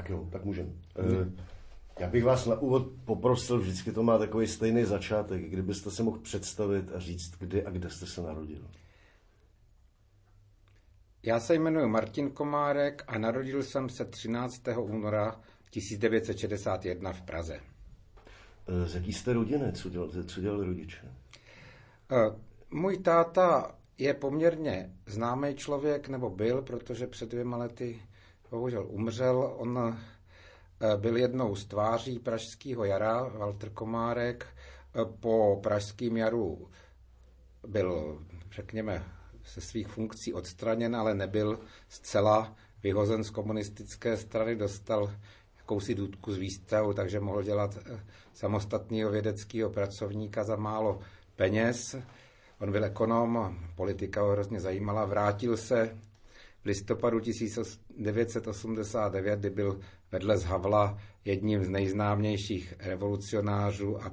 Tak jo, tak můžeme. Já bych vás na úvod poprosil, vždycky to má takový stejný začátek, kdybyste se mohl představit a říct, kdy a kde jste se narodil. Já se jmenuji Martin Komárek a narodil jsem se 13. února 1961 v Praze. Z jaký jste rodiny? Co dělali rodiče? Můj táta je poměrně známý člověk, nebo byl, protože před 2 lety bohužel umřel. On byl jednou z tváří pražského jara, Walter Komárek. Po pražském jaru byl, řekněme, ze svých funkcí odstraněn, ale nebyl zcela vyhozen z komunistické strany, dostal jakousi důtku z výstavu, takže mohl dělat samostatného vědeckého pracovníka za málo peněz. On byl ekonom, politika ho hrozně zajímala, vrátil se v listopadu 1989, kdy byl vedle z Havla jedním z nejznámějších revolucionářů a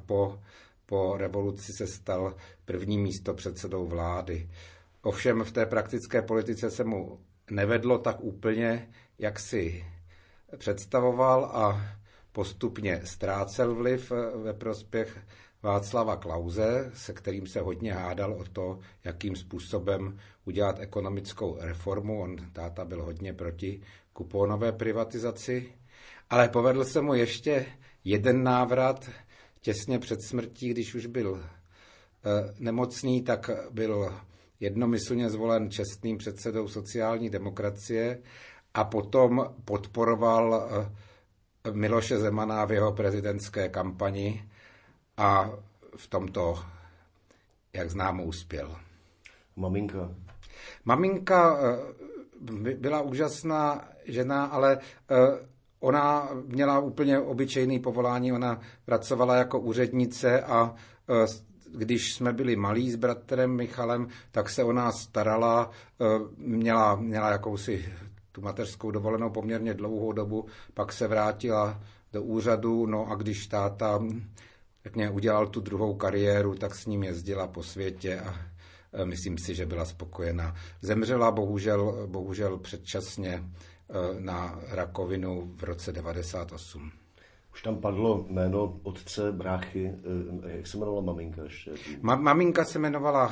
po revoluci se stal prvním místopředsedou vlády. Ovšem v té praktické politice se mu nevedlo tak úplně, jak si představoval a postupně ztrácel vliv ve prospěch Václava Klause, se kterým se hodně hádal o to, jakým způsobem udělat ekonomickou reformu. On, táta, byl hodně proti kuponové privatizaci, ale povedl se mu ještě jeden návrat těsně před smrtí, když už byl nemocný, tak byl jednomyslně zvolen čestným předsedou sociální demokracie a potom podporoval Miloše Zemana v jeho prezidentské kampani a v tomto, jak známo, uspěl. Maminka? Maminka byla úžasná žena, ale ona měla úplně obyčejný povolání. Ona pracovala jako úřednice a když jsme byli malí s bratrem Michalem, tak se o nás starala, měla jakousi tu mateřskou dovolenou poměrně dlouhou dobu, pak se vrátila do úřadu, no a když táta udělal tu druhou kariéru, tak s ním jezdila po světě a myslím si, že byla spokojená. Zemřela bohužel předčasně na rakovinu v roce 1998. Už tam padlo jméno otce, bráchy, jak se jmenovala maminka ještě? Maminka se jmenovala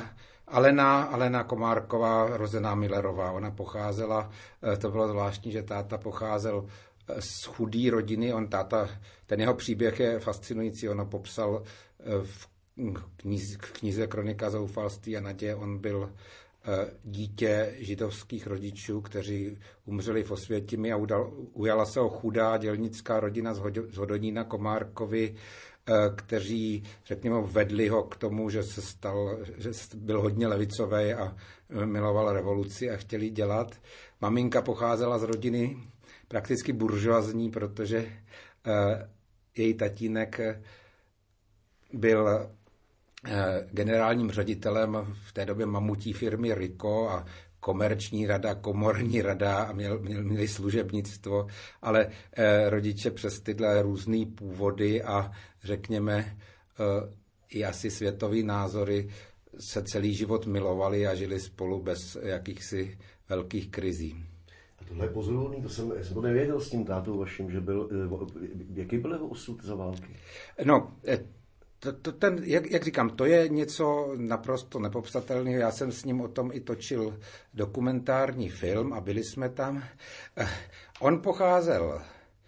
Alena Komárková, rozená Millerová. Ona pocházela, to bylo zvláštní, že táta pocházel z chudé rodiny. Ten jeho příběh je fascinující, on ho popsal v knize Kronika zoufalství a naděje. On byl dítě židovských rodičů, kteří umřeli v Osvětimi a ujala se ho chudá dělnická rodina z Hodonína Komárkovi, kteří, řekněme, vedli ho k tomu, že byl hodně levicový a miloval revoluci a chtěli dělat. Maminka pocházela z rodiny prakticky buržoazní, protože její tatínek byl generálním ředitelem v té době mamutí firmy Rico a komerční rada, komorní rada a měli služebnictvo, ale rodiče přes tyhle různý původy a řekněme i asi světový názory se celý život milovali a žili spolu bez jakýchsi velkých krizí. A tohle je pozoruhodný, jsem to nevěděl s tím tátou vaším, že byl, jaký byl jeho osud za války? No, jak říkám, to je něco naprosto nepopsatelného. Já jsem s ním o tom i točil dokumentární film a byli jsme tam. On pocházel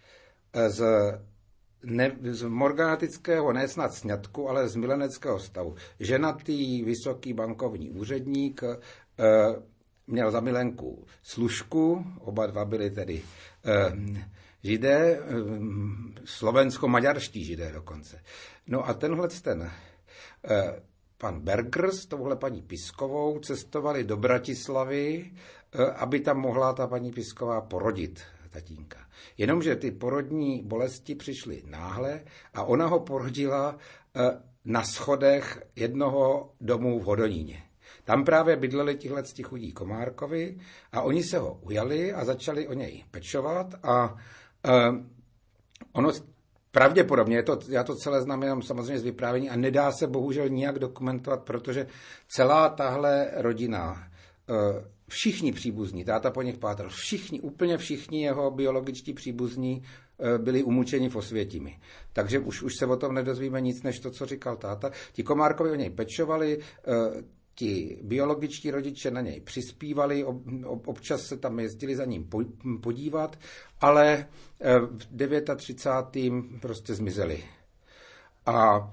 z morganatického, ne snad sňatku, ale z mileneckého stavu. Ženatý, vysoký bankovní úředník, měl za milenku služku, oba dva byli tedy Židé, slovensko-maďarští Židé dokonce. No a pan Berger s touhle paní Piskovou cestovali do Bratislavy, aby tam mohla ta paní Pisková porodit tatínka. Jenomže ty porodní bolesti přišly náhle a ona ho porodila na schodech jednoho domu v Hodoníně. Tam právě bydleli tihleti chudí Komárkovi a oni se ho ujali a začali o něj pečovat a ono pravděpodobně, já to celé znám jenom samozřejmě z vyprávění a nedá se bohužel nijak dokumentovat, protože celá tahle rodina všichni příbuzní, táta po nich pátral, úplně všichni jeho biologičtí příbuzní byli umučeni v Osvětimi. Takže už se o tom nedozvíme nic, než to, co říkal táta. Ti Komárkovi o něj pečovali, ti biologičtí rodiče na něj přispívali, občas se tam jezdili za ním podívat, ale v 39. prostě zmizeli. A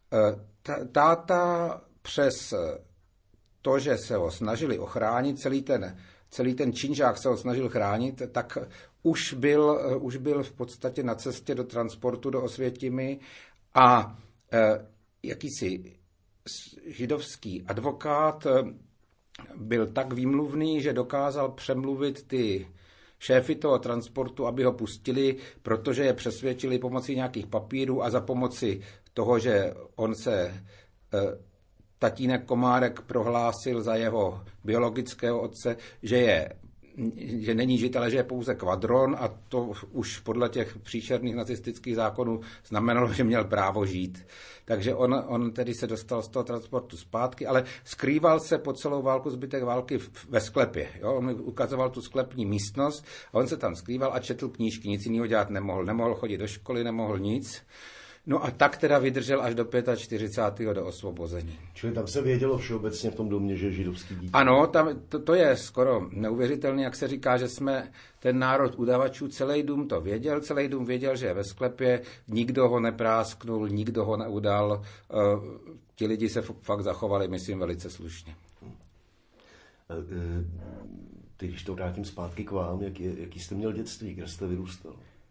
táta přes to, že se ho snažili ochránit, celý ten činžák se ho snažil chránit, tak už byl v podstatě na cestě do transportu do Osvětimi a jakýsi židovský advokát byl tak výmluvný, že dokázal přemluvit ty šéfy toho transportu, aby ho pustili, protože je přesvědčili pomocí nějakých papírů a za pomoci toho, že on se tatínek Komárek prohlásil za jeho biologického otce, že není žid, ale že je pouze kvadron a to už podle těch příšerných nacistických zákonů znamenalo, že měl právo žít. Takže on tedy se dostal z toho transportu zpátky, ale skrýval se po celou válku, zbytek války ve sklepě. Jo? On mi ukazoval tu sklepní místnost a on se tam skrýval a četl knížky, nic jiného dělat nemohl. Nemohl chodit do školy, nemohl nic. No a tak teda vydržel až do 45. do osvobození. Čili tam se vědělo všeobecně v tom domě, že je židovský dítě? Ano, to je skoro neuvěřitelné, jak se říká, že jsme ten národ udavačů, celý dům to věděl, celý dům věděl, že je ve sklepě, nikdo ho neprásknul, nikdo ho neudal, ti lidi se fakt zachovali, myslím, velice slušně. Ty, když to vrátím zpátky k vám, jaký jste měl dětství, kde jste vyrůstal?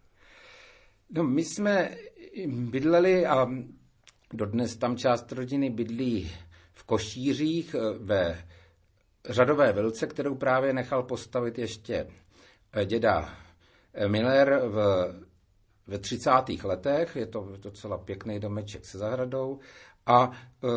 No, my jsme bydleli a dodnes tam část rodiny bydlí v Košířích ve řadové vilce, kterou právě nechal postavit ještě děda Miller ve 30. letech. Je to docela pěkný domeček se zahradou. A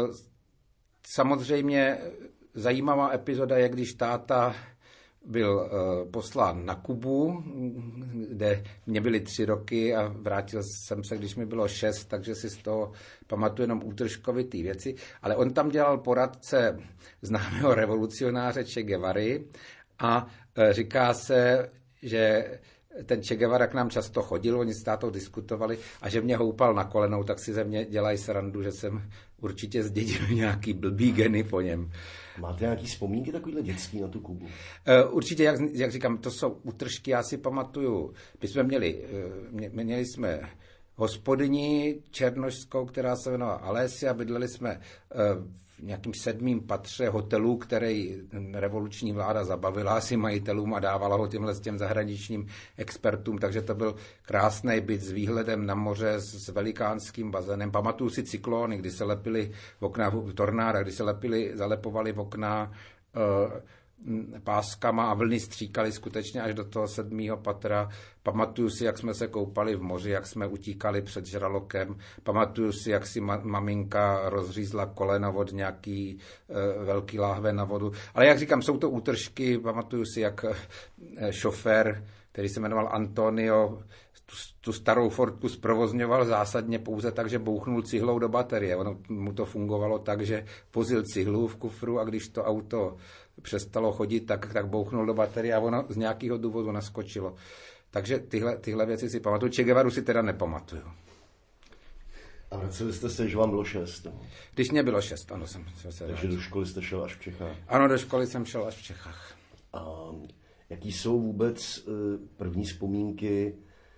samozřejmě zajímavá epizoda je, když táta byl poslán na Kubu, kde mě byly 3 roky a vrátil jsem se, když mi bylo 6, takže si z toho pamatuju jenom útržkovitý věci. Ale on tam dělal poradce známého revolucionáře Che Guevary a říká se, že ten Che Guevara k nám často chodil, oni s tátou diskutovali a že mě houpal na kolenou, tak si ze mě dělají srandu, že jsem určitě zdědil nějaký blbý geny po něm. Máte nějaký vzpomínky takovýhle dětský na tu Kubu? Určitě, jak říkám, to jsou útržky, já si pamatuju. My jsme měli jsme hospodyni černošskou, která se jmenovala Alessia, bydleli jsme v nějakým 7. patře hotelu, který revoluční vláda zabavila asi majitelům a dávala ho těm zahraničním expertům, takže to byl krásný byt s výhledem na moře, s velikánským bazénem. Pamatuju si cyklony, kdy se lepily v okna, tornáda, kdy se zalepovaly v okna páskama a vlny stříkaly skutečně až do toho 7. patra. Pamatuju si, jak jsme se koupali v moři, jak jsme utíkali před žralokem. Pamatuju si, jak si maminka rozřízla koleno od nějaký velký láhve na vodu. Ale jak říkám, jsou to útržky. Pamatuju si, jak šofér, který se jmenoval Antonio, tu starou Fordku zprovozňoval zásadně pouze tak, že bouchnul cihlou do baterie. Ono mu to fungovalo tak, že vozil cihlu v kufru a když to auto přestalo chodit, tak bouchnul do baterie a ono z nějakého důvodu naskočilo. Takže tyhle věci si pamatuju. Che Guevaru si teda nepamatuju. A vraceli jste se, že vám bylo 6? No? Když mě bylo 6, ano, jsem se Takže do školy jste šel až v Čechách? Ano, do školy jsem šel až v Čechách. A jaký jsou vůbec první vzpomínky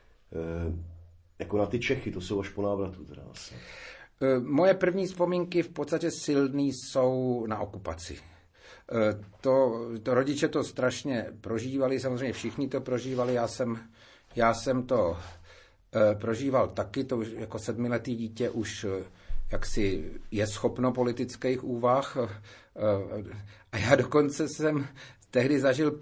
jako na ty Čechy? To jsou až po návratu teda asi. Moje první vzpomínky v podstatě silný jsou na okupaci. To rodiče to strašně prožívali, samozřejmě všichni to prožívali, já jsem to prožíval taky, to už jako 7letý dítě už jaksi je schopno politických úvah a já dokonce jsem tehdy zažil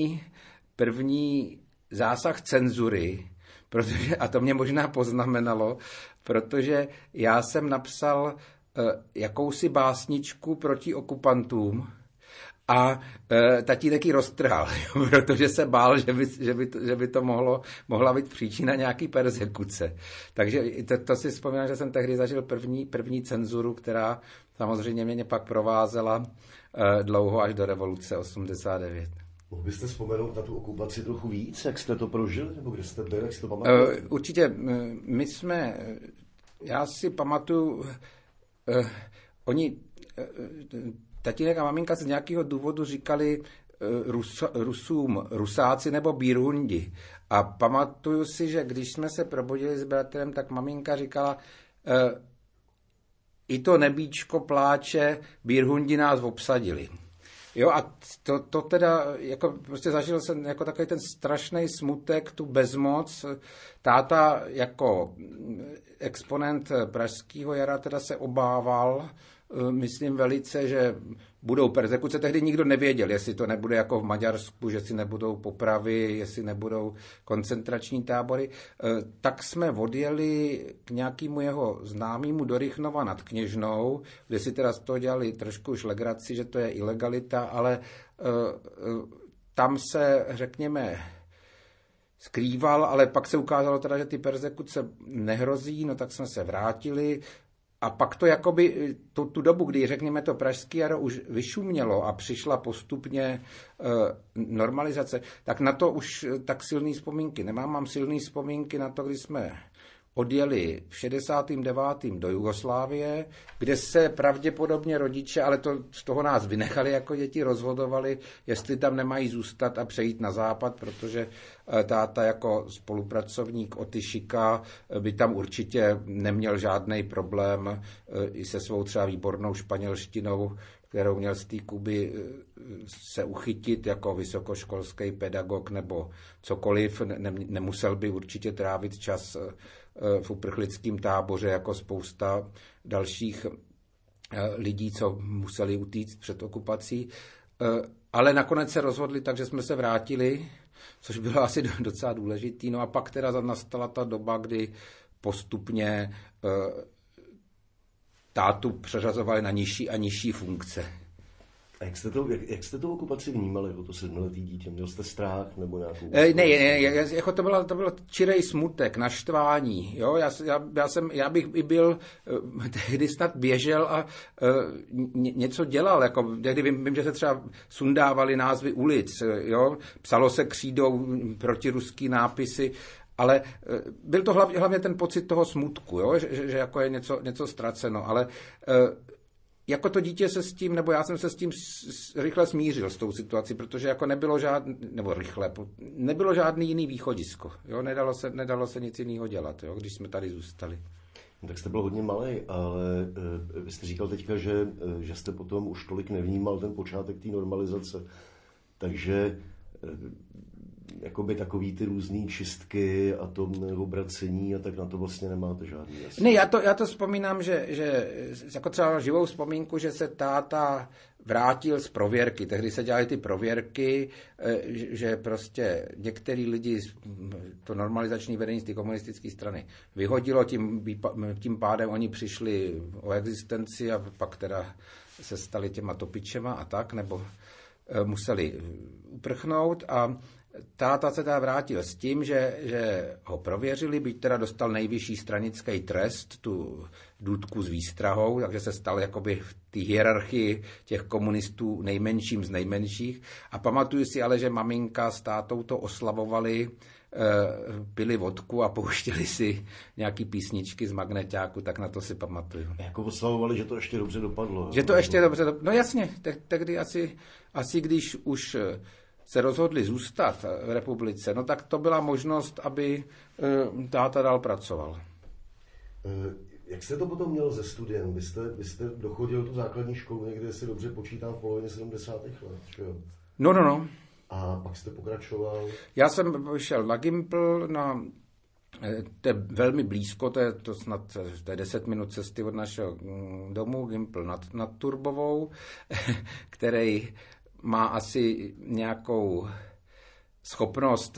první zásah cenzury, protože, a to mě možná poznamenalo, protože já jsem napsal jakousi básničku proti okupantům a tatínek ji roztrhal, protože se bál, že by to mohla být příčina nějaký perzekuce. Takže to si vzpomínám, že jsem tehdy zažil první cenzuru, která samozřejmě mě pak provázela dlouho až do revoluce 89. Mohl byste vzpomenout na tu okupaci trochu víc, jak jste to prožili, nebo kde jste byli, jak si to pamatujete? Určitě, já si pamatuju, tatínek a maminka z nějakého důvodu říkali Rusům Rusáci nebo Bírhundi. A pamatuju si, že když jsme se probudili s bratrem, tak maminka říkala, i to nebíčko pláče, Bírhundi nás obsadili. Jo, a to teda, jako prostě zažil jsem jako takový ten strašný smutek, tu bezmoc. Táta jako exponent pražského jara teda se obával, myslím velice, že budou perzekuce. Tehdy nikdo nevěděl, jestli to nebude jako v Maďarsku, že si nebudou popravy, jestli nebudou koncentrační tábory. Tak jsme odjeli k nějakému jeho známému do Rychnova nad Kněžnou, kde si teda z toho dělali trošku už legraci, že to je ilegalita, ale tam se, řekněme, skrýval, ale pak se ukázalo teda, že ty perzekuce nehrozí, no tak jsme se vrátili. A pak to jakoby tu dobu, kdy řekněme to pražské jaro už vyšumělo a přišla postupně normalizace, tak na to už tak silné vzpomínky nemám. Mám silné vzpomínky na to, když jsme odjeli v 69. do Jugoslávie, kde se pravděpodobně rodiče, ale z toho nás vynechali jako děti, rozhodovali, jestli tam nemají zůstat a přejít na západ, protože táta jako spolupracovník Otyšika by tam určitě neměl žádný problém i se svou třeba výbornou španělštinou, kterou měl z té Kuby se uchytit jako vysokoškolský pedagog nebo cokoliv. Nemusel by určitě trávit čas v uprchlickém táboře jako spousta dalších lidí, co museli utíct před okupací. Ale nakonec se rozhodli, takže jsme se vrátili, což bylo asi docela důležitý. No a pak teda nastala ta doba, kdy postupně tátu přeřazovali na nižší a nižší funkce. A jak jste tu okupaci vnímali, jako to 7letý dítě? Měl jste strach nebo nějakou... Ne, jako to bylo čirej smutek, naštvání. Jo? Já bych i byl, tehdy snad běžel a něco dělal. Jako, tehdy vím, že se třeba sundávali názvy ulic, jo? Psalo se křídou protiruský nápisy, ale byl to hlavně ten pocit toho smutku, jo? Že jako je něco ztraceno, ale jako to dítě se s tím, nebo já jsem se s tím rychle smířil s tou situací, protože jako nebylo žádný jiný východisko, jo? Nedalo se nic jiného dělat, jo? Když jsme tady zůstali. Tak jste byl hodně malej, ale vy jste říkal teďka, že jste potom už tolik nevnímal ten počátek té normalizace, takže jakoby takový ty různý čistky a to obracení a tak na to vlastně nemáte žádný jasný. Ne, já to vzpomínám, že jako třeba živou vzpomínku, že se táta vrátil z prověrky. Tehdy se dělaly ty prověrky, že prostě některý lidi to normalizační vedení z té komunistické strany vyhodilo, tím pádem oni přišli o existenci a pak teda se stali těma topičema a tak, nebo museli uprchnout a táta se teda vrátil s tím, že ho prověřili, byť teda dostal nejvyšší stranický trest, tu důtku s výstrahou, takže se stal jakoby v té hierarchii těch komunistů nejmenším z nejmenších. A pamatuju si ale, že maminka s tátou to oslavovali, pili vodku a pouštěli si nějaký písničky z magneťáku, tak na to si pamatuju. Jako oslavovali, že to ještě dobře dopadlo. Že to ještě dobře dopadlo. No jasně, tehdy asi když už se rozhodli zůstat v republice, no tak to byla možnost, aby táta dál pracoval. Jak jste to potom měl se studiem? Vy jste dochodil tu základní školu někde, si dobře počítám, v polovině 70. let, že jo? No. A pak jste pokračoval? Já jsem šel na Gimpl, to je velmi blízko, to je 10 minut cesty od našeho domu, Gimpl nad Turbovou, který má asi nějakou schopnost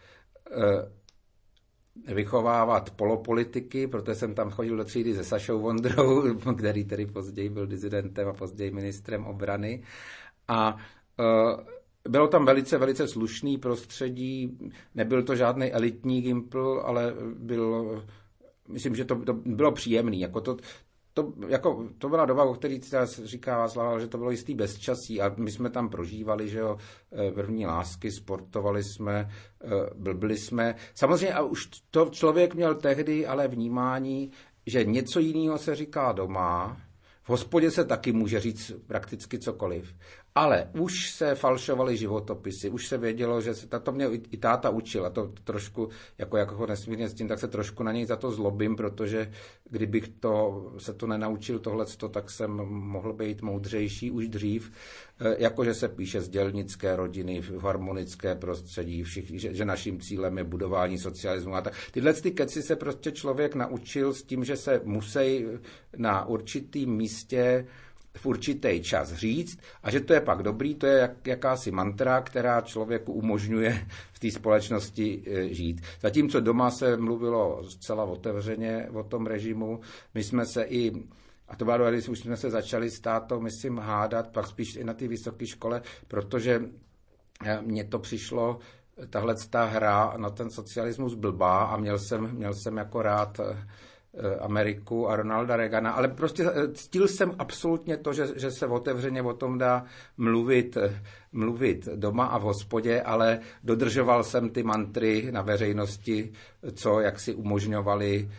vychovávat polopolitiky, protože jsem tam chodil do třídy se Sašou Vondrou, který tedy později byl dizidentem a později ministrem obrany. A bylo tam velice, velice slušný prostředí, nebyl to žádný elitní Gimpl, ale myslím, že to bylo příjemný. Jako to byla doba, o který říká Václav, že to bylo jistý bezčasí a my jsme tam prožívali, že jo, první lásky, sportovali jsme, blbli jsme. Samozřejmě a už to člověk měl tehdy ale vnímání, že něco jiného se říká doma, v hospodě se taky může říct prakticky cokoliv. Ale už se falšovaly životopisy, už se vědělo, že se to mě i táta učil a to trošku, jako ho nesmírně s tím, tak se trošku na něj za to zlobím, protože kdybych se to nenaučil tohleto, tak jsem mohl být moudřejší už dřív, jakože se píše z dělnické rodiny, v harmonické prostředí, že naším cílem je budování socialismu a tak. Tyhle ty keci se prostě člověk naučil s tím, že se musí na určitým místě v určitý čas říct a že to je pak dobrý, to je jakási mantra, která člověku umožňuje v té společnosti žít. Zatímco doma se mluvilo zcela otevřeně o tom režimu, my jsme se a to bylo, když už jsme se začali s tátou, myslím, hádat, pak spíš i na té vysoké škole, protože mně to přišlo, tahle hra na ten socialismus blbá a měl jsem jako rád Ameriku a Ronalda Reagana, ale prostě ctil jsem absolutně to, že se otevřeně o tom dá mluvit doma a v hospodě, ale dodržoval jsem ty mantry na veřejnosti, co jak si umožňovali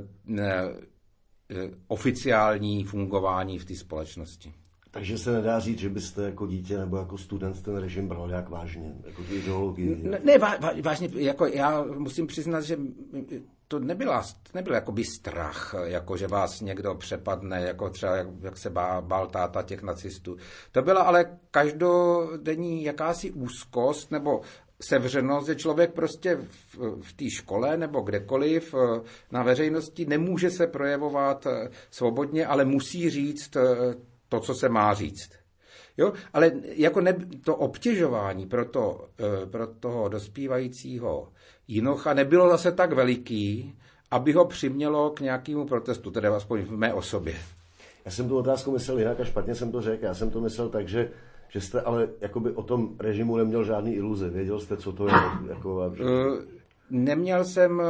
oficiální fungování v té společnosti. Takže se nedá říct, že byste jako dítě nebo jako student ten režim bral nějak vážně, jako tu ideologii? Ne, vážně, jako já musím přiznat, že to nebyl jakoby strach, jako že vás někdo přepadne, jako třeba jak se bál táta těch nacistů. To byla ale každodenní jakási úzkost nebo sevřenost, že člověk prostě v té škole nebo kdekoliv na veřejnosti nemůže se projevovat svobodně, ale musí říct to, co se má říct. Jo? Ale jako to obtěžování pro toho dospívajícího jinocha nebylo zase tak veliký, aby ho přimělo k nějakému protestu, tedy aspoň v mé osobě. Já jsem tu otázku myslel jinak a špatně jsem to řekl. Já jsem to myslel tak, že jste ale jakoby o tom režimu neměl žádný iluze. Věděl jste, co to je? Jako... Neměl jsem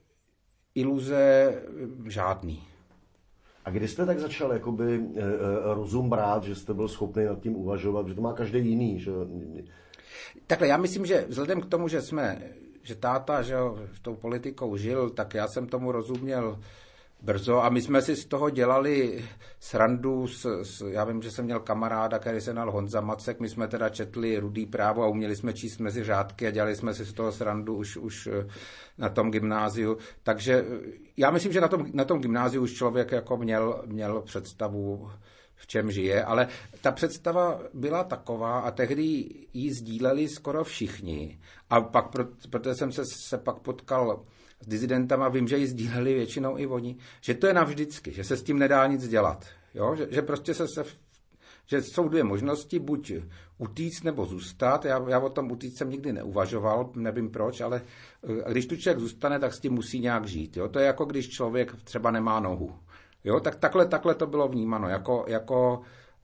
iluze žádný. A kdy jste tak začal jakoby rozum brát, že jste byl schopný nad tím uvažovat, že to má každý jiný? Že... Takhle, já myslím, že vzhledem k tomu, že táta s tou politikou žil, tak já jsem tomu rozuměl brzo a my jsme si z toho dělali srandu. Já vím, že jsem měl kamaráda, který se jmenoval Honza Macek, my jsme teda četli Rudý právo a uměli jsme číst mezi řádky a dělali jsme si z toho srandu už na tom gymnáziu. Takže já myslím, že na tom gymnáziu už člověk jako měl představu, v čem žije, ale ta představa byla taková a tehdy ji sdíleli skoro všichni. A pak, protože jsem se pak potkal s disidentama, vím, že ji sdíleli většinou i oni, že to je navždycky, že se s tím nedá nic dělat. Jo? Že prostě že jsou dvě možnosti, buď utíct nebo zůstat. Já o tom utíct jsem nikdy neuvažoval, nevím proč, ale když tu člověk zůstane, tak s tím musí nějak žít. Jo? To je jako když člověk třeba nemá nohu. Jo? Tak takhle to bylo vnímáno, jako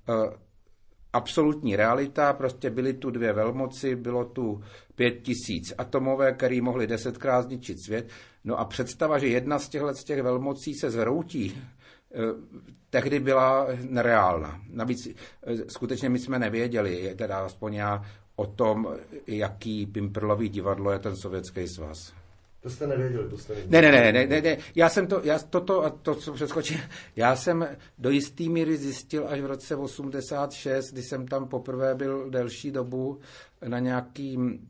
absolutní realita, prostě byly tu dvě velmoci, bylo tu 5000 atomové, které mohly 10krát zničit svět. No a představa, že jedna z těch velmocí se zhroutí, tehdy byla nereálna. Navíc skutečně my jsme nevěděli, teda aspoň já, o tom, jaký pimprlový divadlo je ten Sovětský svaz. To jste nevěděli, Ne. Já jsem do jistý míry zjistil až v roce 86, kdy jsem tam poprvé byl delší dobu na nějakým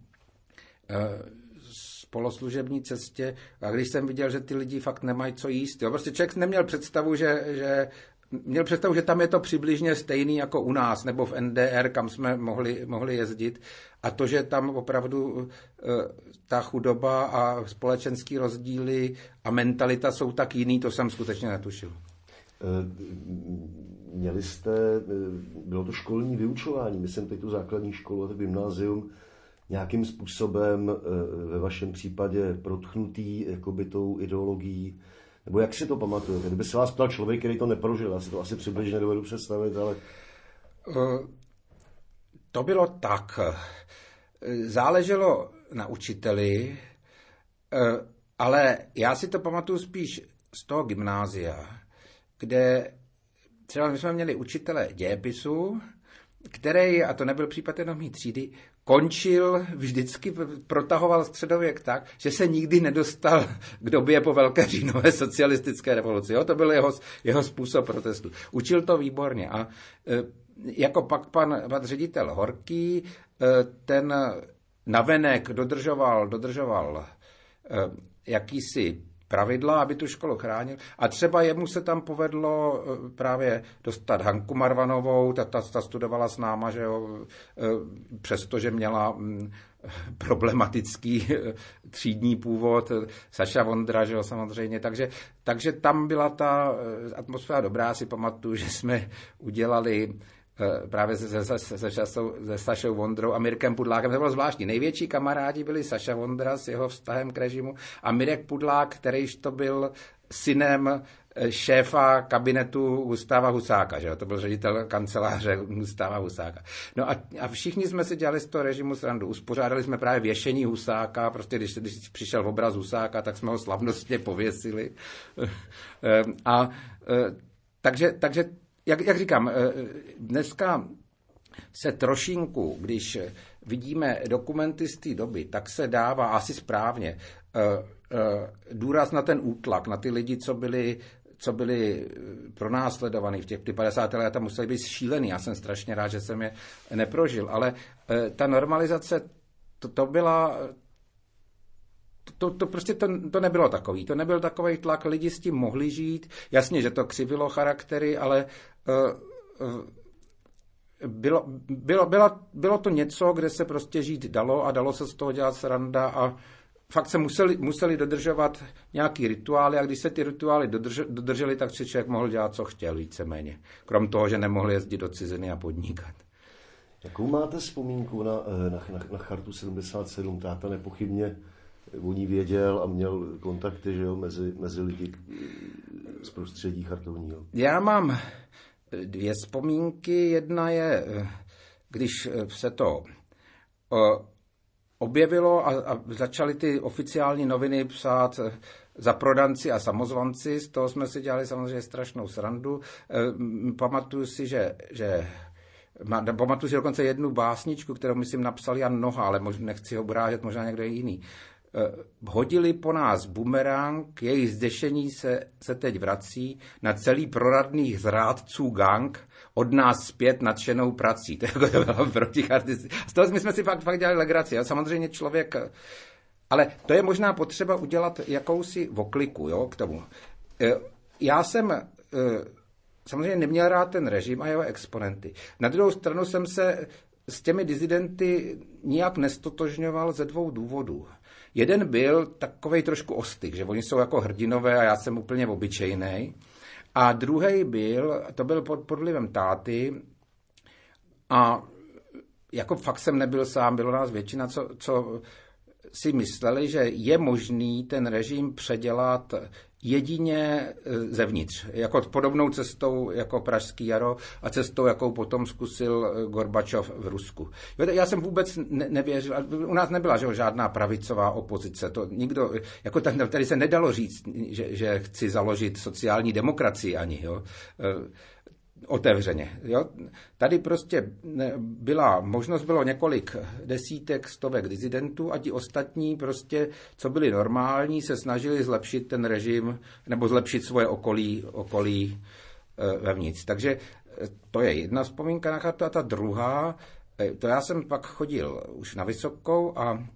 poloslužební cestě a když jsem viděl, že ty lidi fakt nemají co jíst. Jo. Prostě člověk neměl představu, že tam je to přibližně stejný jako u nás, nebo v NDR, kam jsme mohli jezdit. A to, že tam opravdu ta chudoba a společenský rozdíly a mentalita jsou tak jiný, to jsem skutečně netušil. Bylo to školní vyučování, myslím teď tu základní školu a to gymnázium, nějakým způsobem ve vašem případě protchnutý jakoby tou ideologií, nebo jak si to pamatujete? Kdyby se vás ptal člověk, který to neprožil, já si to asi přibližně dovedu představit, ale... To bylo tak. Záleželo na učiteli, ale já si to pamatuju spíš z toho gymnázia, kde třeba my jsme měli učitele dějepisu, který, a to nebyl případ jenom mý třídy, končil, vždycky protahoval středověk tak, že se nikdy nedostal k době po Velké říjnové socialistické revoluci. Jo? To byl jeho způsob protestu. Učil to výborně. A jako pak pan ředitel Horký, ten navenek dodržoval jakýsi pravidla, aby tu školu chránil. A třeba jemu se tam povedlo právě dostat Hanku Marvanovou, ta studovala s náma, že jo, přestože měla problematický třídní původ, Saša Vondra, že jo, samozřejmě. Takže tam byla ta atmosféra dobrá, si pamatuju, že jsme udělali právě se Sašou Vondrou a Mirkem Pudlákem. To bylo zvláštní. Největší kamarádi byli Saša Vondra s jeho vztahem k režimu a Mirek Pudlák, kterýž to byl synem šéfa kabinetu Gustáva Husáka, že jo? To byl ředitel kanceláře Gustáva Husáka. No a všichni jsme si dělali z toho režimu srandu. Uspořádali jsme právě věšení Husáka, prostě když přišel obraz Husáka, tak jsme ho slavnostně pověsili. Takže jak říkám, dneska se trošinku, když vidíme dokumenty z té doby, tak se dává asi správně důraz na ten útlak, na ty lidi, co byli pronásledovaní v těch 50. letech, museli být šílený. Já jsem strašně rád, že jsem je neprožil, ale ta normalizace, to byla... To nebylo takový. To nebyl takový tlak, lidi s tím mohli žít. Jasně, že to křivilo charaktery, ale bylo to něco, kde se prostě žít dalo a dalo se z toho dělat sranda a fakt se museli dodržovat nějaký rituály a když se ty rituály dodrželi, tak si člověk mohl dělat, co chtěl víceméně. Krom toho, že nemohl jezdit do ciziny a podnikat. Jakou máte vzpomínku na Chartu 77? Táta nepochybně o ní věděl a měl kontakty, že jo, mezi lidi z prostředí chartovního. Já mám 2 vzpomínky. Jedna je, když se to objevilo a začaly ty oficiální noviny psát zaprodanci a samozvanci, z toho jsme si dělali samozřejmě strašnou srandu. Pamatuju si, pamatuju si dokonce jednu básničku, kterou myslím napsal Jan Noha, ale nechci ho urážet, možná někdo jiný. Hodili po nás bumerang, jejich zděšení se teď vrací na celý proradných zrádců gang, od nás zpět nadšenou prací. To bylo protichartistické. Z toho my jsme si fakt dělali legraci. A samozřejmě člověk... Ale to je možná potřeba udělat jakousi okliku, jo, k tomu. Já jsem samozřejmě neměl rád ten režim a jeho exponenty. Na druhou stranu jsem se s těmi dizidenty nijak nestotožňoval ze 2 důvodů. Jeden byl takovej trošku ostyk, že oni jsou jako hrdinové a já jsem úplně obyčejnej. A druhý to byl pod vlivem táty a jako fakt jsem nebyl sám, bylo nás většina, co si mysleli, že je možný ten režim předělat jedině zevnitř, jako podobnou cestou jako Pražský jaro a cestou, jakou potom zkusil Gorbačov v Rusku. Já jsem vůbec nevěřil, u nás nebyla žádná pravicová opozice, to nikdo, jako tady se nedalo říct, že chci založit sociální demokracii ani, jo. Otevřeně. Jo? Tady prostě bylo několik desítek, stovek disidentů a ti ostatní prostě, co byli normální, se snažili zlepšit ten režim nebo zlepšit svoje okolí vevnitř. Takže to je jedna vzpomínka na chartu a ta druhá, to já jsem pak chodil už na vysokou a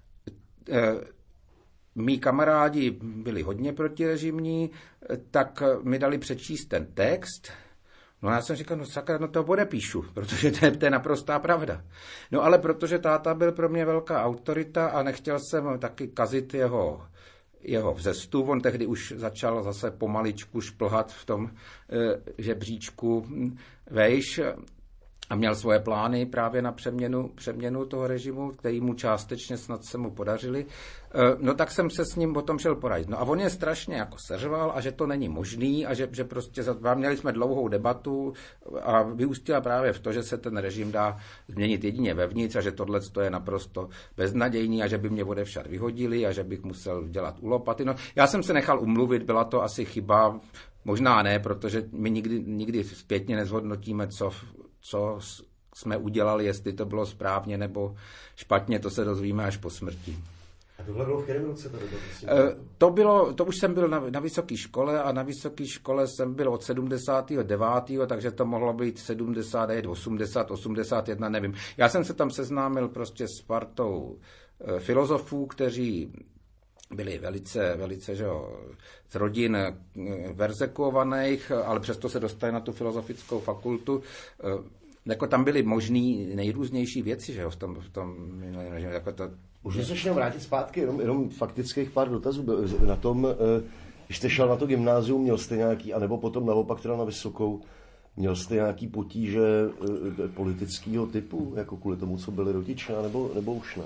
mí kamarádi byli hodně protirežimní, tak mi dali přečíst ten text. No já jsem říkal, sakra, to podepíšu, protože to je naprostá pravda. No ale protože táta byl pro mě velká autorita a nechtěl jsem taky kazit jeho vzestup, on tehdy už začal zase pomaličku šplhat v tom žebříčku vejš a měl svoje plány právě na přeměnu toho režimu, který mu částečně snad se mu podařili. No tak jsem se s ním o tom šel poradit. No a on je strašně jako seřval a že to není možný a že prostě měli jsme dlouhou debatu a vyústila právě v to, že se ten režim dá změnit jedině vevnitř a že tohle je naprosto beznadějný a že by mě odevšad vyhodili a že bych musel dělat u lopaty. No já jsem se nechal umluvit, byla to asi chyba. možná ne, protože my nikdy zpětně nezhodnotíme, co jsme udělali, jestli to bylo správně nebo špatně, to se dozvíme až po smrti. A tohle bylo v kterém roce? To už jsem byl na vysoké škole a na vysoké škole jsem byl od 79., takže to mohlo být 79, 80, 81, nevím. Já jsem se tam seznámil prostě s partou filozofů, kteří byli velice že jo, z rodin verzekuovaných, ale přesto se dostali na tu filozofickou fakultu. Jako tam byly možný nejrůznější věci, že jo, v tom jako to. Můžu se ještě vrátit zpátky, jenom faktických pár dotazů. Na tom, když jste šel na to gymnázium, měl jste nějaký, anebo potom naopak teda na vysokou, měl jste nějaký potíže politického typu, jako kvůli tomu, co byli rodiče, nebo už ne?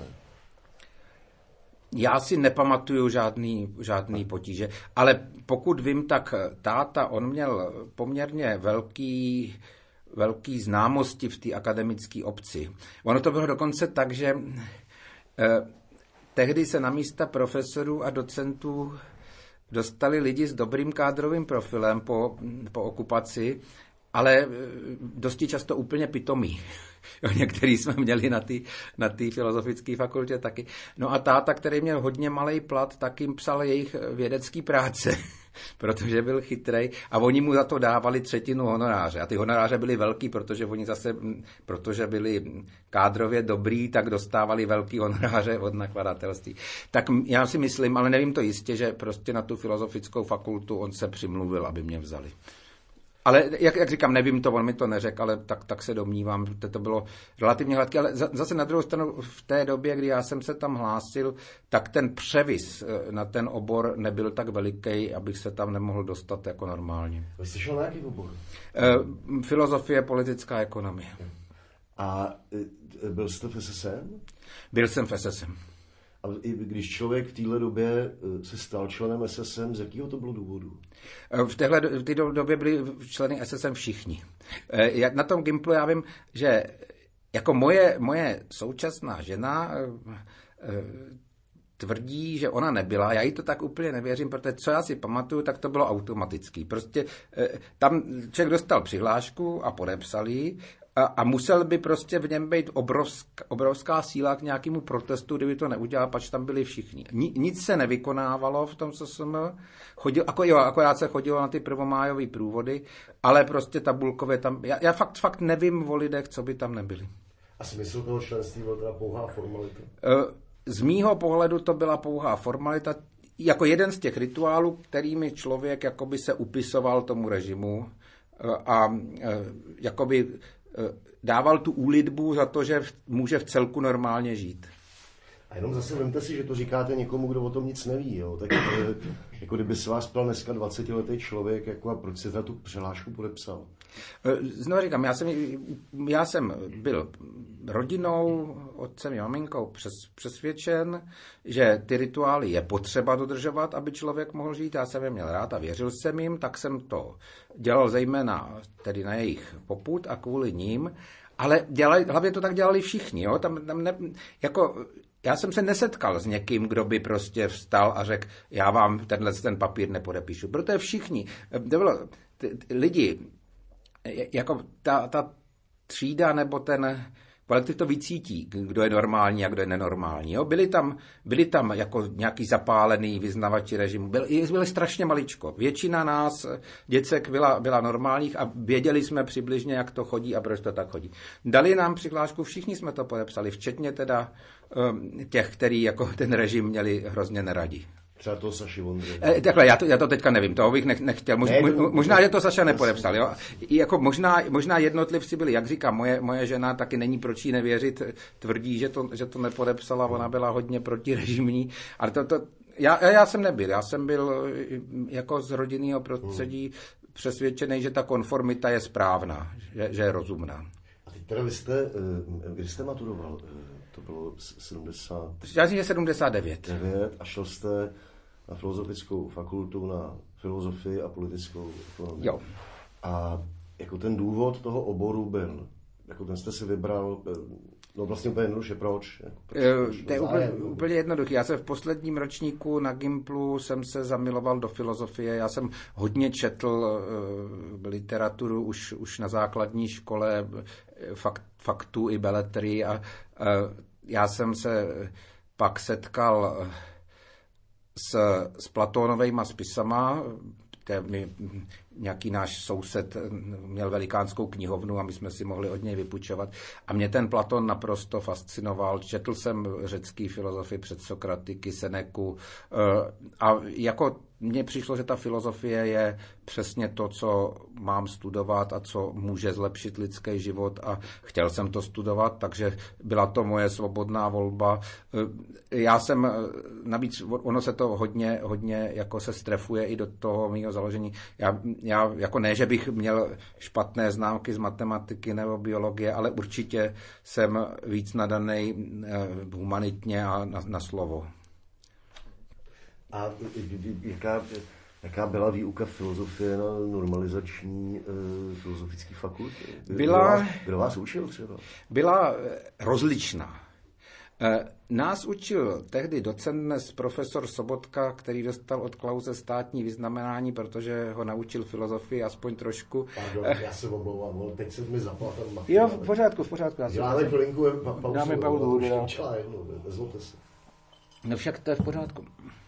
Já si nepamatuju žádný potíže, ale pokud vím, tak táta, on měl poměrně velký známosti v té akademické obci. Ono to bylo dokonce tak, že tehdy se na místa profesorů a docentů dostali lidi s dobrým kádrovým profilem po okupaci, ale dosti často úplně pitomí. Některý jsme měli na té filozofické fakultě taky. No a táta, který měl hodně malej plat, tak jim psal jejich vědecký práce, protože byl chytrej a oni mu za to dávali 1/3 honoráře. A ty honoráře byly velký, protože byli kádrově dobrý, tak dostávali velký honoráře od nakladatelství. Tak já si myslím, ale nevím to jistě, že prostě na tu filozofickou fakultu on se přimluvil, aby mě vzali. Ale jak říkám, nevím to, on mi to neřekl, ale tak se domnívám, že to bylo relativně hladké. Ale zase na druhou stranu v té době, kdy já jsem se tam hlásil, tak ten převis na ten obor nebyl tak veliký, abych se tam nemohl dostat jako normálně. Vy jste šel na jaký obor? Filozofie, politická ekonomie. A byl jste v SSM? Byl jsem v SSM. A když člověk v téhle době se stal členem SSM, z jakého to bylo důvodu? V té době byli členy SSM všichni. Na tom Gimplu já vím, že jako moje současná žena tvrdí, že ona nebyla. Já jí to tak úplně nevěřím, protože co já si pamatuju, tak to bylo automatický. Prostě tam člověk dostal přihlášku a podepsal ji a musel by prostě v něm být obrovská síla k nějakému protestu, kdyby to neudělal, pač tam byli všichni. Nic se nevykonávalo v tom, co jsem akorát se chodilo na ty prvomájové průvody, ale prostě tabulkově tam, já fakt nevím o lidech, co by tam nebyli. A smysl toho členství byla teda pouhá formalita? Z mýho pohledu to byla pouhá formalita, jako jeden z těch rituálů, kterými člověk jakoby se upisoval tomu režimu a jakoby dával tu úlitbu za to, že může v celku normálně žít. A jenom zase vemte si, že to říkáte někomu, kdo o tom nic neví. Jo? Tak jako kdyby se vás ptal dneska 20letý člověk, jako a proč jste tu přihlášku podepsal? Znovu říkám, já jsem byl rodinou, otcem a maminkou přesvědčen, že ty rituály je potřeba dodržovat, aby člověk mohl žít. Já jsem je měl rád a věřil jsem jim, tak jsem to dělal zejména tedy na jejich popud a kvůli ním, ale hlavně to tak dělali všichni. Jo? Já jsem se nesetkal s někým, kdo by prostě vstal a řekl, já vám ten papír nepodepíšu. Protože všichni, lidi, jako ta třída nebo ten kolektiv to vycítí, kdo je normální a kdo je nenormální. Jo? Byli tam jako nějaký zapálený vyznavači režimu. Byli strašně maličko. Většina nás, děcek, byla normálních a věděli jsme přibližně, jak to chodí a proč to tak chodí. Dali nám přihlášku, všichni jsme to podepsali, včetně teda těch, který jako ten režim měli hrozně neradi. Třeba to Saši Vondry. Takhle, já to teďka nevím, toho bych nechtěl. Možná, že to Saša nepodepsal. Jo? Jako možná jednotlivci byli, jak říkám, moje žena taky není proč jí nevěřit, tvrdí, že to nepodepsala, ona byla hodně protirežimní, ale já jsem nebyl, já jsem byl jako z rodinného prostředí přesvědčený, že ta konformita je správná, že je rozumná. A teď teda kdy jste maturoval? To bylo 70... Já jsem 79. A šel jste na filozofickou fakultu na filozofii a politickou ekonomii. Jo. A jako ten důvod toho oboru byl, jako ten jste si vybral No vlastně úplně jednoduše, proč? To je úplně jednoduché. Já jsem v posledním ročníku na Gimplu jsem se zamiloval do filozofie. Já jsem hodně četl literaturu už na základní škole, faktů i beletrii a já jsem se pak setkal s Platónovejma spisama. Nějaký náš soused měl velikánskou knihovnu a my jsme si mohli od něj vypůjčovat. A mě ten Platón naprosto fascinoval. Četl jsem řecký filozofii, předsokratiky, Seneku a jako mně přišlo, že ta filozofie je přesně to, co mám studovat a co může zlepšit lidský život a chtěl jsem to studovat, takže byla to moje svobodná volba. Já jsem, navíc ono se to hodně jako se strefuje i do toho mýho založení. Já jako ne, že bych měl špatné známky z matematiky nebo biologie, ale určitě jsem víc nadaný humanitně a na slovo. A jaká byla výuka filozofie na normalizační filozofické fakultě? Kdo vás učil třeba? Byla rozličná. Nás učil tehdy docent dnes profesor Sobotka, který dostal od Klause státní vyznamenání, protože ho naučil filozofii aspoň trošku. Pardon, já se omlouvám, ale teď se mi zapal ten materiál. Jo, v pořádku. Děláme chvilinku pauzu. Dáme pauzu. Nezlobte se. No však to je v pořádku.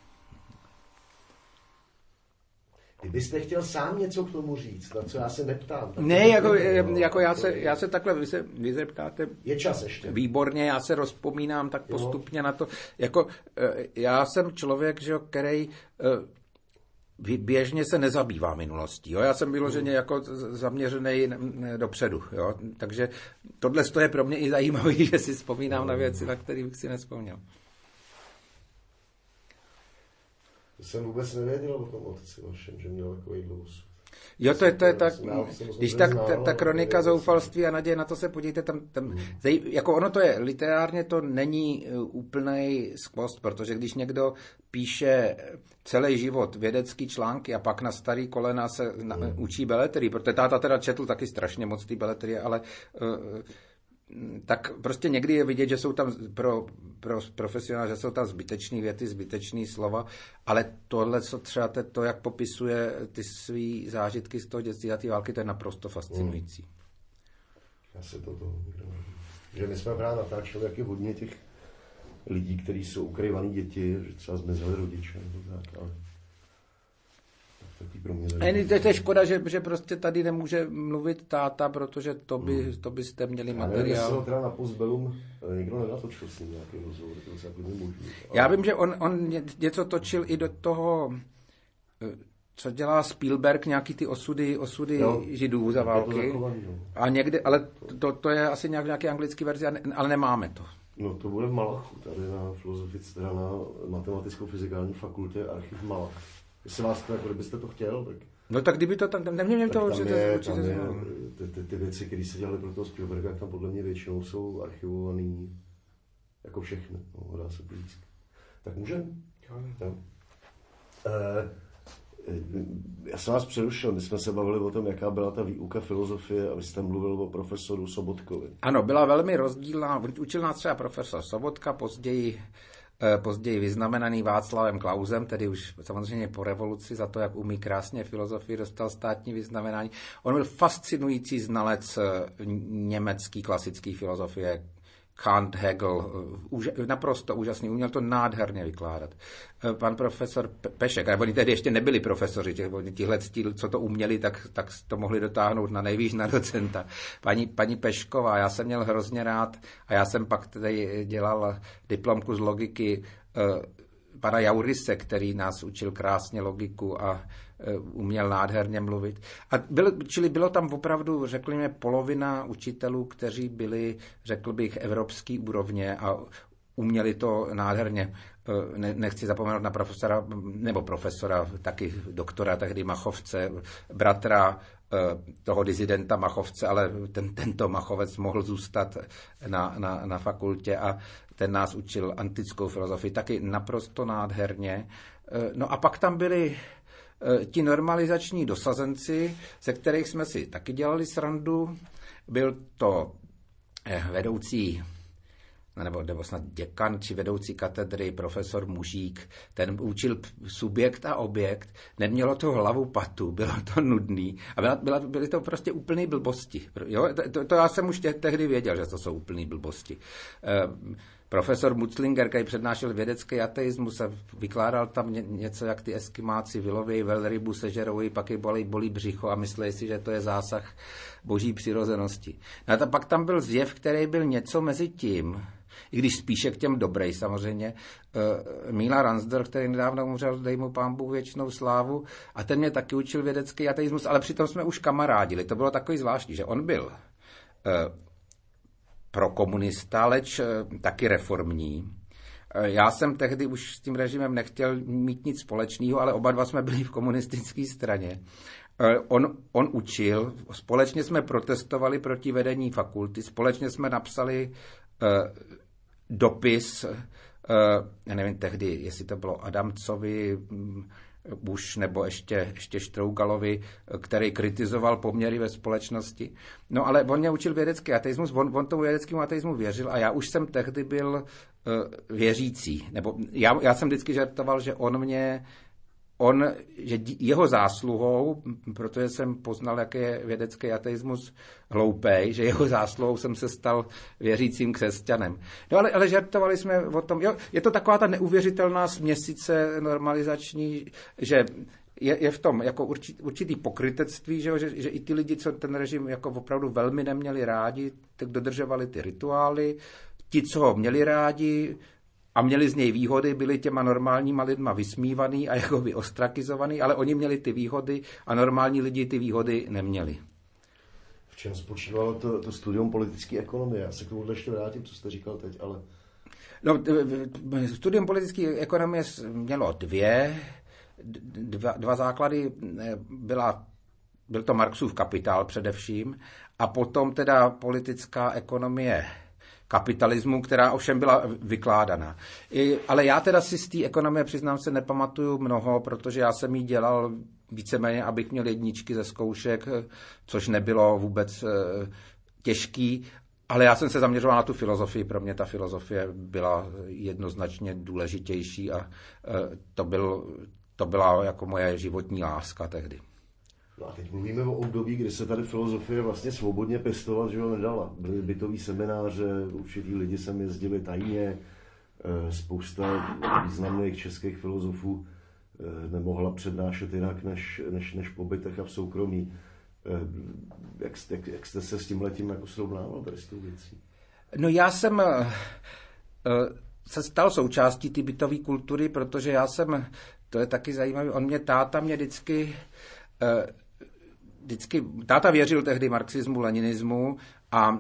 Kdybyste chtěl sám něco k tomu říct, na co já se neptám. Ne, jako já se takhle, vy se ptáte. Je čas ještě. Výborně, já se rozpomínám tak postupně na to. Jako, já jsem člověk, že, který běžně se nezabývá minulostí. Jo? Já jsem vyloženě jako zaměřený dopředu. Jo? Takže tohle je pro mě i zajímavé, že si vzpomínám na věci, na které bych si nevzpomněl. Jsem vůbec nevěděl o tom otci vašem, že měl takový dlouhý. Jo, to je tak, když ta kronika zoufalství a naděje, na to se podívejte, tam jako ono to je, literárně to není úplnej skvost, protože když někdo píše celý život vědecký články a pak na starý kolena se učí beletrii, protože táta teda četl taky strašně moc té beletrie, ale tak prostě někdy je vidět, že jsou tam pro profesionály, že jsou tam zbytečné věty, zbytečné slova, ale tohle, co třeba to, jak popisuje ty svý zážitky z toho dětství a té války, to je naprosto fascinující. Já se to že my jsme právě natáčeli, jak je hodně těch lidí, kteří jsou ukrývaný děti, že třeba zmizeli rodiče, nebo tak, ale to je škoda, že prostě tady nemůže mluvit táta, protože to byste měli materiál. Já jsem teda na Postbellum, nikdo nenatočil s ním nějaký rozhovor, to se jako nemůžu. Já vím, že on něco točil i do toho, co dělá Spielberg, nějaký ty osudy Židů za války. A někde, ale to je asi nějaký anglický verzi, ale nemáme to. No to bude v Malachu, tady na filozofické, teda na matematicko-fyzikální fakultě archiv Malach. Jestli vás to, jako kdybyste to chtěl, tak... No tak kdyby to tam neměl to určitě. Ty věci, které se dělaly pro toho Spielberga, tam podle mě většinou jsou archivovaný jako všechny, no, dá se říct. Tak můžeme? Jo. Já jsem vás přerušil, my jsme se bavili o tom, jaká byla ta výuka filozofie a vy jste mluvil o profesoru Sobotkovi. Ano, byla velmi rozdílná, učil nás třeba profesor Sobotka, později vyznamenaný Václavem Klausem, tedy už samozřejmě po revoluci za to, jak umí krásně filozofii, dostal státní vyznamenání. On byl fascinující znalec německý klasický filozofie, Kant, Hegel, naprosto úžasný, uměl to nádherně vykládat. Pan profesor Pešek, ale oni tedy ještě nebyli profesoři, tihle, co to uměli, tak to mohli dotáhnout na nejvýš na docenta. Paní Pešková, já jsem měl hrozně rád a já jsem pak tady dělal diplomku z logiky pana Jaurise, který nás učil krásně logiku a uměl nádherně mluvit. Čili bylo tam opravdu, řekněme, polovina učitelů, kteří byli, řekl bych, evropský úrovně a uměli to nádherně. Nechci zapomenout na profesora, taky doktora tehdy Machovce, bratra toho disidenta Machovce, ale tento Machovec mohl zůstat na fakultě a ten nás učil antickou filozofii taky naprosto nádherně. No a pak tam byli ti normalizační dosazenci, ze kterých jsme si taky dělali srandu. Byl to vedoucí nebo snad děkan či vedoucí katedry, profesor Mužík, ten učil subjekt a objekt, nemělo to hlavu patu, bylo to nudný a byly to prostě úplný blbosti. Jo? To já jsem už tehdy věděl, že to jsou úplný blbosti. Profesor Mutzlinger, který přednášel vědecký ateismus a vykládal tam něco, jak ty eskimáci vylovějí velrybu, sežeroují, pak je bolí břicho a myslí si, že to je zásah boží přirozenosti. No a pak tam byl zjev, který byl něco mezi tím, i když spíše k těm dobrej samozřejmě, Míla Ransdorf, který nedávno umřel, dej mu pán Bůh věčnou slávu, a ten mě taky učil vědecký ateismus, ale přitom jsme už kamarádili. To bylo takový zvláštní, že on byl prokomunista, leč taky reformní. Já jsem tehdy už s tím režimem nechtěl mít nic společného, ale oba dva jsme byli v komunistické straně. On učil, společně jsme protestovali proti vedení fakulty, společně jsme napsali dopis, já nevím tehdy, jestli to bylo Adamcovi, Bush nebo ještě Štrougalovi, který kritizoval poměry ve společnosti. No ale on mě učil vědecký ateismus, on tomu vědeckému ateismu věřil a já už jsem tehdy byl věřící. Nebo já jsem vždycky žartoval, že že jeho zásluhou, protože jsem poznal, jak je vědecký ateismus hloupej, že jeho zásluhou jsem se stal věřícím křesťanem. No ale žartovali jsme o tom, jo, je to taková ta neuvěřitelná směsice normalizační, že je v tom jako určitý pokrytectví, že i ty lidi, co ten režim jako opravdu velmi neměli rádi, tak dodržovali ty rituály, ti, co ho měli rádi, a měli z něj výhody, byli těma normálníma lidma vysmívaný a jako ostrakizovaný, ale oni měli ty výhody a normální lidi ty výhody neměli. V čem spočívalo to studium politické ekonomie? Já se k tomu ještě vrátím, co jste říkal teď, ale... No, studium politické ekonomie mělo dva základy. Byl to Marxův Kapitál především a potom teda politická ekonomie kapitalismu, která ovšem byla vykládaná. Ale já teda si z té ekonomie, přiznám se, nepamatuju mnoho, protože já jsem jí dělal víceméně, abych měl jedničky ze zkoušek, což nebylo vůbec těžký, ale já jsem se zaměřoval na tu filozofii. Pro mě ta filozofie byla jednoznačně důležitější a to byla jako moje životní láska tehdy. No a teď mluvíme o období, kdy se tady filozofie vlastně svobodně pěstovat, že ho nedala. Byly bytový semináře, určitý lidi sem jezdili tajně, spousta významných českých filozofů nemohla přednášet jinak než po bytech a v soukromí. Jak jste se s tímhletím jako srovnával tady s tou věcí? No já jsem se stal součástí ty bytové kultury, protože to je taky zajímavé, táta mě vždycky táta věřil tehdy marxismu, leninismu a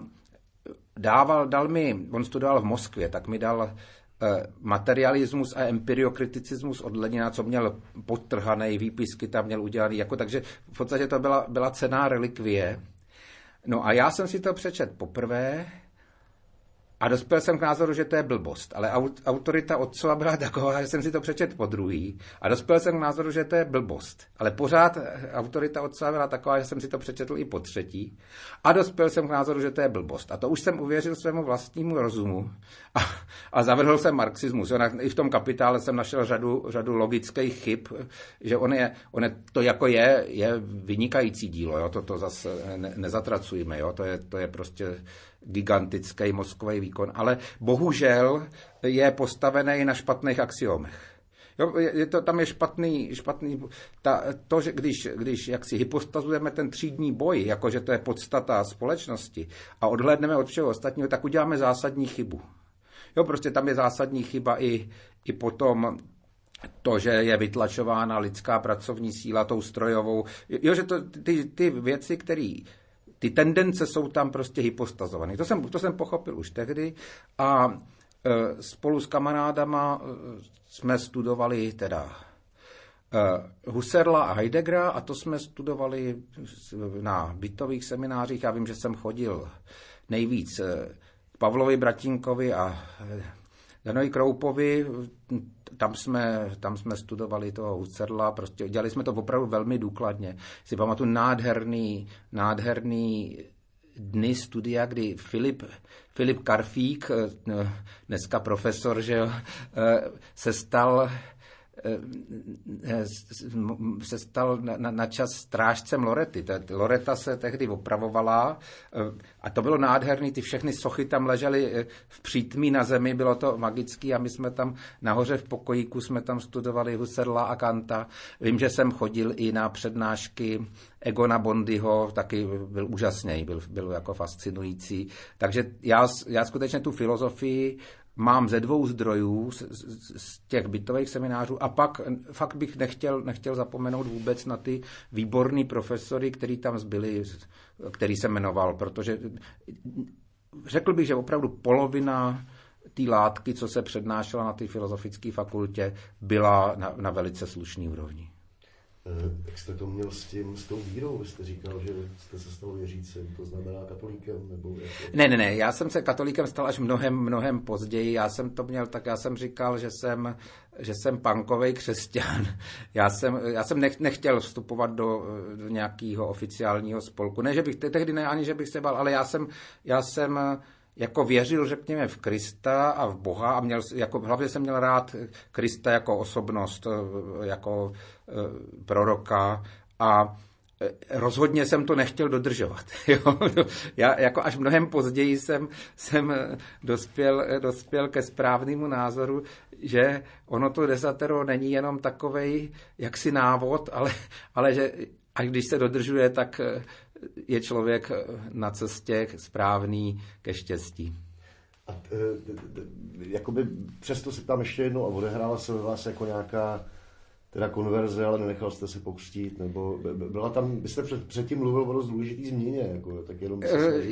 on studoval v Moskvě, tak mi dal materialismus a empiriokritismus od Lenina, co měl podtrhaný, výpisky tam měl udělaný, takže v podstatě to byla cenná relikvie. No a já jsem si to přečetl poprvé a dospěl jsem k názoru, že to je blbost. Ale autorita otcova byla taková, že jsem si to přečetl podruhý a dospěl jsem k názoru, že to je blbost. Ale pořád autorita otcova byla taková, že jsem si to přečetl i po třetí a dospěl jsem k názoru, že to je blbost. A to už jsem uvěřil svému vlastnímu rozumu a zavrhl jsem marxismus. I v tom Kapitále jsem našel řadu logických chyb, že to jako je vynikající dílo, jo? To zase nezatracujme, jo? To je prostě gigantický mozkový výkon, ale bohužel je postavený na špatných axiomech. Jo, tam je špatný že když jak si hypostazujeme ten třídní boj, jakože to je podstata společnosti a odhlédneme od všeho ostatního, tak uděláme zásadní chybu. Jo, prostě tam je zásadní chyba i potom to, že je vytlačována lidská pracovní síla tou strojovou. Jo, že ty věci, ty tendence jsou tam prostě hypostazované. To jsem pochopil už tehdy a spolu s kamarádama jsme studovali teda Husserla a Heideggera a to jsme studovali na bytových seminářích. Já vím, že jsem chodil nejvíc k Pavlovi Bratínkovi a Danovi Kroupovi. Tam jsme studovali toho Husserla, prostě dělali jsme to opravdu velmi důkladně. Si pamatuju nádherný dny studia, kdy Filip Karfík, dneska profesor, že se stal na čas strážcem Lorety. Loreta se tehdy opravovala a to bylo nádherný, ty všechny sochy tam ležely v přítmí na zemi, bylo to magický a my jsme tam nahoře v pokojíku jsme tam studovali Husserla a Kanta. Vím, že jsem chodil i na přednášky Egona Bondyho, taky byl úžasný, byl jako fascinující. Takže já skutečně tu filozofii mám ze 2 zdrojů z těch bytových seminářů a pak fakt bych nechtěl zapomenout vůbec na ty výborný profesory, který tam zbyli, který jsem jmenoval, protože řekl bych, že opravdu polovina té látky, co se přednášela na té filozofické fakultě, byla na velice slušný úrovni. Jak jste to měl s tou vírou? Vy jste říkal, že jste se stal věřícím, to znamená katolíkem? Nebo jako... Ne, já jsem se katolíkem stal až mnohem později. Já jsem říkal, že jsem punkovej křesťan. Já jsem nechtěl vstupovat do nějakého oficiálního spolku. Ne, že bych tehdy ani že bych se bál, ale já jsem jako věřil, řekněme, v Krista a v Boha a hlavně jsem měl rád Krista jako osobnost, jako proroka a rozhodně jsem to nechtěl dodržovat. Jo? Já jako až mnohem později jsem dospěl ke správnému názoru, že ono to desatero není jenom takovej jaksi návod, ale že až když se dodržuje, tak je člověk na cestě správný ke štěstí. A jakoby přesto se tam ještě jednou a odehrála se ve vás jako nějaká teda konverze, ale nenechal jste se pokřtít, nebo byla tam, byste předtím mluvil o dost důležitý změně, jako, tak jenom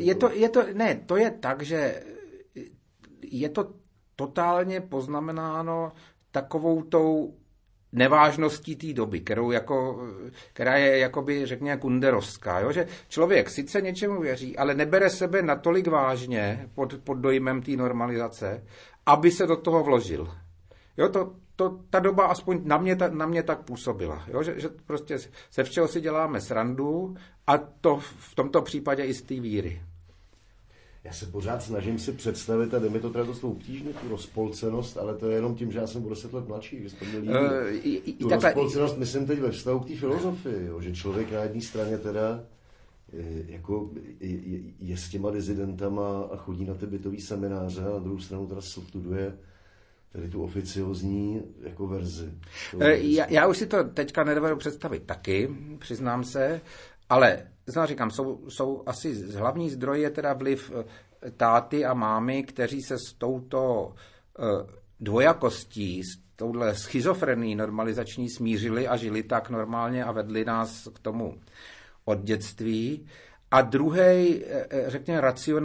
to je tak, že je to totálně poznamenáno takovou tou nevážností té doby, která je jakoby, řekněme, kunderovská. Jo? Že člověk sice něčemu věří, ale nebere sebe natolik vážně pod dojmem té normalizace, aby se do toho vložil. Jo? Ta doba aspoň na mě tak působila. Jo? Že prostě se všeho si děláme srandu a to v tomto případě i z té víry. Já se pořád snažím si představit, a jde mi to teda dost obtížně, tu rozpolcenost, ale to je jenom tím, že já jsem o 10 let mladší, že jste mě líbí. Tu rozpolcenost myslím teď ve vztahu k té filozofii, jo, že člověk na jedné straně teda jako je s těma dizidentama a chodí na ty bytový semináře a na druhou stranu teda studuje tady tu oficiozní jako verzi. Já už si to teďka nedovedu představit taky, přiznám se, ale říkám, jsou asi hlavní zdroje teda vliv táty a mámy, kteří se s touto dvojakostí, s touhle schizofrenií normalizační smířili a žili tak normálně a vedli nás k tomu od dětství. A druhý, řekněme,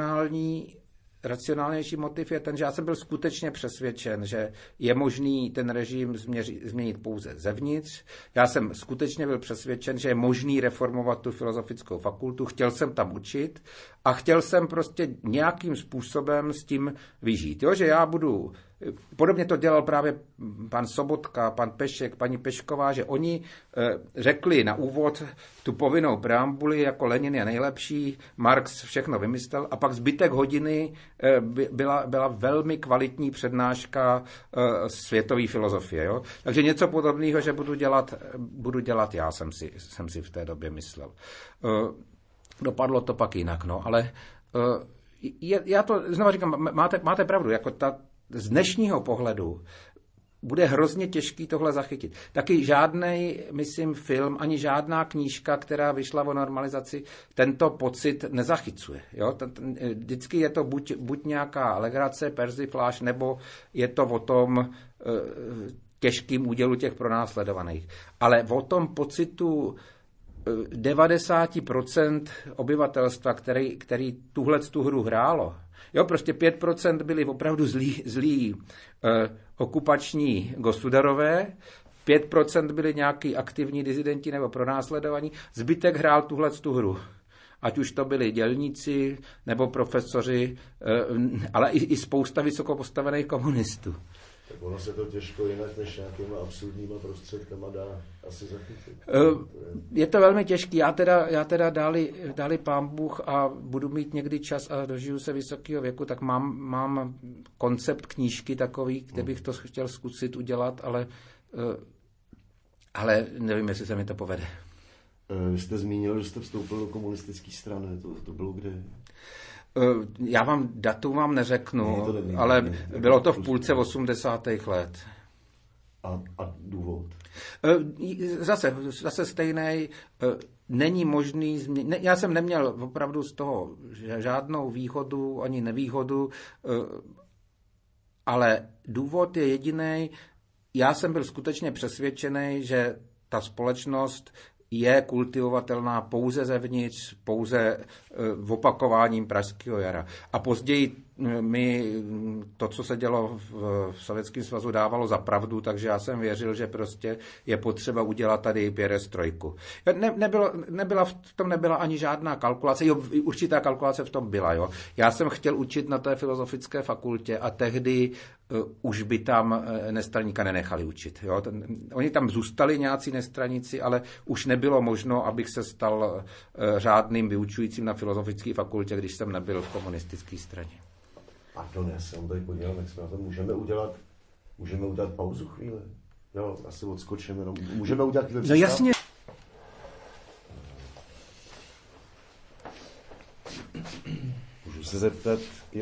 racionálnější motiv je ten, že já jsem byl skutečně přesvědčen, že je možný ten režim změnit pouze zevnitř. Já jsem skutečně byl přesvědčen, že je možný reformovat tu filozofickou fakultu. Chtěl jsem tam učit a chtěl jsem prostě nějakým způsobem s tím vyžít. Jo, že já budu... Podobně to dělal právě pan Sobotka, pan Pešek, paní Pešková, že oni řekli na úvod tu povinnou preambuli, jako Lenin je nejlepší, Marx všechno vymyslel a pak zbytek hodiny byla velmi kvalitní přednáška světové filozofie. Jo? Takže něco podobného, že budu dělat já, jsem si v té době myslel. Dopadlo to pak jinak, no, ale já to znovu říkám, máte pravdu, jako z dnešního pohledu bude hrozně těžký tohle zachytit. Taky žádnej, myslím, film, ani žádná knížka, která vyšla o normalizaci, tento pocit nezachycuje. Jo? Vždycky je to buď nějaká legrace, persifláž, nebo je to o tom těžkým údělu těch pronásledovaných. Ale o tom pocitu 90% obyvatelstva, který tu hru hrálo, jo, prostě 5% byli opravdu zlí okupační gosudarové, 5% byli nějaký aktivní dizidenti nebo pronásledovaní, zbytek hrál tu hru. Ať už to byli dělníci nebo profesoři, ale i spousta vysoko postavených komunistů. Ono se to těžko jinak než nějakýma absurdníma prostředkama dá asi zachytit. Je to velmi těžký. Já teda dali pán Bůh a budu mít někdy čas a dožiju se vysokého věku, tak mám koncept knížky takový, kde bych to chtěl zkusit udělat, ale nevím, jestli se mi to povede. Vy jste zmínil, že jste vstoupil do komunistické strany. To bylo kde? Já vám datu neřeknu, ale bylo to v půlce 80. let. A důvod? Zase stejný. Není možný já jsem neměl opravdu z toho žádnou výhodu ani nevýhodu, ale důvod je jediný. Já jsem byl skutečně přesvědčený, že ta společnost je kultivovatelná pouze zevnitř, pouze opakováním Pražského jara. A později mi to, co se dělo v Sovětském svazu, dávalo za pravdu, takže já jsem věřil, že prostě je potřeba udělat tady perestrojku. V tom nebyla ani žádná kalkulace, určitá kalkulace v tom byla. Jo. Já jsem chtěl učit na té filozofické fakultě a tehdy už by tam nestraníka nenechali učit. Jo. Oni tam zůstali nějací nestraníci, ale už nebylo možno, abych se stal řádným vyučujícím na filozofické fakultě, když jsem nebyl v komunistické straně. Pardon, já jsem tady podíval, jak jsme na to můžeme udělat pauzu chvíli. Jo, asi odskočíme, no. Můžeme udělat chvíli. No jasně. Můžu se zeptat,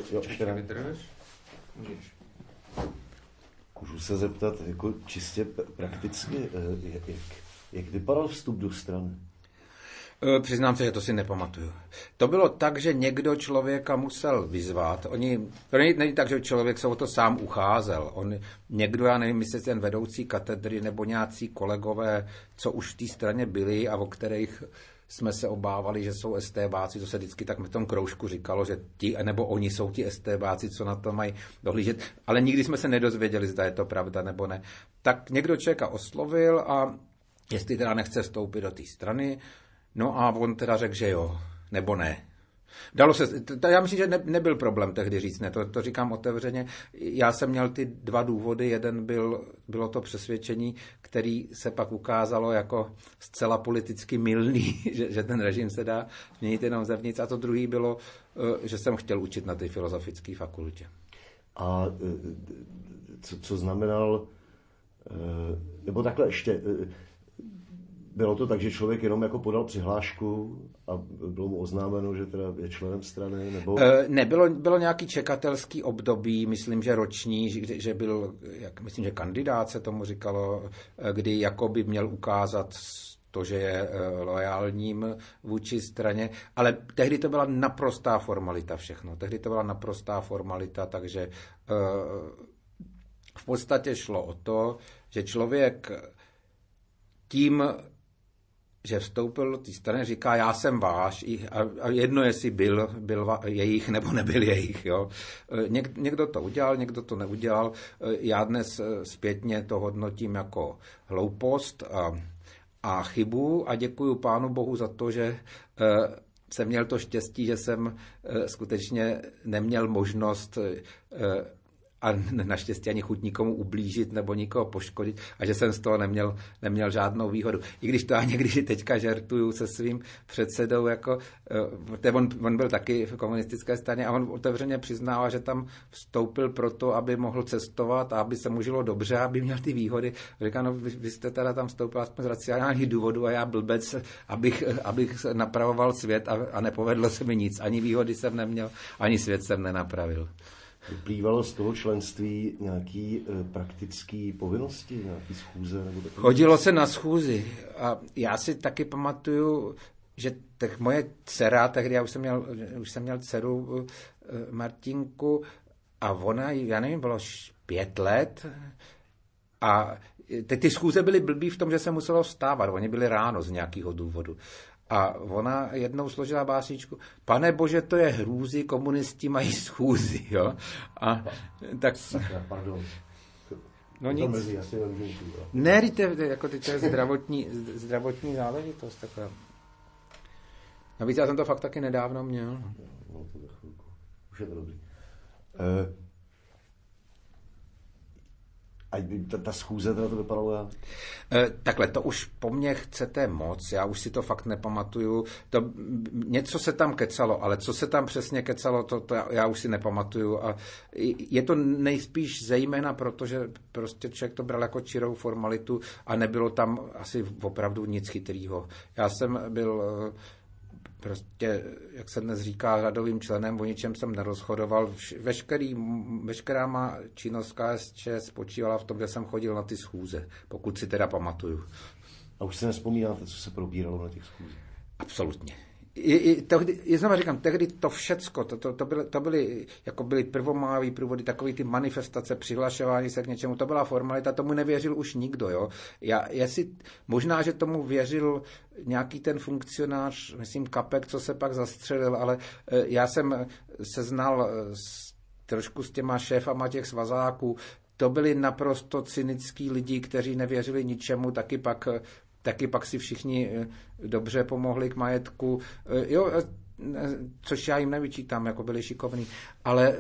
Můžu se zeptat jako čistě prakticky, jak vypadal vstup do strany? Přiznám se, že to si nepamatuju. To bylo tak, že někdo člověka musel vyzvat. To není tak, že člověk se o to sám ucházel. Někdo, já nevím, jestli ten vedoucí katedry nebo nějací kolegové, co už v té straně byli a o kterých jsme se obávali, že jsou estébáci, to se vždycky tak v tom kroužku říkalo, že ti, nebo oni jsou ti estébáci, co na to mají dohlížet, ale nikdy jsme se nedozvěděli, zda je to pravda nebo ne. Tak někdo člověka oslovil a jestli teda nechce vstoupit do té strany, no a on teda řekl, že jo, nebo ne. Dalo se, já myslím, že nebyl problém tehdy říct ne, to říkám otevřeně. Já jsem měl ty dva důvody, jeden bylo to přesvědčení, který se pak ukázalo jako zcela politicky mylný, že ten režim se dá změnit jenom zevnitř, a to druhý bylo, že jsem chtěl učit na té filozofické fakultě. A co znamenal, nebo takhle ještě, bylo to tak, že člověk jenom jako podal přihlášku a bylo mu oznámeno, že teda je členem strany, nebo? Bylo nějaký čekatelský období, myslím, že roční, že byl, myslím, že kandidát se tomu říkalo, kdy jakoby měl ukázat to, že je loajálním vůči straně, ale tehdy to byla naprostá formalita všechno. Tehdy to byla naprostá formalita, takže v podstatě šlo o to, že člověk tím, že vstoupil do té strany, říká, já jsem váš, a jedno, jestli byl jejich nebo nebyl jejich. Jo. Někdo to udělal, někdo to neudělal. Já dnes zpětně to hodnotím jako hloupost a chybu a děkuju Pánu Bohu za to, že jsem měl to štěstí, že jsem skutečně neměl možnost a naštěstí ani chuť nikomu ublížit nebo nikoho poškodit a že jsem z toho neměl žádnou výhodu. I když to já někdy teďka žertuju se svým předsedou, jako, on byl taky v komunistické straně a on otevřeně přiznává, že tam vstoupil proto, aby mohl cestovat a aby se mu žilo dobře, aby měl ty výhody. Říká, no vy jste teda tam vstoupil aspoň z racionálních důvodů a já blbec, abych napravoval svět a nepovedlo se mi nic. Ani výhody jsem neměl, ani svět jsem nenapravil. Vyplývalo z toho členství nějaký praktický povinnosti, nějaký schůze? Nebo Chodilo se na schůzi a já si taky pamatuju, že moje dcera, tehdy já už jsem měl dceru Martinku a ona, já nevím, bylo 5 let a ty schůze byly blbý v tom, že se muselo vstávat, oni byli ráno z nějakého důvodu. A ona jednou složila básničku, Pane Bože, to je hrůzy, komunisti mají schůzi, jo. A tak... Pardon. No nic. Ne, jako to je zdravotní záležitost. Takhle. Navíc já jsem to fakt taky nedávno měl. No, to za chvilku. Už je to dobrý. ta schůze, teda to vypadalo jak? Takhle, to už po mně chcete moc, já už si to fakt nepamatuju. Něco se tam kecalo, ale co se tam přesně kecalo, to já už si nepamatuju. A je to nejspíš zejména, protože prostě člověk to bral jako čirou formalitu a nebylo tam asi opravdu nic chytrýho. Já jsem byl prostě, jak se dnes říká, řadovým členem, o ničem jsem nerozhodoval. Veškerá má činnost KSČ spočívala v tom, že jsem chodil na ty schůze, pokud si teda pamatuju. A už si nevzpomínáte, co se probíralo na těch schůzích? Absolutně. Znovu říkám, tehdy to všecko, to byly prvomájové průvody, takové ty manifestace, přihlašování se k něčemu, to byla formalita, tomu nevěřil už nikdo. Jo? Možná, že tomu věřil nějaký ten funkcionář, myslím Kapek, co se pak zastřelil, ale já jsem se znal trošku s těma šéfama těch svazáků, to byli naprosto cynický lidi, kteří nevěřili ničemu, taky pak si všichni dobře pomohli k majetku, jo, což já jim nevyčítám, jako byli šikovní, ale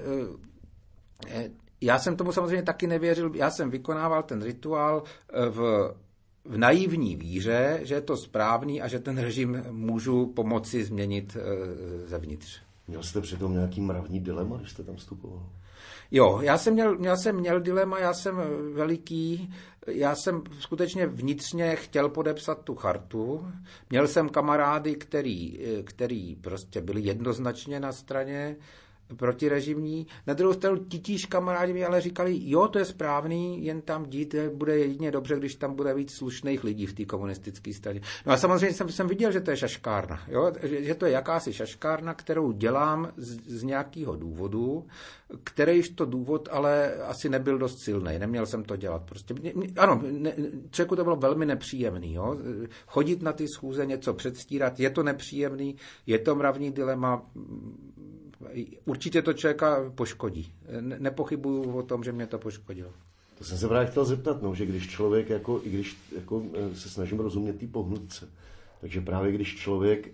já jsem tomu samozřejmě taky nevěřil, já jsem vykonával ten rituál v naivní víře, že je to správný a že ten režim můžu pomoci změnit zevnitř. Měl jste přitom nějaký mravní dilema, když jste tam vstupoval? Jo, já jsem měl dilema, já jsem veliký, já jsem skutečně vnitřně chtěl podepsat tu chartu. Měl jsem kamarády, který prostě byli jednoznačně na straně protirežimní. Na druhou stranu titíž kamarádi mi ale říkali, jo, to je správný, jen tam dít bude jedině dobře, když tam bude víc slušných lidí v té komunistické straně. No a samozřejmě jsem viděl, že to je šaškárna, jo? Že to je jakási šaškárna, kterou dělám z nějakého důvodu, kterýž to důvod ale asi nebyl dost silný, neměl jsem to dělat. Prostě, ano, člověku to bylo velmi nepříjemný. Jo? Chodit na ty schůze, něco předstírat, je to nepříjemný, je to mravní dilema, určitě to člověka poškodí. Nepochybuju o tom, že mě to poškodilo. To jsem se právě chtěl zeptat, no, že když člověk, i když se snažím rozumět té pohnutce, takže právě když člověk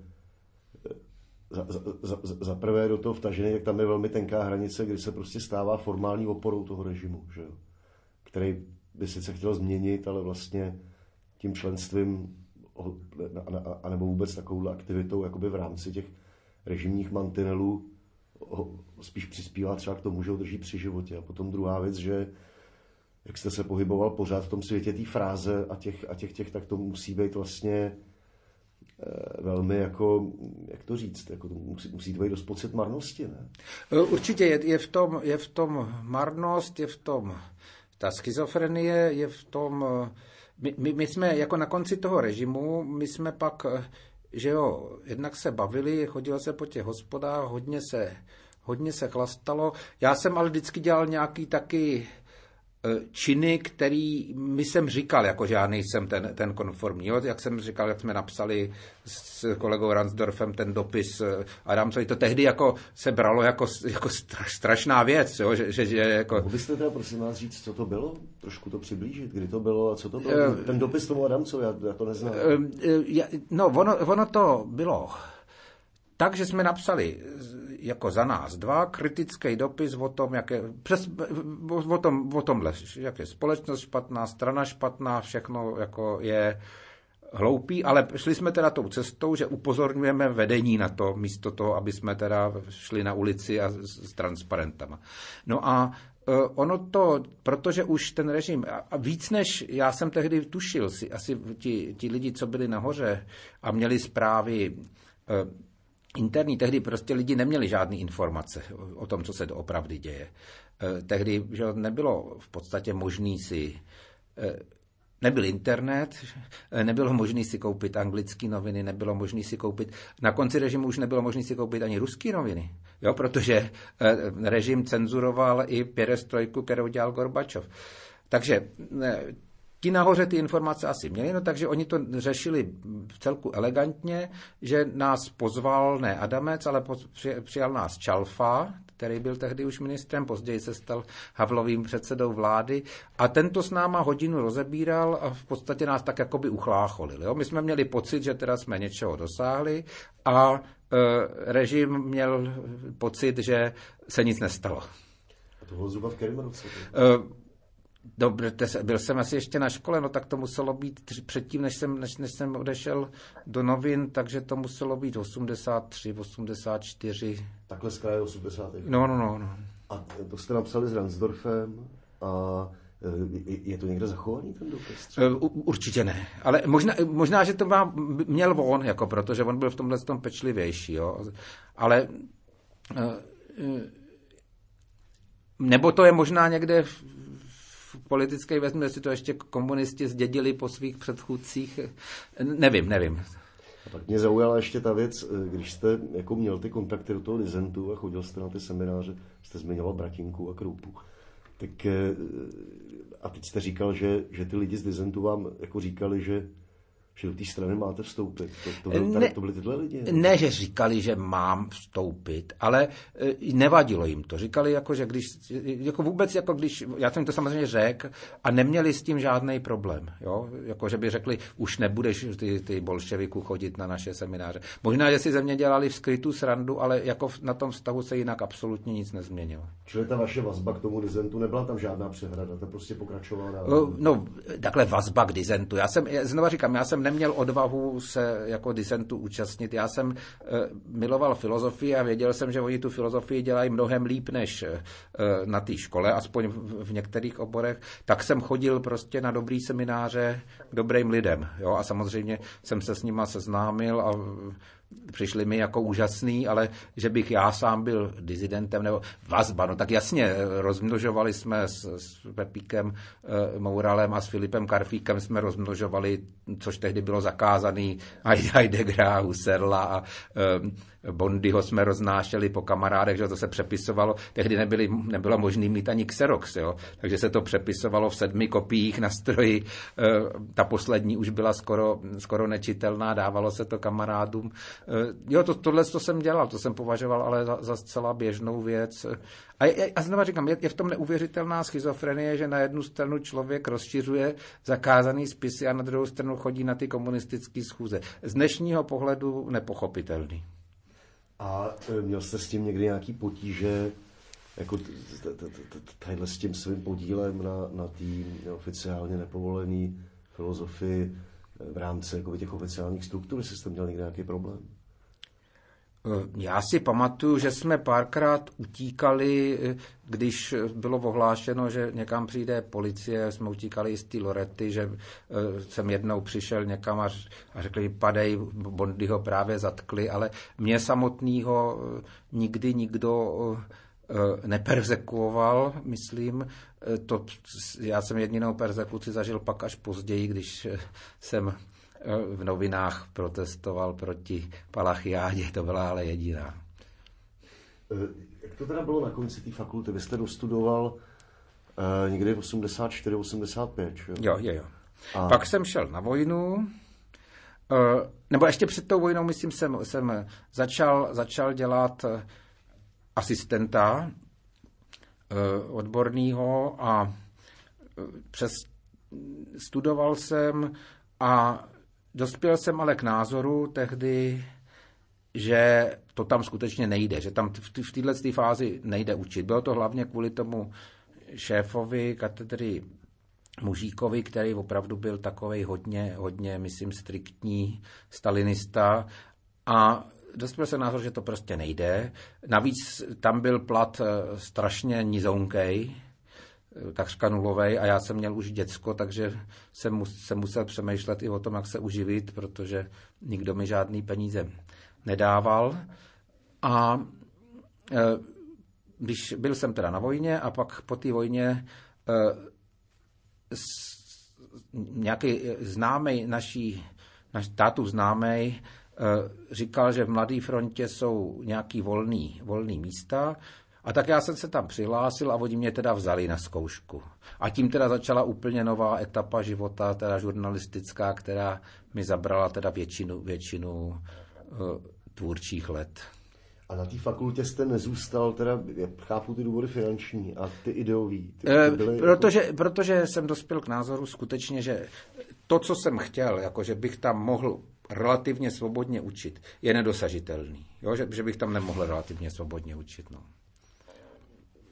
za prvé do toho vtažený, tak tam je velmi tenká hranice, kdy se prostě stává formální oporou toho režimu, že jo? Který by sice chtěl změnit, ale vlastně tím členstvím anebo vůbec takovou aktivitou jakoby v rámci těch režimních mantinelů spíš přispívá třeba k tomu, že ho drží při životě. A potom druhá věc, že jak jste se pohyboval pořád v tom světě té fráze a těch, tak to musí být vlastně velmi jako, jak to říct, jako to musí to být dost pocit marnosti, ne? Určitě je v tom marnost, je v tom ta schizofrenie, je v tom... My jsme jako na konci toho režimu, my jsme pak, že jo, jednak se bavili, chodilo se po těch hospodách, hodně se chlastalo. Já jsem ale vždycky dělal nějaký taky činy, který mi jsem říkal, jako že já nejsem ten konformní. Jo? Jak jsem říkal, jak jsme napsali s kolegou Ransdorfem ten dopis Adamcovi, to tehdy jako se bralo jako strašná věc. Jo? Že jako... Mohl byste teda prosím vás říct, co to bylo? Trošku to přiblížit, kdy to bylo a co to bylo? Ten dopis tomu Adamcovi, já to neznám. No, ono to bylo tak, že jsme napsali jako za nás dva kritický dopis o tom, jak je společnost špatná, strana špatná, všechno jako je hloupý, ale šli jsme teda tou cestou, že upozorňujeme vedení na to, místo toho, aby jsme teda šli na ulici a s transparentama. No a ono to, protože už ten režim, a víc než já jsem tehdy tušil, asi ti lidi, co byli nahoře a měli zprávy interní, tehdy prostě lidi neměli žádné informace o tom, co se doopravdy děje. Tehdy že nebylo v podstatě možný nebyl internet, nebylo možné si koupit anglické noviny, nebylo možné si koupit, na konci režimu už nebylo možné si koupit ani ruské noviny, jo, protože režim cenzuroval i perestrojku, kterou dělal Gorbačov. Takže ti nahoře ty informace asi měli, no takže oni to řešili vcelku elegantně, že nás pozval ne Adamec, ale přijal nás Čalfa, který byl tehdy už ministrem, později se stal Havlovým předsedou vlády a tento s náma hodinu rozebíral a v podstatě nás tak jakoby uchlácholil. Jo? My jsme měli pocit, že teda jsme něčeho dosáhli a režim měl pocit, že se nic nestalo. A to bylo zhruba v kterém roce? Dobře, byl jsem asi ještě na škole, no tak to muselo být předtím, než jsem odešel do novin, takže to muselo být 83, 84. Takhle z kraje 80. No. A to jste napsali s Ransdorfem a je to někde zachovaný ten dopis? Určitě ne, ale možná že to měl on, jako protože on byl v tomhle tom pečlivější, jo. Ale nebo to je možná někde v politické vezmu, jestli to ještě komunisti zdědili po svých předchůdcích, nevím. A tak mě zaujala ještě ta věc, když jste jako měl ty kontakty do toho disentu a chodil jste na ty semináře, jste zmiňoval Bratinku a Kroupu, tak a teď jste říkal, že ty lidi z disentu vám jako říkali, že do té strany máte vstoupit. To byly tyhle lidi? Ne, že říkali, že mám vstoupit, ale nevadilo jim to. Říkali, jako, že když, jako vůbec, jako když, já jsem to samozřejmě řekl a neměli s tím žádný problém. Jo? Jako, že by řekli, už nebudeš ty bolševiku chodit na naše semináře. Možná, že si ze mě dělali v skrytu srandu, ale jako na tom vztahu se jinak absolutně nic nezměnilo. Čili ta vaše vazba k tomu disentu, nebyla tam žádná přehrada, to prostě pokračovala dál? No, takhle vazba k disentu. Já jsem neměl odvahu se jako disentu účastnit. Já jsem miloval filozofii a věděl jsem, že oni tu filozofii dělají mnohem líp než na té škole, aspoň v některých oborech. Tak jsem chodil prostě na dobrý semináře k dobrým lidem. Jo? A samozřejmě jsem se s nima seznámil a přišli mi jako úžasný, ale že bych já sám byl disidentem nebo vazba, no tak jasně, rozmnožovali jsme s Pepíkem Mouralem a s Filipem Karfíkem jsme rozmnožovali, což tehdy bylo zakázaný, Heideggera, Husserla a Bondyho jsme roznášeli po kamarádech, že to se přepisovalo. Tehdy nebylo možné mít ani Xerox, jo? Takže se to přepisovalo v 7 kopiích na stroji. Ta poslední už byla skoro nečitelná, dávalo se to kamarádům. Jo, tohle jsem dělal, to jsem považoval ale za zcela běžnou věc. A znovu říkám, je v tom neuvěřitelná schizofrenie, že na jednu stranu člověk rozšiřuje zakázaný spisy a na druhou stranu chodí na ty komunistické schůze. Z dnešního pohledu nepochopitelný. A měl jste s tím někdy nějaký potíže, jako tadyhle s tím svým podílem na té oficiálně nepovolené filozofii v rámci jako těch oficiálních struktur, jestli jste měl někdy nějaký problém? Já si pamatuju, že jsme párkrát utíkali, když bylo ohlášeno, že někam přijde policie, jsme utíkali z té Lorety, že jsem jednou přišel někam a řekli, padej, Bondyho právě zatkli, ale mě samotného nikdy nikdo neperzekuoval, myslím. Já jsem jedinou perzekuci zažil pak až později, když jsem v novinách protestoval proti Palachiádě, to byla ale jediná. Jak to teda bylo na konci té fakulty? Vy jste dostudoval někdy v 84-85, jo? Jo. A pak jsem šel na vojnu, nebo ještě před tou vojnou, myslím, jsem začal dělat asistenta odborného a studoval jsem a dospěl jsem ale k názoru tehdy, že to tam skutečně nejde, že tam v této fázi nejde učit. Bylo to hlavně kvůli tomu šéfovi katedry Mužíkovi, který opravdu byl takovej hodně, myslím, striktní stalinista a dospěl jsem názor, že to prostě nejde. Navíc tam byl plat strašně nizounkej, takřka nulovej a já jsem měl už děcko, takže jsem musel přemýšlet i o tom, jak se uživit, protože nikdo mi žádný peníze nedával. A když byl jsem teda na vojně a pak po té vojně nějaký známej náš tátu známej říkal, že v Mladé frontě jsou nějaký volný místa. A tak já jsem se tam přihlásil a oni mě teda vzali na zkoušku. A tím teda začala úplně nová etapa života, teda žurnalistická, která mi zabrala teda většinu tvůrčích let. A na té fakultě jste nezůstal, teda chápu ty důvody finanční a ty ideový. Protože jsem dospěl k názoru skutečně, že to, co jsem chtěl, jako že bych tam mohl relativně svobodně učit, je nedosažitelný. Jo? Že bych tam nemohl relativně svobodně učit. No.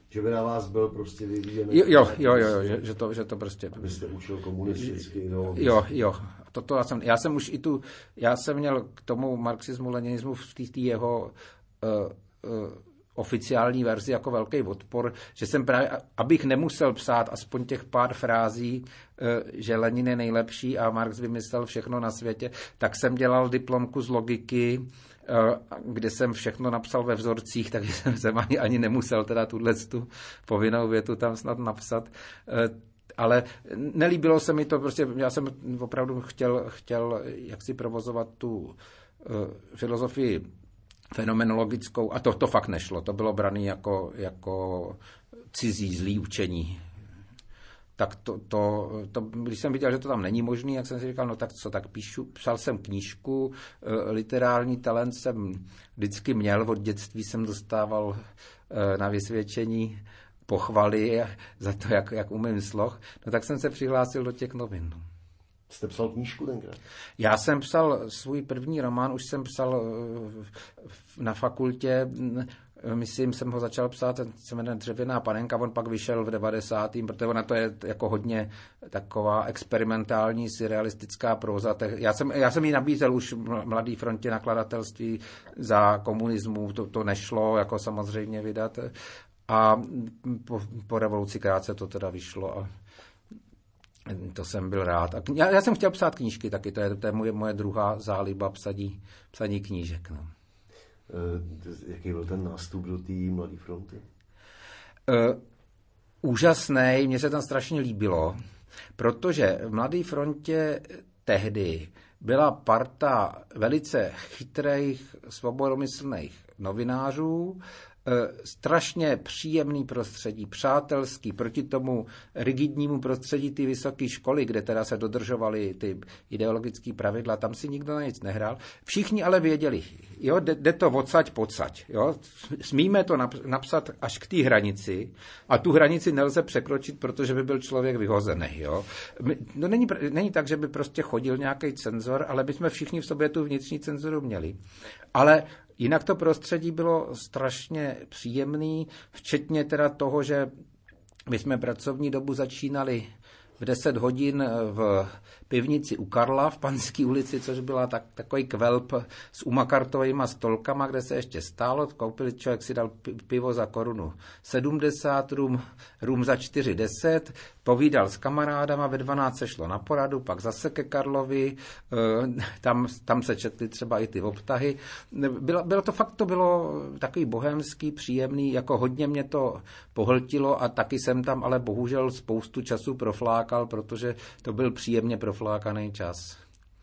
Že by na vás byl prostě vyvíjený... Jo, že to prostě... Abyste učil komunisticky, Jo. Já jsem měl k tomu marxismu, leninismu v té jeho oficiální verzi jako velký odpor, že jsem právě, abych nemusel psát aspoň těch pár frází, že Lenin je nejlepší a Marx vymyslel všechno na světě, tak jsem dělal diplomku z logiky, kde jsem všechno napsal ve vzorcích, takže jsem ani nemusel teda tu povinnou větu tam snad napsat. Ale nelíbilo se mi to, prostě já jsem opravdu chtěl jaksi provozovat tu filozofii fenomenologickou, a to fakt nešlo, to bylo brané jako cizí zlý učení. Tak když jsem viděl, že to tam není možný, jak jsem si říkal, no tak co, tak psal jsem knížku, literární talent jsem vždycky měl, od dětství jsem dostával na vysvědčení pochvaly za to, jak umím sloh, no tak jsem se přihlásil do těch novin. Jste psal knížku tenkrát? Já jsem psal svůj první román, už jsem psal na fakultě, myslím, jsem ho začal psát, ten se jmenuje Dřevěná panenka, on pak vyšel v 90. protože ona to je jako hodně taková experimentální, surrealistická próza. Já jsem ji nabízel už Mladý frontě nakladatelství za komunismu, to nešlo jako samozřejmě vydat. A po revoluci krátce to teda vyšlo a to jsem byl rád. A já jsem chtěl psát knížky taky, to je moje druhá záliba psaní knížek. No. Jaký byl ten nástup do té Mladé fronty? Úžasný, mně se tam strašně líbilo, protože v Mladé frontě tehdy byla parta velice chytrých, svobodomyslných novinářů, strašně příjemný prostředí, přátelský, proti tomu rigidnímu prostředí ty vysoké školy, kde teda se dodržovaly ty ideologické pravidla, tam si nikdo na nic nehrál. Všichni ale věděli, jo, jde to odsaď pocať, jo, smíme to napsat až k té hranici a tu hranici nelze překročit, protože by byl člověk vyhozený, jo. No není tak, že by prostě chodil nějaký cenzor, ale by jsme všichni v sobě tu vnitřní cenzuru měli. Ale jinak to prostředí bylo strašně příjemný, včetně teda toho, že my jsme pracovní dobu začínali v 10 hodin v pivnici u Karla v Panské ulici, což byla takový kvelp s umakartovými stolkama, kde se ještě stálo. Koupili, člověk si dal pivo za korunu 70, rum za 4,10, povídal s kamarádama, ve 12 se šlo na poradu, pak zase ke Karlovi, tam se četly třeba i ty obtahy. To bylo takový bohemský, příjemný, jako hodně mě to pohltilo a taky jsem tam ale bohužel spoustu času proflákal, protože to byl příjemně proflákaný čas.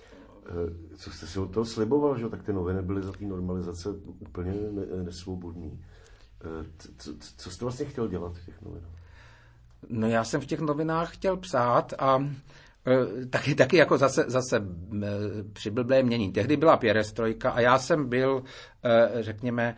Co jste si od toho sliboval, že tak ty noviny byly za té normalizace úplně nesvobodný. Co jste vlastně chtěl dělat v těch novinách? No já jsem v těch novinách chtěl psát a taky jako zase přiblblé mění. Tehdy byla pěrestrojka a já jsem byl, řekněme,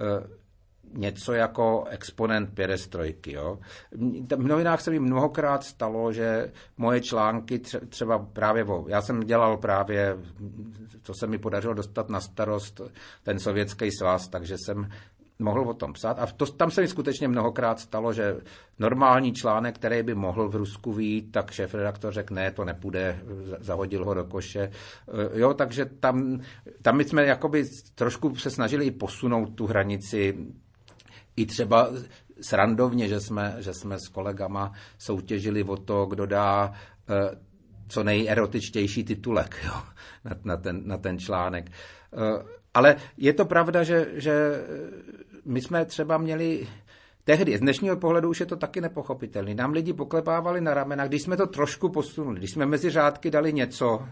něco jako exponent pěrestrojky. Jo. V novinách se mi mnohokrát stalo, že moje články třeba právě já jsem dělal právě, to se mi podařilo dostat na starost ten Sovětský svaz, takže jsem mohl o tom psát. A tam se mi skutečně mnohokrát stalo, že normální článek, který by mohl v Rusku vyjít, tak šéfredaktor řekl, ne, to nepůjde, zahodil ho do koše. Jo, takže tam my jsme jakoby trošku se snažili i posunout tu hranici i třeba srandovně, že jsme s kolegama soutěžili o to, kdo dá co nejerotičtější titulek, jo, na ten článek. Ale je to pravda, že my jsme třeba měli tehdy, z dnešního pohledu už je to taky nepochopitelný. Nám lidi poklepávali na ramena, když jsme to trošku posunuli, když jsme mezi řádky dali něco,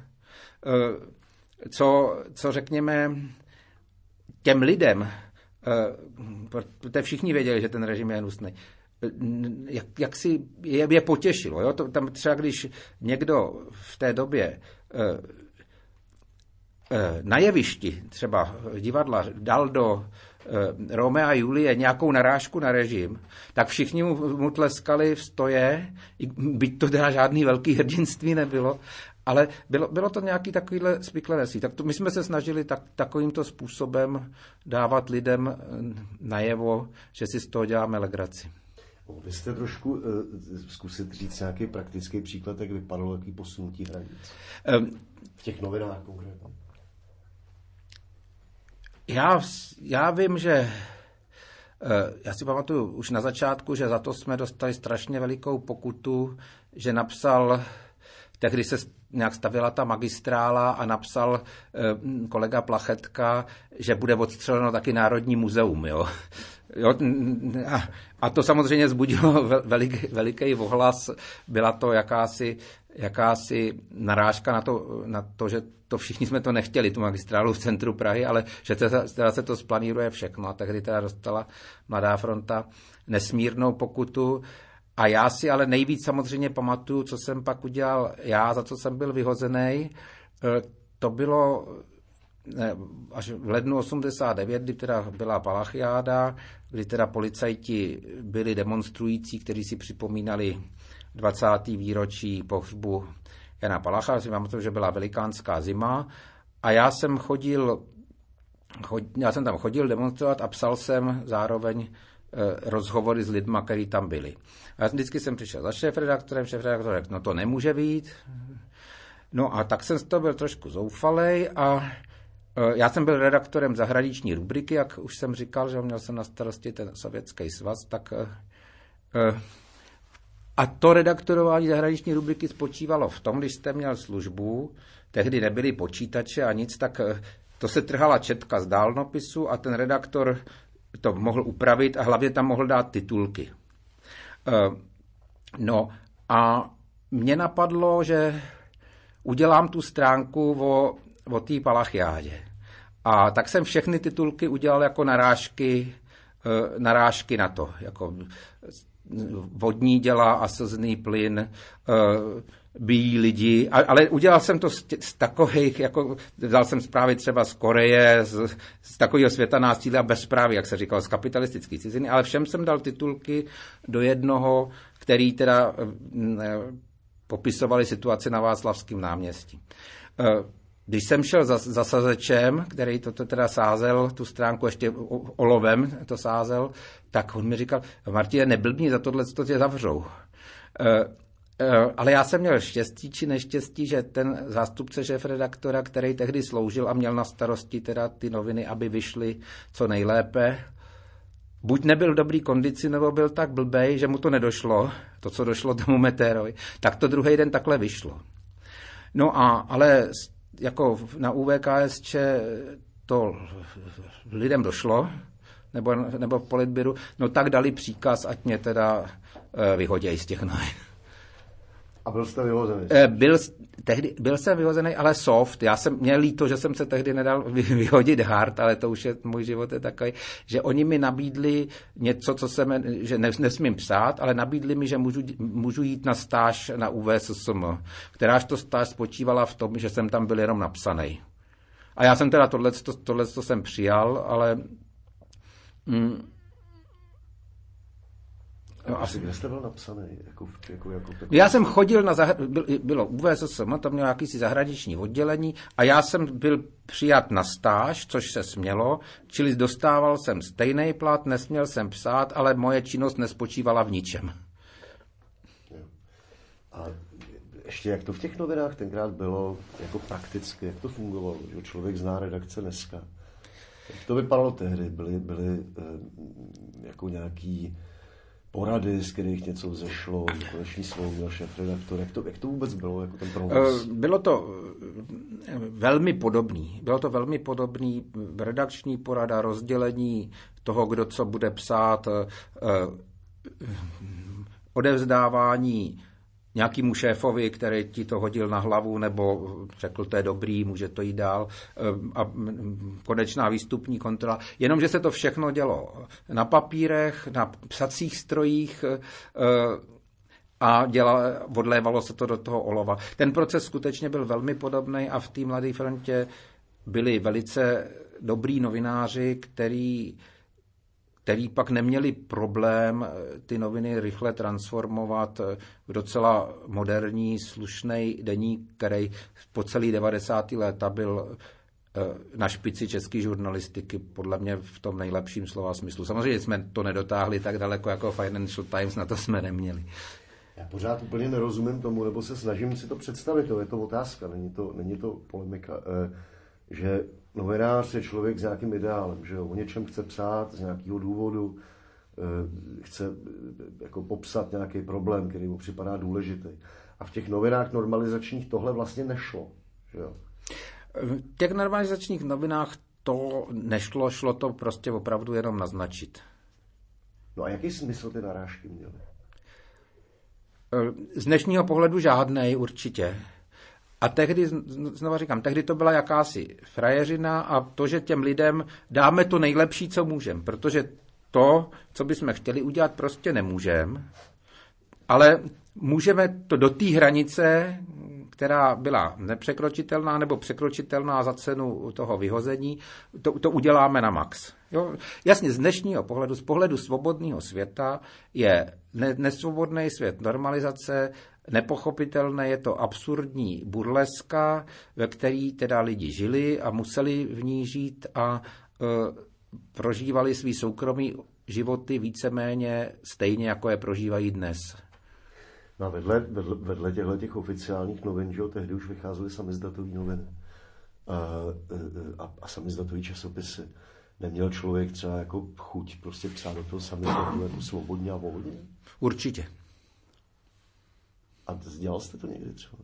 co řekněme těm lidem, protože všichni věděli, že ten režim je hnusný, jak si je potěšilo. Jo? Tam třeba když někdo v té době na jevišti třeba divadla dal do Romea a Julie nějakou narážku na režim, tak všichni mu tleskali v stoje, byť to teda žádný velký hrdinství nebylo, ale bylo to nějaký takovýhle spiklenectví. Tak my jsme se snažili takovýmto způsobem dávat lidem najevo, že si z toho děláme legraci. Vy jste trošku zkusit říct nějaký praktický příklad, jak vypadalo jaký posunutí hranic? V těch novinách konkrétně. Já vím, že já si pamatuju už na začátku, že za to jsme dostali strašně velikou pokutu, že napsal, tehdy se nějak stavěla ta magistrála a napsal kolega Plachetka, že bude odstřeleno taky Národní muzeum. Jo? A to samozřejmě vzbudilo veliký ohlas. Byla to jakási narážka na to, že to všichni jsme to nechtěli, tu magistrálu v centru Prahy, ale že teda se to splaníruje všechno. A tehdy teda dostala Mladá fronta nesmírnou pokutu. A já si ale nejvíc samozřejmě pamatuju, co jsem pak udělal já, za co jsem byl vyhozený. To bylo až v lednu 89, kdy teda byla Palachiáda, kdy teda policajti byli demonstrující, kteří si připomínali 20. výročí pohřbu Jana Palacha. Si pamatuju, že byla velikánská zima a já jsem tam chodil demonstrovat a psal jsem zároveň rozhovory s lidma, kteří tam byli. A vždycky jsem přišel za šéfredaktorem řekl, no to nemůže být. No a tak jsem z toho byl trošku zoufalej a já jsem byl redaktorem zahraniční rubriky, jak už jsem říkal, že měl jsem na starosti ten Sovětský svaz, tak a to redaktorování zahraniční rubriky spočívalo v tom, když jste měl službu, tehdy nebyly počítače a nic, tak to se trhala četka z dálnopisu a ten redaktor to mohl upravit a hlavně tam mohl dát titulky. No a mě napadlo, že udělám tu stránku o té Palachiádě. A tak jsem všechny titulky udělal jako narážky na to, jako vodní děla a slzný plyn, bijí lidi, ale udělal jsem to z takových, jako vzal jsem zprávy třeba z Koreje, z takového světa násilí a bezpráví, jak se říkalo, z kapitalistické ciziny, ale všem jsem dal titulky do jednoho, který teda popisovali situaci na Václavském náměstí. Když jsem šel za sazečem, který to teda sázel, tu stránku ještě olovem to sázel, tak on mi říkal, Martine, neblbni, za tohle to tě zavřou. Ale já jsem měl štěstí či neštěstí, že ten zástupce šéfredaktora, který tehdy sloužil a měl na starosti teda ty noviny, aby vyšly co nejlépe, buď nebyl v dobrý kondici, nebo byl tak blbej, že mu to nedošlo, to, co došlo tomu Metérovi, tak to druhý den takhle vyšlo. No ale jako na UVKSČ to lidem došlo, nebo v politbyru, no tak dali příkaz, ať mě teda vyhodějí z těch novin. A byl jste vyhozený? Byl jsem vyhozený, ale soft. Mě líto, že jsem se tehdy nedal vyhodit hard, ale to už je, můj život je takový, že oni mi nabídli něco, že nesmím psát, ale nabídli mi, že můžu jít na stáž na UVSSM, kteráž to stáž spočívala v tom, že jsem tam byl jenom napsaný. A já jsem teda tohle jsem přijal, ale No, asi kde jste byl napsaný? Já jsem chodil bylo UVSSM, tam mělo jakýsi zahraniční oddělení a já jsem byl přijat na stáž, což se smělo, čili dostával jsem stejný plat, nesměl jsem psát, ale moje činnost nespočívala v ničem. A ještě jak to v těch novinách tenkrát bylo jako prakticky, jak to fungovalo, že člověk zná redakce dneska. Jak to vypadalo tehdy? Byly jako nějaký porady, z kterých něco vzešlo, konečný slovo měl šéfredaktor. Jak to vůbec bylo, jako ten provoz? Bylo to velmi podobný. Bylo to velmi podobný redakční porada, rozdělení toho, kdo co bude psát, odevzdávání nějakému šéfovi, který ti to hodil na hlavu, nebo řekl, to je dobrý, může to jít dál, a konečná výstupní kontrola. Jenomže se to všechno dělo na papírech, na psacích strojích a odlévalo se to do toho olova. Ten proces skutečně byl velmi podobný a v té Mladé frontě byli velice dobrý novináři, který pak neměli problém ty noviny rychle transformovat v docela moderní, slušný deník, který po celý 90. léta byl na špici české žurnalistiky, podle mě v tom nejlepším slova smyslu. Samozřejmě jsme to nedotáhli tak daleko jako Financial Times, na to jsme neměli. Já pořád úplně nerozumím tomu, nebo se snažím si to představit, je to otázka, není to polemika, že novinář je člověk s nějakým ideálem, že o něčem chce psát z nějakého důvodu, chce jako popsat nějaký problém, který mu připadá důležitý. A v těch novinách normalizačních tohle vlastně nešlo, že jo? V těch normalizačních novinách to nešlo, šlo to prostě opravdu jenom naznačit. No a jaký smysl ty narážky měly? Z dnešního pohledu žádnej určitě. A tehdy, znova říkám, tehdy to byla jakási frajeřina a to, že těm lidem dáme to nejlepší, co můžeme, protože to, co bychom chtěli udělat, prostě nemůžeme, ale můžeme to do té hranice, která byla nepřekročitelná nebo překročitelná za cenu toho vyhození, to uděláme na max. Jo? Jasně, z dnešního pohledu, z pohledu svobodného světa je nesvobodný svět normalizace, nepochopitelné, je to absurdní burleska, ve který teda lidi žili a museli v ní žít a prožívali svý soukromý životy víceméně stejně, jako je prožívají dnes. No a vedle těch oficiálních novin, že jo, tehdy už vycházely samizdatové noviny a samizdatové časopisy. Neměl člověk třeba jako chuť prostě psát do toho samizdatu jako svobodně a volně? Určitě. A dělal jste to někdy třeba?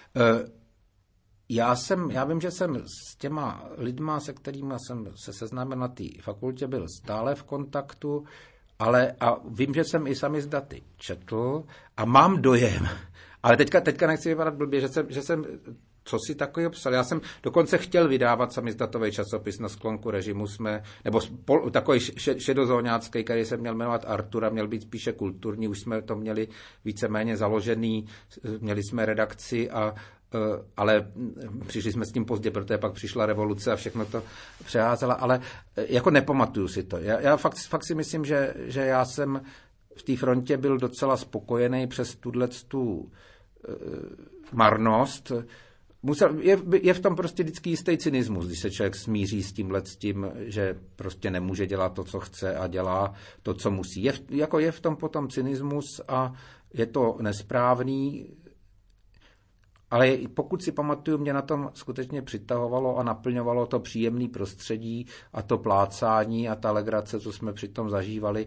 Já vím, že jsem s těma lidma, se kterými jsem se seznámil na té fakultě, byl stále v kontaktu, ale a vím, že jsem i samizdaty četl a mám dojem, ale teďka nechci vypadat blbě, že jsem co si takového psal. Já jsem dokonce chtěl vydávat samizdatový časopis na sklonku režimu, nebo takový šedozóňácký, který jsem měl jmenovat Artura, měl být spíše kulturní, už jsme to měli víceméně založený, měli jsme redakci ale přišli jsme s tím pozdě, protože pak přišla revoluce a všechno to přeházela, ale jako nepamatuju si to. Já fakt si myslím, že já jsem v té frontě byl docela spokojený přes tu marnost. Je v tom prostě vždycky jistý cynismus, když se člověk smíří s tím, že prostě nemůže dělat to, co chce a dělá to, co musí. Je v tom potom cynismus a je to nesprávný, ale pokud si pamatuju, mě na tom skutečně přitahovalo a naplňovalo to příjemné prostředí a to plácání a ta legrace, co jsme přitom zažívali.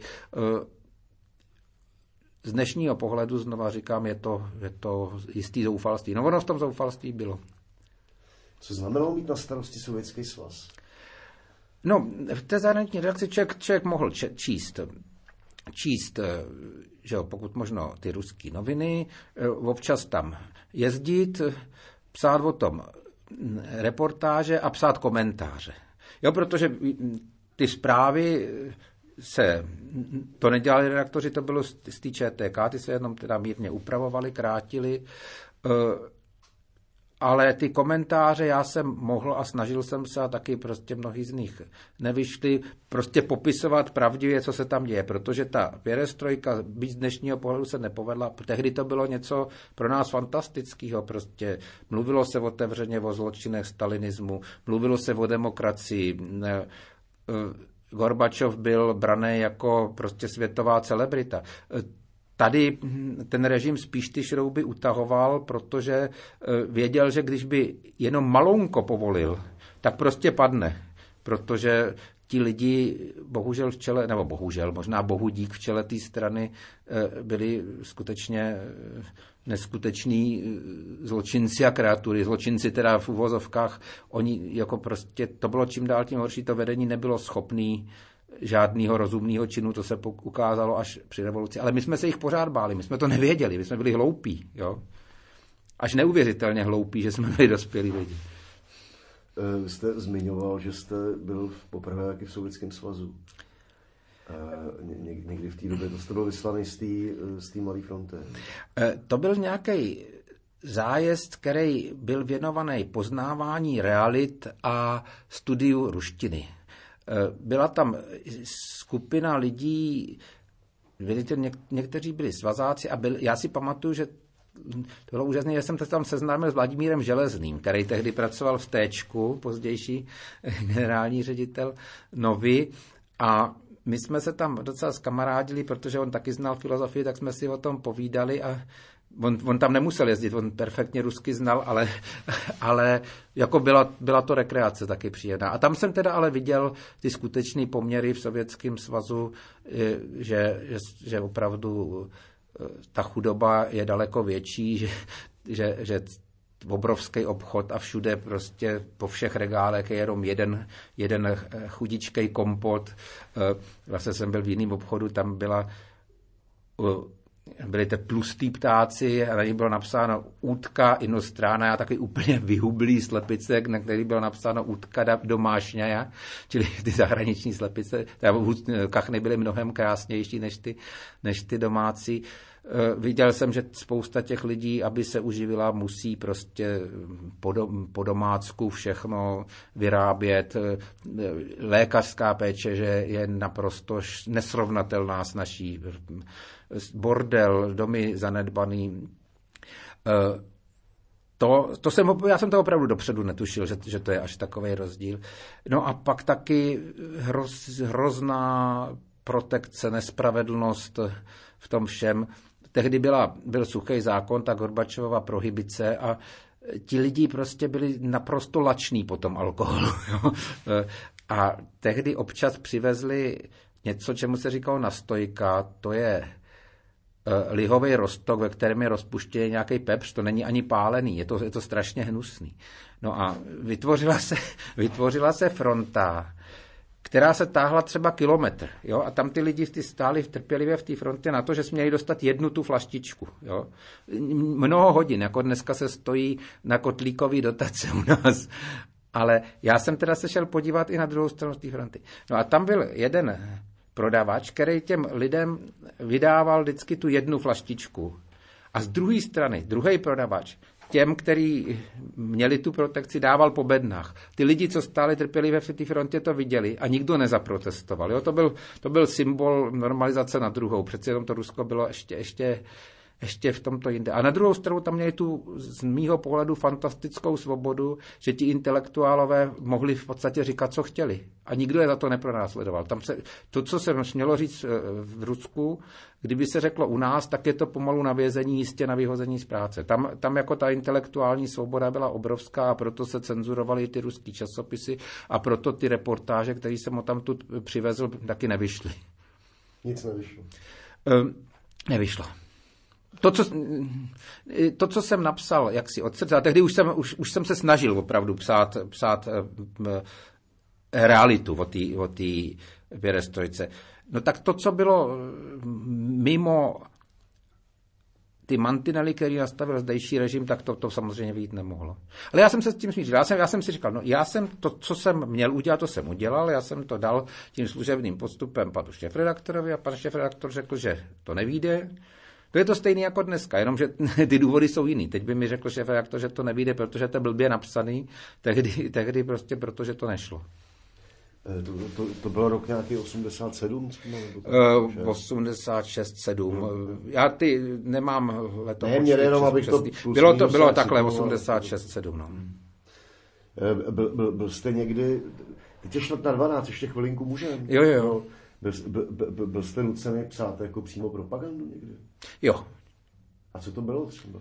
Z dnešního pohledu, znova říkám, je to jistý zoufalství. No ono v tom zoufalství bylo. Co znamenalo mít na starosti Sovětský svaz? No, v té zahraniční redakci člověk mohl číst, že jo, pokud možno ty ruské noviny, občas tam jezdit, psát o tom reportáže a psát komentáře. Jo, protože ty zprávy to nedělali redaktoři, to bylo z té ČTK, ty se jenom teda mírně upravovali, krátili, ale ty komentáře já jsem mohl a snažil jsem se a taky prostě mnohý z nich nevyšli, prostě popisovat pravdivě, co se tam děje, protože ta perestrojka, byť z dnešního pohledu se nepovedla, tehdy to bylo něco pro nás fantastického, prostě mluvilo se otevřeně o zločinech stalinismu, mluvilo se o demokracii, Gorbačov byl braný jako prostě světová celebrita. Tady ten režim spíš ty šrouby utahoval, protože věděl, že když by jenom malounko povolil, tak prostě padne. Protože ti lidi bohužel v čele, nebo bohužel, možná bohudík v čele té strany byli skutečně neskuteční zločinci a kreatury. Zločinci teda v uvozovkách, oni jako prostě, to bylo čím dál tím horší, to vedení nebylo schopný žádného rozumného činu, to se ukázalo až při revoluci. Ale my jsme se jich pořád báli, my jsme to nevěděli, my jsme byli hloupí. Jo? Až neuvěřitelně hloupí, že jsme byli dospělí lidi. Vy jste zmiňoval, že jste byl poprvé taky v Sovětském svazu. Někdy v té době to jste byl vyslaný z té Mladé fronty. To byl nějaký zájezd, který byl věnovaný poznávání realit a studiu ruštiny. Byla tam skupina lidí, někteří byli svazáci a já si pamatuju, že to bylo úžasné, že jsem se tam seznámil s Vladimírem Železným, který tehdy pracoval v Téčku, pozdější generální ředitel Novy, a my jsme se tam docela zkamarádili, protože on taky znal filozofii, tak jsme si o tom povídali a on tam nemusel jezdit, on perfektně rusky znal, ale jako byla to rekreace taky příjemná. A tam jsem teda ale viděl ty skutečné poměry v Sovětském svazu, že opravdu ta chudoba je daleko větší, že obrovský obchod a všude prostě po všech regálech je jenom jeden chudičkej kompot. Vlastně jsem byl v jiném obchodu, tam byli ty tlustý ptáci a na nich bylo napsáno útka inostrána, já takový úplně vyhublý slepice, na který bylo napsáno útka domášňaja, čili ty zahraniční slepice, kachny byly mnohem krásnější než ty domácí. Viděl jsem, že spousta těch lidí, aby se uživila, musí prostě po domácku všechno vyrábět. Lékařská péče, že je naprosto nesrovnatelná s naší. Bordel, domy zanedbaný. Já jsem to opravdu dopředu netušil, že to je až takový rozdíl. No a pak taky hrozná protekce, nespravedlnost v tom všem. Tehdy byl suchý zákon, ta Gorbačovova prohibice a ti lidi prostě byli naprosto lační po tom alkoholu. Jo? A tehdy občas přivezli něco, čemu se říkalo nastojka, to je lihový roztok, ve kterém je rozpuštěný nějaký pepř, to není ani pálený, je to strašně hnusný. No a vytvořila se fronta, která se táhla třeba kilometr. Jo? A tam ty lidi stáli trpělivě v té frontě na to, že směli dostat jednu tu flaštičku. Jo? Mnoho hodin, jako dneska se stojí na kotlíkový dotace u nás. Ale já jsem teda se šel podívat i na druhou stranu té fronty. No a tam byl jeden prodavač, který těm lidem vydával vždycky tu jednu flaštičku. A z druhé strany, druhý prodavač, těm, kteří měli tu protekci, dával po bednách. Ty lidi, co stáli trpělivě v té frontě, to viděli a nikdo nezaprotestoval. Jo? To byl symbol normalizace na druhou. Přece jenom to Rusko bylo ještě v tomto jinde. A na druhou stranu tam měli tu z mýho pohledu fantastickou svobodu, že ti intelektuálové mohli v podstatě říkat, co chtěli. A nikdo je za to nepronásledoval. To, co se mělo říct v Rusku, kdyby se řeklo u nás, tak je to pomalu na vězení, jistě na vyhození z práce. Tam jako ta intelektuální svoboda byla obrovská a proto se cenzurovaly ty ruský časopisy a proto ty reportáže, které jsem ho tam tu přivezl, taky nevyšly. Nic nevyšlo. Nevyšlo. To, co jsem napsal, jak si od srdce, a tehdy už jsem se snažil opravdu psát realitu o té perestrojce. No tak to, co bylo mimo ty mantinely, který nastavil zdejší režim, tak to samozřejmě vyjít nemohlo. Ale já jsem se s tím smířil. Já jsem si říkal, já jsem to, co jsem měl udělat, to jsem udělal, já jsem to dal tím služebným postupem panu šéfredaktorovi a pan šéfredaktor řekl, že to nevyjde. To je to stejné jako dneska, jenomže ty důvody jsou jiný. Teď by mi řekl šéfredaktor, že to nevyjde, protože to je blbě napsaný, tehdy prostě protože to nešlo. To bylo rok nějaký 87? 86, 7. Já ty nemám letopočty. Ne, mě jenom, abych to... Bylo takhle 86, 7. No. Byl jste někdy... Teď je 11:45, ještě chvilinku můžeme. Jo. Byl jste nucený psát jako přímo propagandu někdy? Jo. A co to bylo třeba?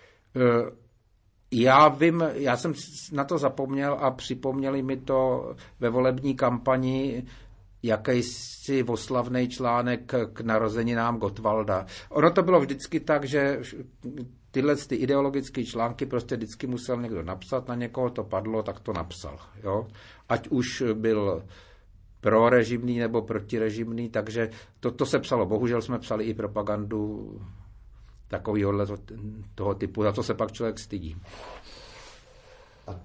Já vím, já jsem na to zapomněl a připomněli mi to ve volební kampani jakýsi oslavný článek k narozeninám Gottwalda. Ono to bylo vždycky tak, že tyhle ty ideologické články prostě vždycky musel někdo napsat, na někoho to padlo, tak to napsal. Jo? Ať už byl prorežimný nebo protirežimný, takže to se psalo. Bohužel jsme psali i propagandu takovýhohle toho typu, za co se pak člověk stydí. A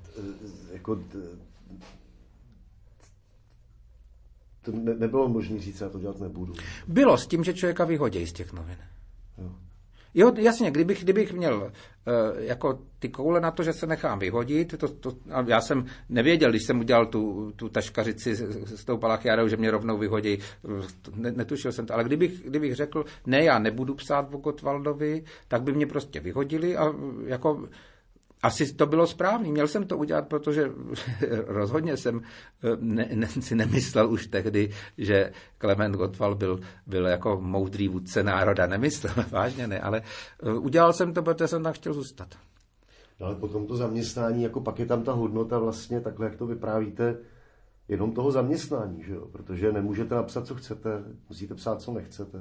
to nebylo možné říct, já to dělat nebudu. Bylo s tím, že člověka vyhodí z těch novin. Jo. Jo, jasně, kdybych měl jako ty koule na to, že se nechám vyhodit, já jsem nevěděl, když jsem udělal tu taškařici s tou Palachiádou, že mě rovnou vyhodí, netušil jsem to, ale kdybych řekl, ne, já nebudu psát o Gottwaldovi, tak by mě prostě vyhodili a jako asi to bylo správný. Měl jsem to udělat, protože rozhodně jsem si nemyslel už tehdy, že Klement Gottwald byl jako moudrý vůdce národa. Nemyslel, vážně ne, ale udělal jsem to, protože jsem tam chtěl zůstat. No ale potom to zaměstnání, jako pak je tam ta hodnota vlastně, takhle jak to vyprávíte, jenom toho zaměstnání, že jo? Protože nemůžete napsat, co chcete, musíte psát, co nechcete.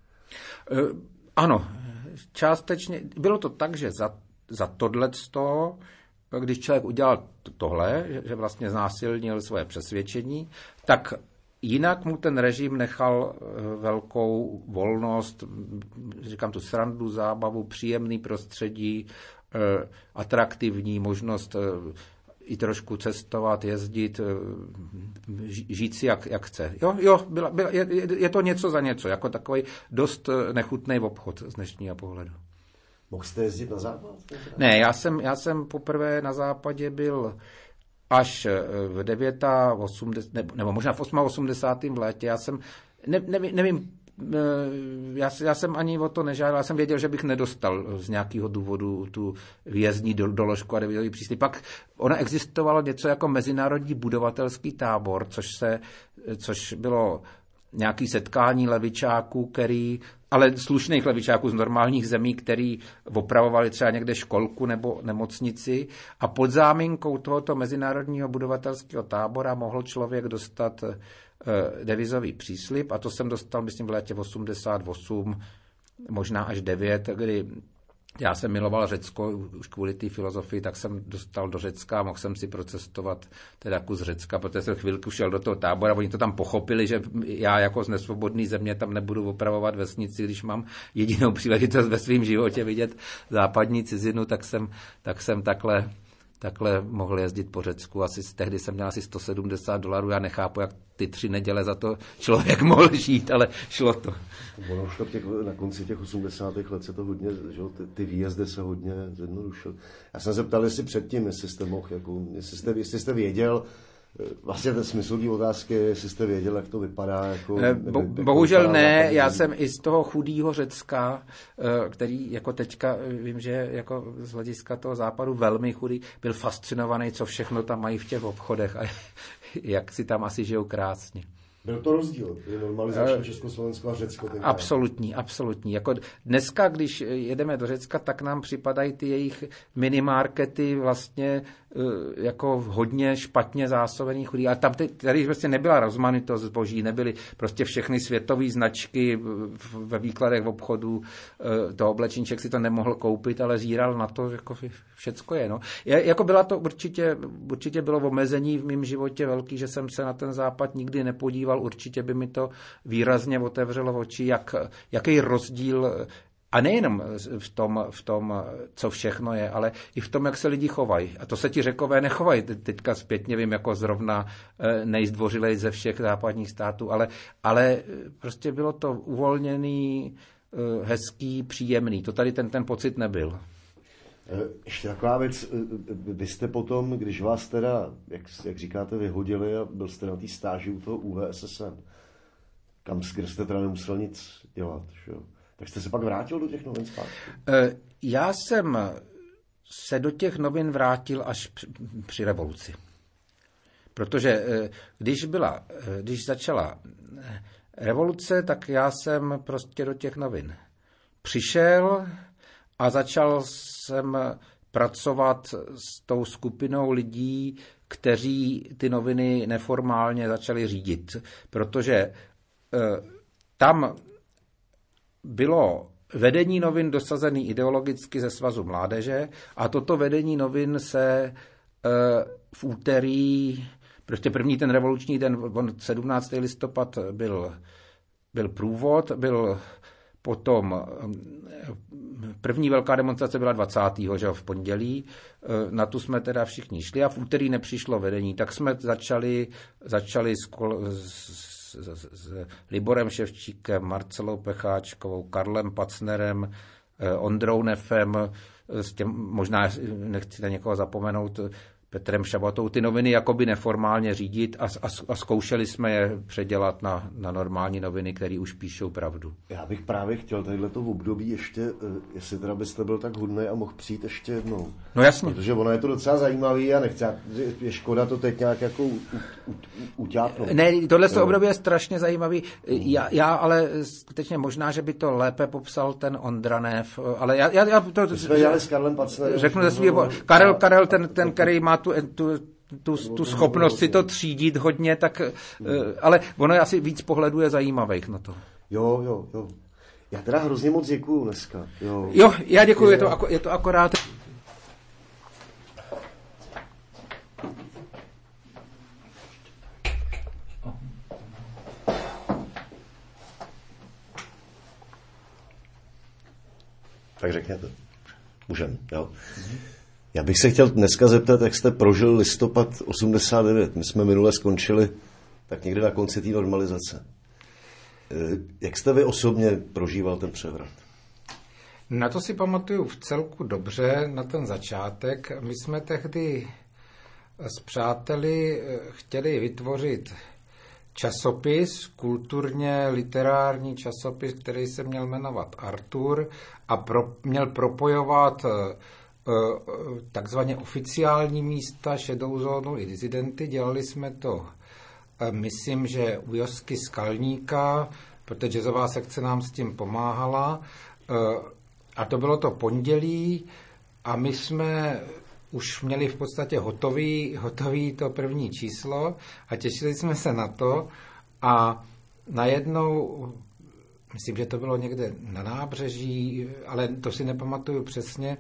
Ano, částečně. Bylo to tak, že za tohleto, když člověk udělal tohle, že vlastně znásilnil svoje přesvědčení, tak jinak mu ten režim nechal velkou volnost, říkám tu srandu, zábavu, příjemný prostředí, atraktivní možnost i trošku cestovat, jezdit, žít si, jak chce. Je to něco za něco, jako takový dost nechutný obchod z dnešního pohledu. Mohl jste jezdit na západ? Ne, já jsem poprvé na západě byl až v 89, nebo možná v 88. v létě. Já jsem, nevím, já jsem ani o to nežádal, já jsem věděl, že bych nedostal z nějakého důvodu tu výjezdní doložku a devizový příslib. Pak ona existovalo něco jako mezinárodní budovatelský tábor, což bylo nějaké setkání levičáků, ale slušných levičáků z normálních zemí, který opravovali třeba někde školku nebo nemocnici a pod záminkou tohoto mezinárodního budovatelského tábora mohl člověk dostat devizový příslib a to jsem dostal, myslím, v létě 88, možná až 9, kdy já jsem miloval Řecko už kvůli té filozofii, tak jsem dostal do Řecka a mohl jsem si procestovat teda kus Řecka, protože jsem chvilku šel do toho tábora, oni to tam pochopili, že já jako z nesvobodné země tam nebudu opravovat vesnici, když mám jedinou příležitost ve svém životě vidět západní cizinu, tak jsem takhle mohl jezdit po Řecku. Tehdy jsem měl asi $170, já nechápu, jak ty 3 neděle za to člověk mohl žít, ale šlo to. Ono už to na konci těch 80. let se to hodně, že ty výjezdy se hodně zjednodušily. Já jsem se ptal, jestli předtím, jestli jste mohl, jestli jste věděl, vlastně ten smysl té otázky, jestli jste věděl, jak to vypadá. Bohužel ne, já jsem i z toho chudého Řecka, který jako teďka vím, že jako z hlediska toho západu velmi chudý, byl fascinovaný, co všechno tam mají v těch obchodech a jak si tam asi žijou krásně. Byl to rozdíl, normalizační Československo a Řecko? Absolutní. Jako dneska, když jedeme do Řecka, tak nám připadají ty jejich minimarkety vlastně jako hodně špatně zásobený chudí. A tam tady vlastně nebyla rozmanitost zboží, nebyly prostě všechny světové značky ve výkladech v obchodu. To oblečníček si to nemohl koupit, ale zíral na to, jako všecko je. No. Jako byla to určitě bylo omezení v mém životě velký, že jsem se na ten západ nikdy nepodíval. Určitě by mi to výrazně otevřelo oči, jaký rozdíl, a nejenom v tom, co všechno je, ale i v tom, jak se lidi chovají. A to se ti Řekové nechovají. Teďka zpětně vím, jako zrovna nejzdvořilej ze všech západních států, ale prostě bylo to uvolněný, hezký, příjemný. To tady ten pocit nebyl. Ještě taková věc, vy jste potom, když vás teda, jak říkáte, vyhodili a byl jste na té stáži u toho UHSSN, kde jste teda nemusel nic dělat, že jo? Tak jste se pak vrátil do těch novin zpátky? Já jsem se do těch novin vrátil až při revoluci. Protože když začala revoluce, tak já jsem prostě do těch novin přišel a začal jsem pracovat s tou skupinou lidí, kteří ty noviny neformálně začali řídit. Protože tam bylo vedení novin dosazený ideologicky ze Svazu mládeže a toto vedení novin se v úterý, prostě první ten revoluční den, 17. listopad byl průvod, byl potom první velká demonstrace byla 20. Že v pondělí, na tu jsme teda všichni šli a v úterý nepřišlo vedení, tak jsme začali s Liborem Ševčíkem, Marcelou Pecháčkovou, Karlem Pacnerem, Ondrou Nefem, s těm, možná nechci na někoho zapomenout, Petrem Šabatou, ty noviny jakoby neformálně řídit a zkoušeli jsme je předělat na normální noviny, které už píšou pravdu. Já bych právě chtěl tadyhleto v období ještě, jestli teda byste byl tak hodnej a mohl přijít ještě jednou. No jasně. Protože ono je to docela zajímavý a nechci, je škoda to teď nějak jako utápnout. Ne, tohle období je strašně zajímavý. Já ale skutečně možná, že by to lépe popsal ten Ondranev, ale já to jsme dělali s Karlem Pacnerem. Řeknu ze svým, Karel, ten, který má tu schopnost si to třídit hodně, tak, ale ono je asi víc pohledů je zajímavých na to. Jo. Já teda hrozně moc děkuju dneska. Jo, já děkuju, je to akorát. Tak řekněte. Můžem, jo. Já bych se chtěl dneska zeptat, jak jste prožil listopad 89. My jsme minule skončili tak někde na konci té normalizace. Jak jste vy osobně prožíval ten převrat? Na to si pamatuju v celku dobře, na ten začátek. My jsme tehdy s přáteli chtěli vytvořit časopis, kulturně literární časopis, který se měl jmenovat Artur a měl propojovat takzvaně oficiální místa, šedou zónu i disidenty. Dělali jsme to, myslím, že u Josky Skalníka, protože jazzová sekce nám s tím pomáhala. A to bylo to pondělí a my jsme už měli v podstatě hotový to první číslo a těšili jsme se na to a najednou, myslím, že to bylo někde na nábřeží, ale to si nepamatuju přesně,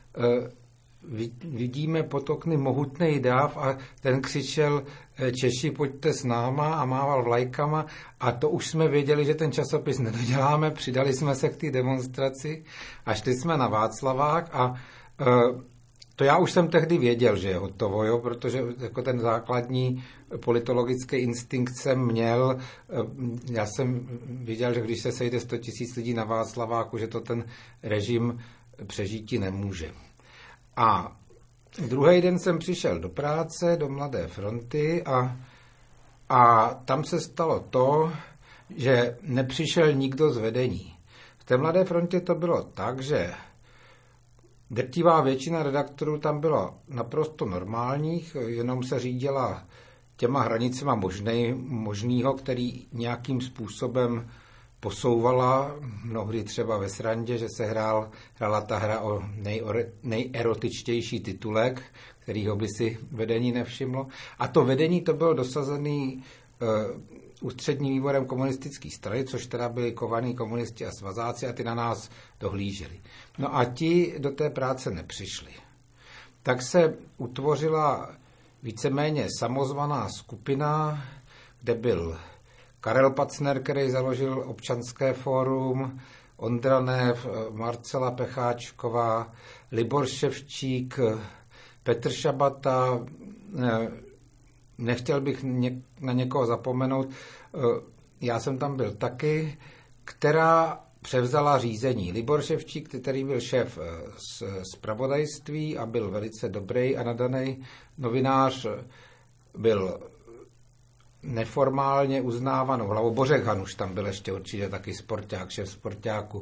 vidíme pod okny mohutný dáv a ten křičel Češi, pojďte s náma a mával vlajkama a to už jsme věděli, že ten časopis nedoděláme, přidali jsme se k té demonstraci a šli jsme na Václavák a to já už jsem tehdy věděl, že je hotovo, jo, protože jako ten základní politologický instinkt jsem měl. Já jsem viděl, že když se sejde 100 000 lidí na Václaváku, že to ten režim přežítí nemůže. A druhý den jsem přišel do práce, do Mladé fronty a tam se stalo to, že nepřišel nikdo z vedení. V té Mladé frontě to bylo tak, že drtivá většina redaktorů tam byla naprosto normálních, jenom se řídila těma hranicema možného, který nějakým způsobem posouvala, mnohdy třeba ve srandě, že se hrála ta hra o nejerotičtější titulek, kterýho by si vedení nevšimlo. A to vedení to bylo dosazený ústředním výborem komunistické strany, což teda byli kovaní komunisti a svazáci a ty na nás dohlíželi. No a ti do té práce nepřišli. Tak se utvořila víceméně samozvaná skupina, kde byl Karel Pacner, který založil Občanské fórum, Ondra Nev, Marcela Pecháčková, Libor Ševčík, Petr Šabata, nechtěl bych na někoho zapomenout, já jsem tam byl taky, která převzala řízení. Libor Ševčík, který byl šéf zpravodajství a byl velice dobrý a nadaný novinář, byl neformálně uznávanou hlavou. Bořek Hanuš tam byl ještě určitě taky sporták, šéf sportáku.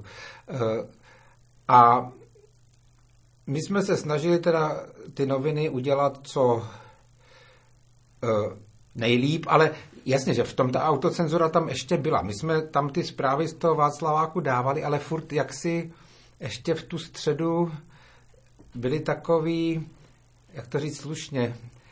A my jsme se snažili teda ty noviny udělat co nejlíp, ale jasně, že v tom ta autocenzura tam ještě byla. My jsme tam ty zprávy z toho Václaváku dávali, ale furt jaksi ještě v tu středu byli takový, jak to říct slušně,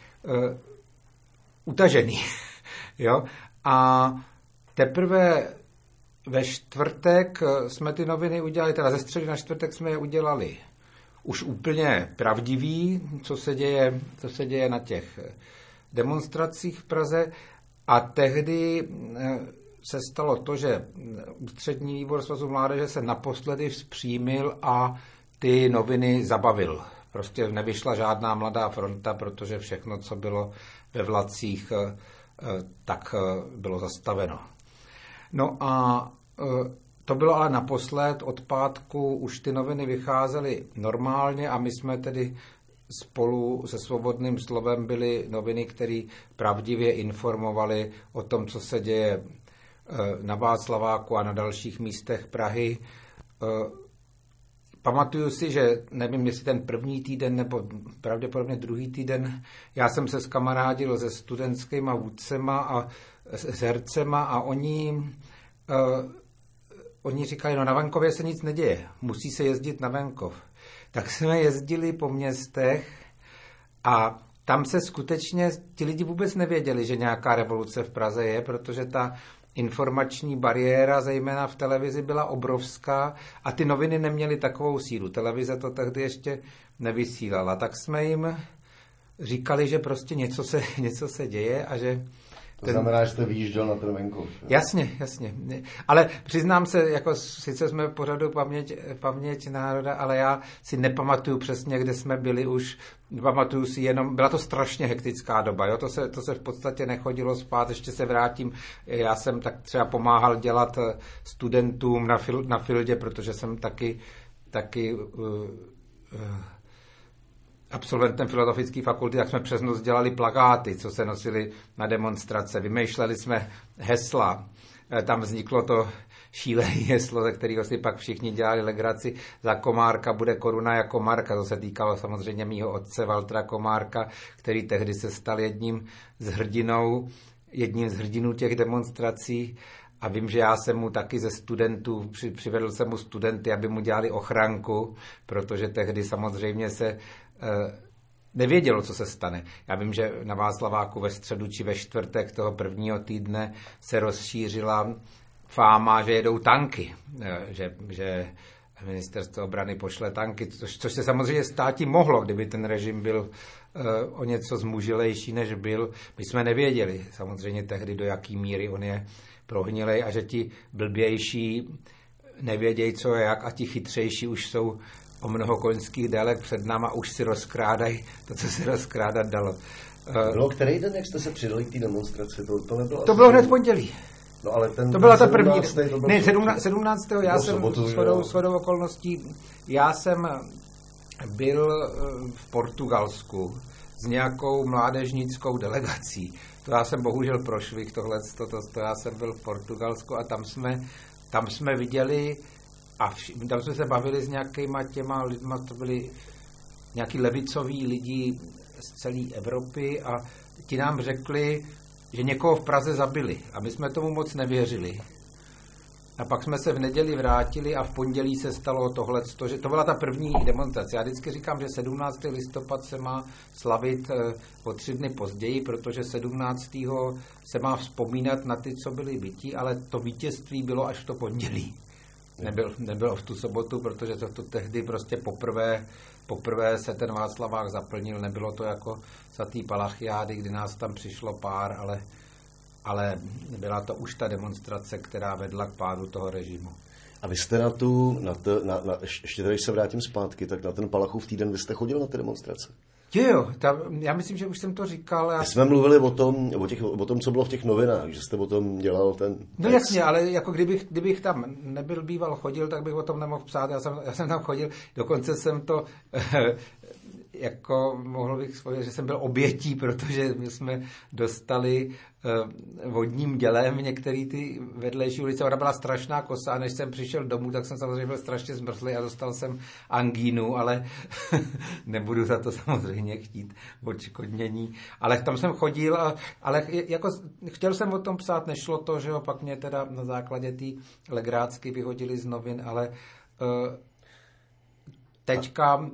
utažený. Jo? A teprve ve čtvrtek jsme ty noviny udělali, teda ze středy na čtvrtek jsme je udělali už úplně pravdivý, co se děje na těch demonstracích v Praze. A tehdy se stalo to, že ústřední výbor Svazu mládeže se naposledy vzpřímil a ty noviny zabavil. Prostě nevyšla žádná Mladá fronta, protože všechno, co bylo ve vlacích, tak bylo zastaveno. No a To bylo ale naposled, od pátku už ty noviny vycházely normálně a my jsme tedy spolu se Svobodným slovem byly noviny, které pravdivě informovaly o tom, co se děje na Václaváku a na dalších místech Prahy. Pamatuju si, že nevím, jestli ten první týden nebo pravděpodobně druhý týden, já jsem se skamarádil se studentskýma vůdcema a s hercema a oni říkali, no na venkově se nic neděje, musí se jezdit na venkov. Tak jsme jezdili po městech a tam se skutečně ti lidi vůbec nevěděli, že nějaká revoluce v Praze je, protože ta informační bariéra, zejména v televizi, byla obrovská a ty noviny neměly takovou sílu. Televize to tehdy ještě nevysílala. Tak jsme jim říkali, že prostě něco se děje a že... To znamená, že jste vyjížděl na ten venkov. Jasně. Ale přiznám se, jako sice jsme pořadu paměť národa, ale já si nepamatuju přesně, kde jsme byli už. Pamatuju si jenom, byla to strašně hektická doba, jo? To se v podstatě nechodilo spát, ještě se vrátím. Já jsem tak třeba pomáhal dělat studentům na Fildě, protože jsem taky absolventem filozofické fakulty, tak jsme přes noc dělali plakáty, co se nosili na demonstrace. Vymýšleli jsme hesla. Tam vzniklo to šílené heslo, ze kterého si pak všichni dělali legraci. Za Komárka bude koruna jako marka. To se týkalo samozřejmě mýho otce Valtra Komárka, který tehdy se stal jedním z hrdinů těch demonstrací. A vím, že já jsem mu taky ze studentů, přivedl jsem mu studenty, aby mu dělali ochranku, protože tehdy samozřejmě se nevědělo, co se stane. Já vím, že na Václaváku ve středu či ve čtvrtek toho prvního týdne se rozšířila fáma, že jedou tanky, že ministerstvo obrany pošle tanky, což se samozřejmě státi mohlo, kdyby ten režim byl o něco zmužilejší, než byl. My jsme nevěděli samozřejmě tehdy, do jaký míry on je prohnilej a že ti blbější nevědějí, co je jak a ti chytřejší už jsou o mnoho koňských délek před náma, už si rozkrádají to, co se rozkrádat dalo. Bylo který den, jak jste se přidali k té demonstraci? To bylo hned v pondělí. No, ale to byla ta první. Ne, 17. Já jsem shodou okolností, já jsem byl v Portugalsku s nějakou mládežnickou delegací. To já jsem bohužel prošvih, to já jsem byl v Portugalsku a tam jsme viděli a tam jsme se bavili s nějakýma těma lidma, to byli nějaký levicoví lidi z celé Evropy a ti nám řekli, že někoho v Praze zabili a my jsme tomu moc nevěřili. A pak jsme se v neděli vrátili a v pondělí se stalo tohleto, že to byla ta první demonstrace. Já vždycky říkám, že 17. listopad se má slavit o 3 dny později, protože 17. se má vzpomínat na ty, co byli bití, ale to vítězství bylo až v to pondělí. Nebylo v tu sobotu, protože to tehdy prostě poprvé se ten Václavák zaplnil. Nebylo to jako za té Palachiády, kdy nás tam přišlo pár, ale byla to už ta demonstrace, která vedla k pádu toho režimu. A vy jste ještě tady, když se vrátím zpátky, tak na ten Palachův týden vy jste chodil na ty demonstrace? Jo, já myslím, že už jsem to říkal. My jsme mluvili o tom, co bylo v těch novinách, že jste o tom dělal ten text. No jasně, ale jako kdybych tam nebyl býval chodil, tak bych o tom nemohl psát. Já jsem tam chodil, dokonce jsem to jako mohl bych spovědět, že jsem byl obětí, protože my jsme dostali vodním dělem některé ty vedlejší ulice. Ona byla strašná kosa a než jsem přišel domů, tak jsem samozřejmě byl strašně zmrzlý a dostal jsem angínu, ale nebudu za to samozřejmě chtít odškodnění. Ale tam jsem chodil, ale jako chtěl jsem o tom psát, nešlo to, že jo, pak mě teda na základě té legrácky vyhodili z novin, ale teďka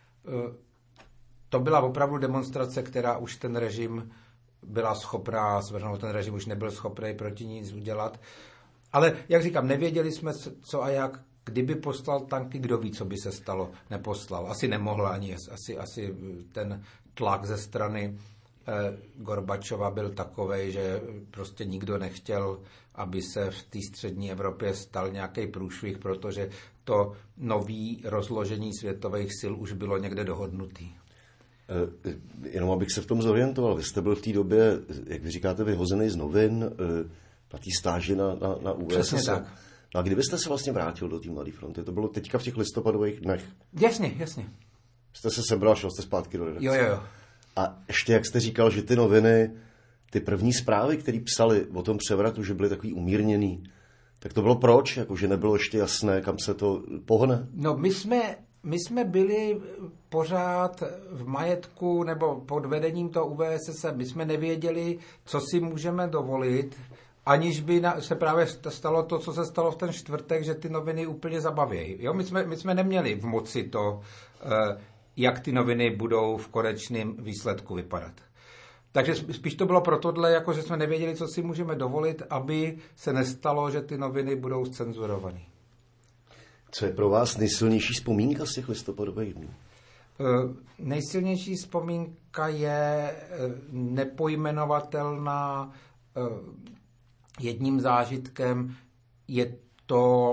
to byla opravdu demonstrace, která už ten režim byla schopná svrhnout, ten režim už nebyl schopný proti ní nic udělat. Ale, jak říkám, nevěděli jsme, co a jak, kdyby poslal tanky, kdo ví, co by se stalo, neposlal. Asi nemohl ani, asi ten tlak ze strany Gorbačova byl takovej, že prostě nikdo nechtěl, aby se v té střední Evropě stal nějaký průšvih, protože to nový rozložení světových sil už bylo někde dohodnutý. Jenom abych se v tom zorientoval, vy jste byl v té době, jak vy říkáte, vyhozený z novin na té stáži na USS. Přesně tak. No a kdybyste se vlastně vrátil do té Mladé fronty? To bylo teďka v těch listopadových dnech. Jasně. Jste se sebral, šel jste zpátky do redakce. Jo. A ještě, jak jste říkal, že ty noviny, ty první zprávy, které psali o tom převratu, že byly takový umírněný, tak to bylo proč? Jako, že nebylo ještě jasné, kam se to pohne? No, my jsme byli pořád v majetku nebo pod vedením toho UVSSR. My jsme nevěděli, co si můžeme dovolit, aniž by se právě stalo to, co se stalo v ten čtvrtek, že ty noviny úplně zabavějí. Jo? My jsme neměli v moci to, jak ty noviny budou v konečném výsledku vypadat. Takže spíš to bylo pro tohle, jako že jsme nevěděli, co si můžeme dovolit, aby se nestalo, že ty noviny budou zcenzurované. Co je pro vás nejsilnější vzpomínka z těch listopadových dnů? Nejsilnější vzpomínka je nepojmenovatelná. Jedním zážitkem je to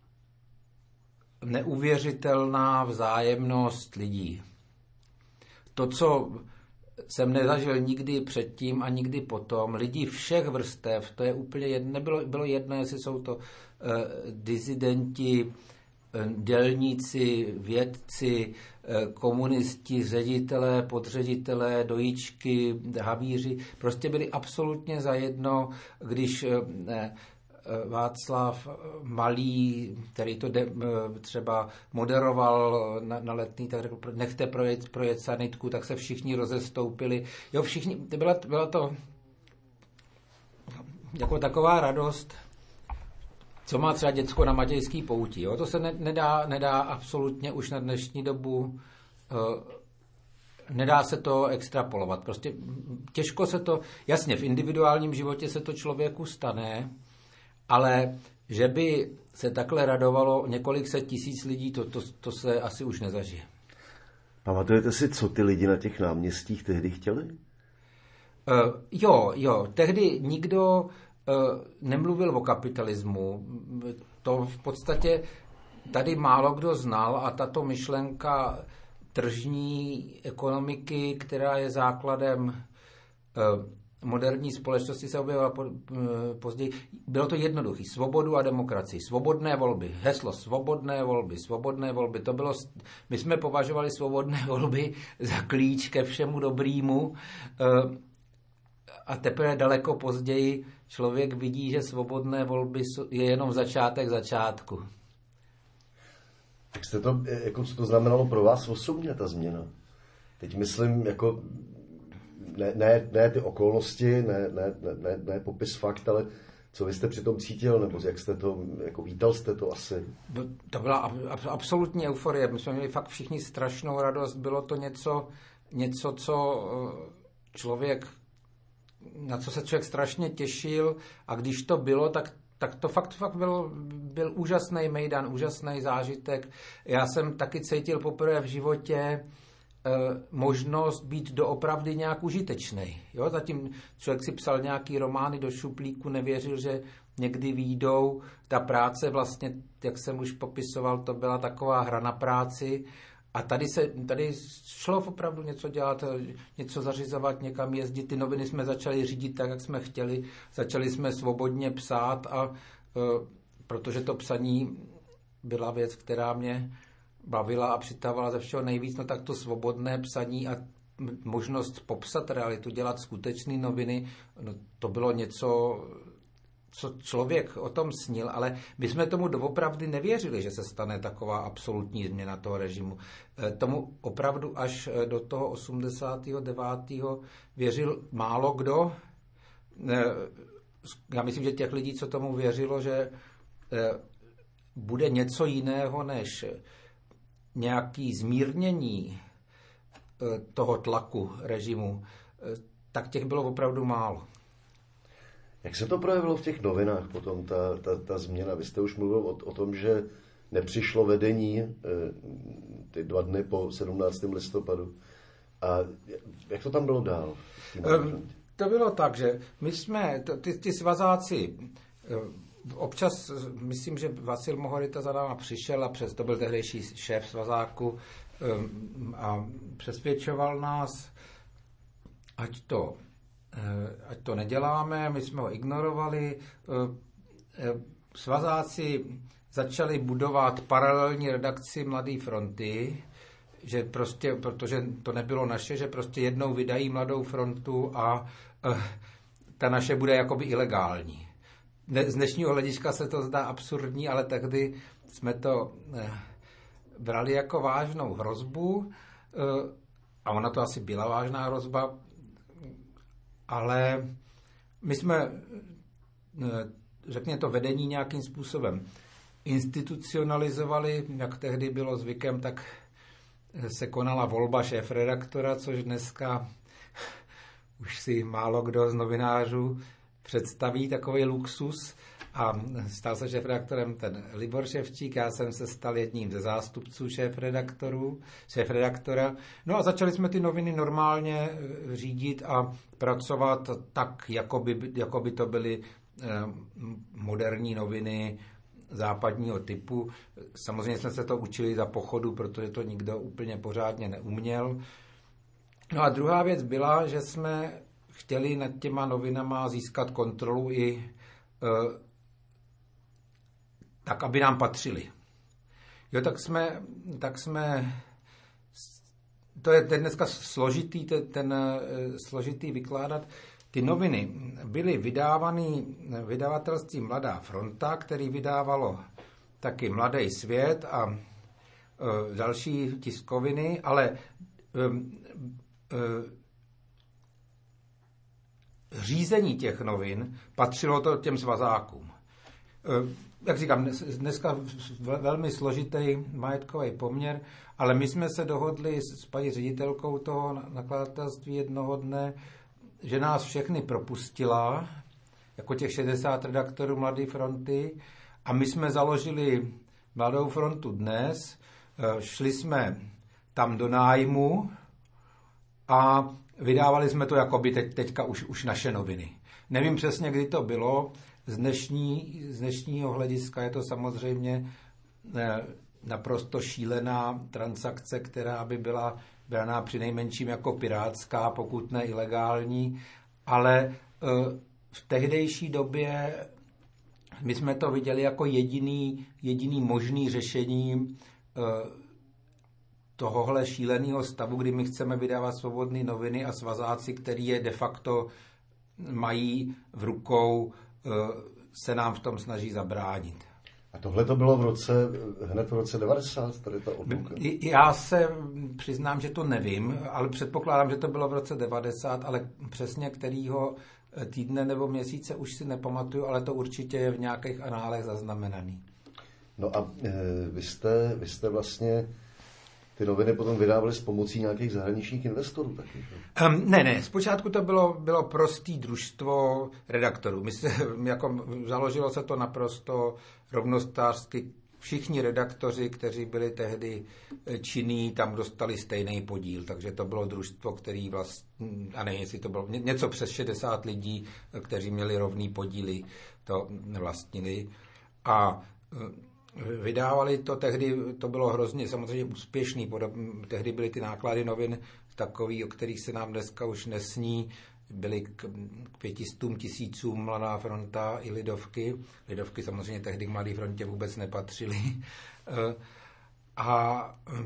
neuvěřitelná vzájemnost lidí. To, co jsem nezažil nikdy předtím a nikdy potom. Lidi všech vrstev, to je úplně jedno, bylo jedno, jestli jsou to disidenti, dělníci, vědci, komunisti, ředitelé, podředitelé, dojičky, havíři, prostě byli absolutně zajedno, když Václav Malý, který to třeba moderoval na Letný, tak řekl, nechte projet sanitku, tak se všichni rozestoupili. Jo, všichni, byla to jako taková radost, co má třeba děcko na Matějský pouti. Jo? To se nedá absolutně už na dnešní dobu, nedá se to extrapolovat. Prostě těžko se to, jasně, v individuálním životě se to člověku stane, ale že by se takhle radovalo několik set tisíc lidí, to se asi už nezažije. Pamatujete si, co ty lidi na těch náměstích tehdy chtěli? Jo. Tehdy nikdo nemluvil o kapitalismu. To v podstatě tady málo kdo znal a tato myšlenka tržní ekonomiky, která je základem moderní společnosti, se objevila později. Bylo to jednoduché. Svobodu a demokracii. Svobodné volby. Heslo svobodné volby. To bylo, my jsme považovali svobodné volby za klíč ke všemu dobrýmu. A teprve daleko později člověk vidí, že svobodné volby je jenom začátek začátku. Tak jste to, jako co to znamenalo pro vás osobně, ta změna? Teď myslím, jako ne ty okolnosti, ne popis fakt, ale co vy jste při tom cítil, nebo jak jste to, jako vítal jste to asi? To byla absolutní euforie. My jsme měli fakt všichni strašnou radost. Bylo to něco, co člověk, na co se člověk strašně těšil, a když to bylo, tak to fakt byl úžasný mejdan, úžasný zážitek. Já jsem taky cítil poprvé v životě možnost být doopravdy nějak užitečný. Jo? Zatím člověk si psal nějaký romány do šuplíku, nevěřil, že někdy vyjdou. Ta práce vlastně, jak jsem už popisoval, to byla taková hra na práci. A tady šlo opravdu něco dělat, něco zařizovat, někam jezdit. Ty noviny jsme začali řídit tak, jak jsme chtěli. Začali jsme svobodně psát, a protože to psaní byla věc, která mě bavila a přitahovala ze všeho nejvíc, no tak to svobodné psaní a možnost popsat realitu, dělat skutečné noviny, no to bylo něco, co člověk o tom snil, ale my jsme tomu doopravdy nevěřili, že se stane taková absolutní změna toho režimu. Tomu opravdu až do toho 89. věřil málo kdo. Já myslím, že těch lidí, co tomu věřilo, že bude něco jiného než nějaký zmírnění toho tlaku režimu, tak těch bylo opravdu málo. Jak se to projevilo v těch novinách potom, ta změna? Vy jste už mluvil o tom, že nepřišlo vedení ty 2 dny po 17. listopadu. A jak to tam bylo dál? To bylo tak, že my jsme, ty svazáci, občas, myslím, že Vasil Mohorita za náma přišel a to byl tehdejší šéf svazáku a přesvědčoval nás, ať to neděláme, my jsme ho ignorovali. svazáci začali budovat paralelní redakci Mladé fronty, že prostě, protože to nebylo naše, že prostě jednou vydají Mladou frontu a ta naše bude jakoby ilegální. Z dnešního hlediska se to zdá absurdní, ale tehdy jsme to brali jako vážnou hrozbu a ona to asi byla vážná hrozba, ale my jsme, řekněme to vedení nějakým způsobem institucionalizovali, jak tehdy bylo zvykem, tak se konala volba šéfredaktora, což dneska už si málo kdo z novinářů představí takový luxus. A stal se šéfredaktorem ten Libor Ševčík, já jsem se stal jedním ze zástupců šéfredaktora. No a začali jsme ty noviny normálně řídit a pracovat tak, jako by to byly moderní noviny západního typu. Samozřejmě jsme se to učili za pochodu, protože to nikdo úplně pořádně neuměl. No a druhá věc byla, že jsme chtěli nad těma novinama získat kontrolu i tak, aby nám patřili. Jo, tak jsme to je dneska složitý, složitý vykládat. Ty noviny byly vydávány vydavatelstvím Mladá fronta, který vydávalo taky Mladý svět a další tiskoviny, ale řízení těch novin patřilo to těm svazákům. Jak říkám, dneska velmi složitý majetkový poměr, ale my jsme se dohodli s paní ředitelkou toho nakladatelství jednoho dne, že nás všechny propustila, jako těch 60 redaktorů Mladé fronty, a my jsme založili Mladou frontu Dnes, šli jsme tam do nájmu a vydávali jsme to jako by teďka už naše noviny. Nevím přesně, kdy to bylo. Z dnešního hlediska je to samozřejmě naprosto šílená transakce, která by byla braná přinejmenším jako pirátská, pokud ne ilegální, ale v tehdejší době my jsme to viděli jako jediný možný řešení tohohle šíleného stavu, kdy my chceme vydávat svobodné noviny a svazáci, který je de facto mají v rukou, se nám v tom snaží zabránit. A tohle to bylo hned v roce 90, tady ta odluka? Já se přiznám, že to nevím, ale předpokládám, že to bylo v roce 90, ale přesně kterýho týdne nebo měsíce už si nepamatuju, ale to určitě je v nějakých análech zaznamenaný. No a vy jste vlastně ty noviny potom vydávali s pomocí nějakých zahraničních investorů taky? Ne, zpočátku to bylo prostý družstvo redaktorů. Založilo se to naprosto rovnostářsky. Všichni redaktoři, kteří byli tehdy činní, tam dostali stejný podíl, takže to bylo družstvo, který vlastně, a nevím, jestli to bylo něco přes 60 lidí, kteří měli rovný podíly, to vlastnili. A vydávali to tehdy, to bylo hrozně samozřejmě úspěšný, tehdy byly ty náklady novin takový, o kterých se nám dneska už nesní, byly k 500 000 Mladá fronta i Lidovky. Lidovky samozřejmě tehdy k Mladé frontě vůbec nepatřily. A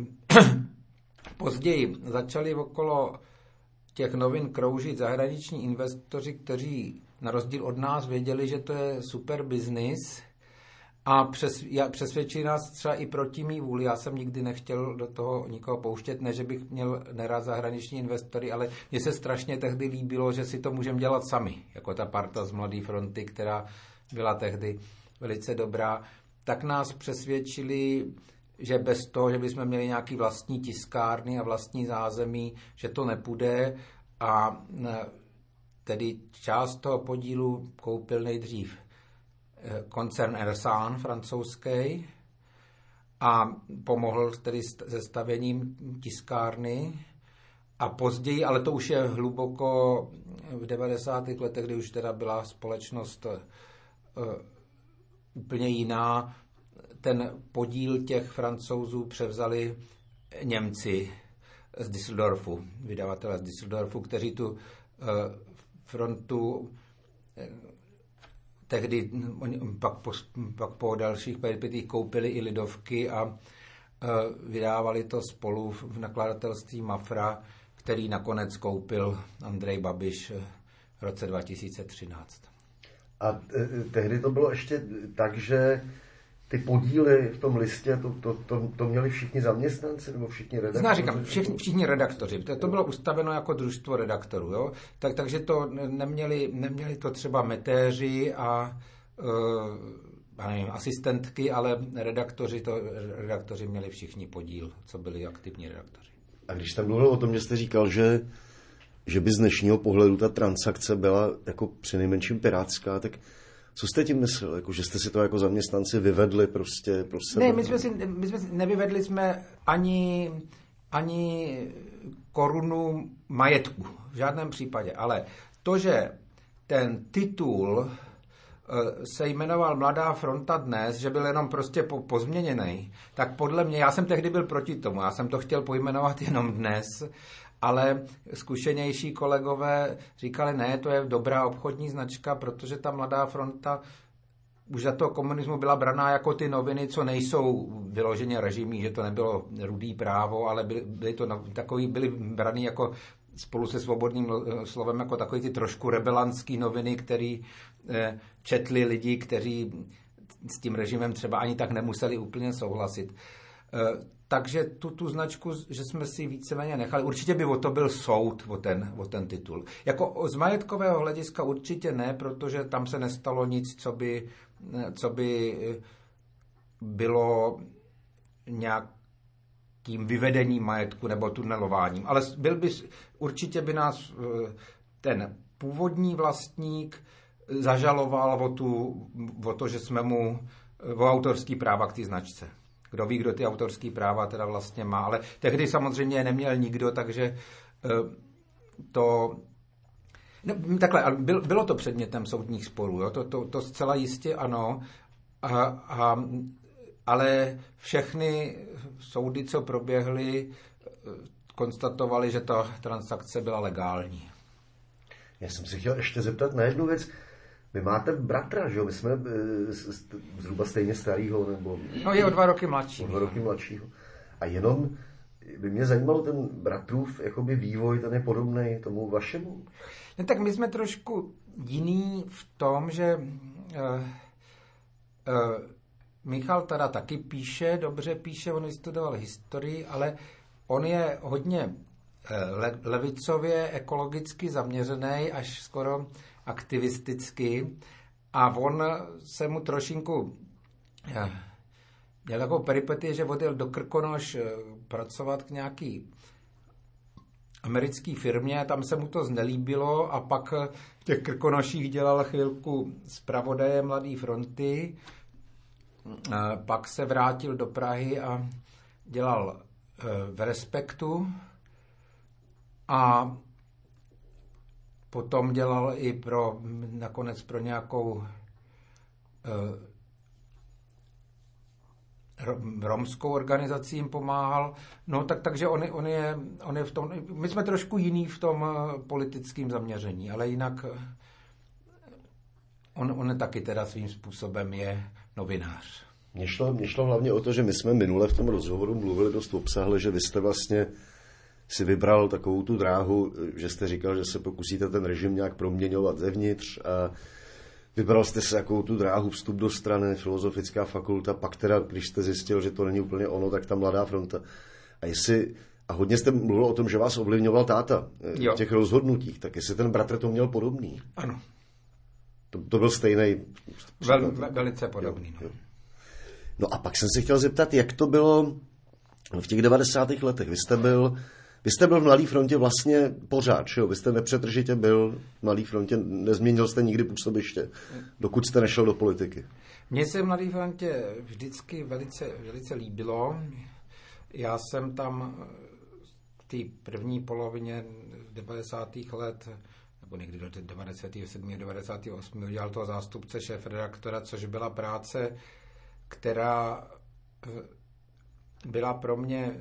později začali okolo těch novin kroužit zahraniční investoři, kteří na rozdíl od nás věděli, že to je super biznis, a přesvědčili nás třeba i proti mý vůli. Já jsem nikdy nechtěl do toho nikoho pouštět, ne, že bych měl nerad zahraniční investory, ale mně se strašně tehdy líbilo, že si to můžeme dělat sami, jako ta parta z Mladé fronty, která byla tehdy velice dobrá. Tak nás přesvědčili, že bez toho, že bychom měli nějaký vlastní tiskárny a vlastní zázemí, že to nepůjde, a tedy část toho podílu koupil nejdřív koncern Ersan francouzský a pomohl tedy se stavěním tiskárny, a později, ale to už je hluboko v 90. letech, kdy už teda byla společnost úplně jiná, ten podíl těch Francouzů převzali Němci z Düsseldorfu, vydavatelé z Düsseldorfu, kteří tu frontu tehdy pak po dalších peripetích koupili i Lidovky a vydávali to spolu v nakladatelství Mafra, který nakonec koupil Andrej Babiš v roce 2013. A tehdy to bylo ještě tak, že ty podíly v tom listě, to měli všichni zaměstnanci nebo všichni redaktoři? Říkám, všichni redaktoři. To bylo ustaveno jako družstvo redaktorů. Jo? Takže to neměli to třeba metéři a nevím, asistentky, ale redaktoři měli všichni podíl, co byli aktivní redaktoři. A když tam mluvil o tom, že jste říkal, že by z dnešního pohledu ta transakce byla jako přinejmenším pirátská, tak co jste tím myslel? Jako, že jste si to jako zaměstnanci vyvedli prostě pro sebe? Ne, my jsme nevyvedli jsme ani korunu majetku. V žádném případě. Ale to, že ten titul se jmenoval Mladá fronta dnes, že byl jenom prostě pozměněný, tak podle mě, já jsem tehdy byl proti tomu, já jsem to chtěl pojmenovat jenom dnes, ale zkušenější kolegové říkali, ne, to je dobrá obchodní značka, protože ta Mladá fronta už za toho komunismu byla braná jako ty noviny, co nejsou vyloženě režimí, že to nebylo Rudý právo, ale byly braný jako spolu se Svobodným slovem jako takový ty trošku rebelantský noviny, který četli lidi, kteří s tím režimem třeba ani tak nemuseli úplně souhlasit. Takže tu značku, že jsme si víceméně nechali, určitě by o to byl soud, o ten titul. Jako z majetkového hlediska určitě ne, protože tam se nestalo nic, co by bylo nějakým vyvedením majetku nebo tunelováním. Ale určitě by nás ten původní vlastník zažaloval o to, že jsme mu o autorský práva k té značce. Kdo ví, kdo ty autorský práva teda vlastně má, ale tehdy samozřejmě neměl nikdo, takže to... No, takhle, bylo to předmětem soudních sporů, jo? To zcela jistě ano, ale všechny soudy, co proběhly, konstatovali, že ta transakce byla legální. Já jsem si chtěl ještě zeptat na jednu věc. Vy máte bratra, že jo? My jsme zhruba stejně starýho, nebo... No, je o 2 roky mladší. O 2 roky mladšího. A jenom by mě zajímalo ten bratrův jakoby vývoj, ten je podobný tomu vašemu? No, tak my jsme trošku jiný v tom, že Michal teda taky dobře píše, on vystudoval historii, ale on je hodně levicově, ekologicky zaměřený, až skoro aktivisticky, a on se mu trošinku měl takovou peripetii, že odjel do Krkonoš pracovat k nějaký americké firmě, tam se mu to znelíbilo a pak v těch Krkonoších dělal chvilku zpravodaje Mladé fronty, pak se vrátil do Prahy a dělal v Respektu a potom dělal i nakonec pro nějakou romskou organizaci jim pomáhal. No takže on je v tom, my jsme trošku jiný v tom politickém zaměření, ale jinak on taky teda svým způsobem je novinář. Mně šlo hlavně o to, že my jsme minule v tom rozhovoru mluvili dost obsahle, že vy jste vlastně si vybral takovou tu dráhu, že jste říkal, že se pokusíte ten režim nějak proměňovat zevnitř a vybral jste si takovou tu dráhu vstup do strany, filozofická fakulta, pak teda, když jste zjistil, že to není úplně ono, tak ta Mladá fronta. A hodně jste mluvil o tom, že vás ovlivňoval táta v těch rozhodnutích, tak jestli ten bratr to měl podobný? Ano. To byl stejný? Velice podobný. Jo. No a pak jsem se chtěl zeptat, jak to bylo v těch 90. letech. Vy jste byl v Mladé frontě vlastně pořád, že jo? Vy jste nepřetržitě byl v Mladé frontě, nezměnil jste nikdy působiště, dokud jste nešel do politiky. Mně se v Mladé frontě vždycky velice, velice líbilo. Já jsem tam v té první polovině 90. let, nebo někdy do 97. 98. udělal toho zástupce šéfredaktora, což byla práce, která byla pro mě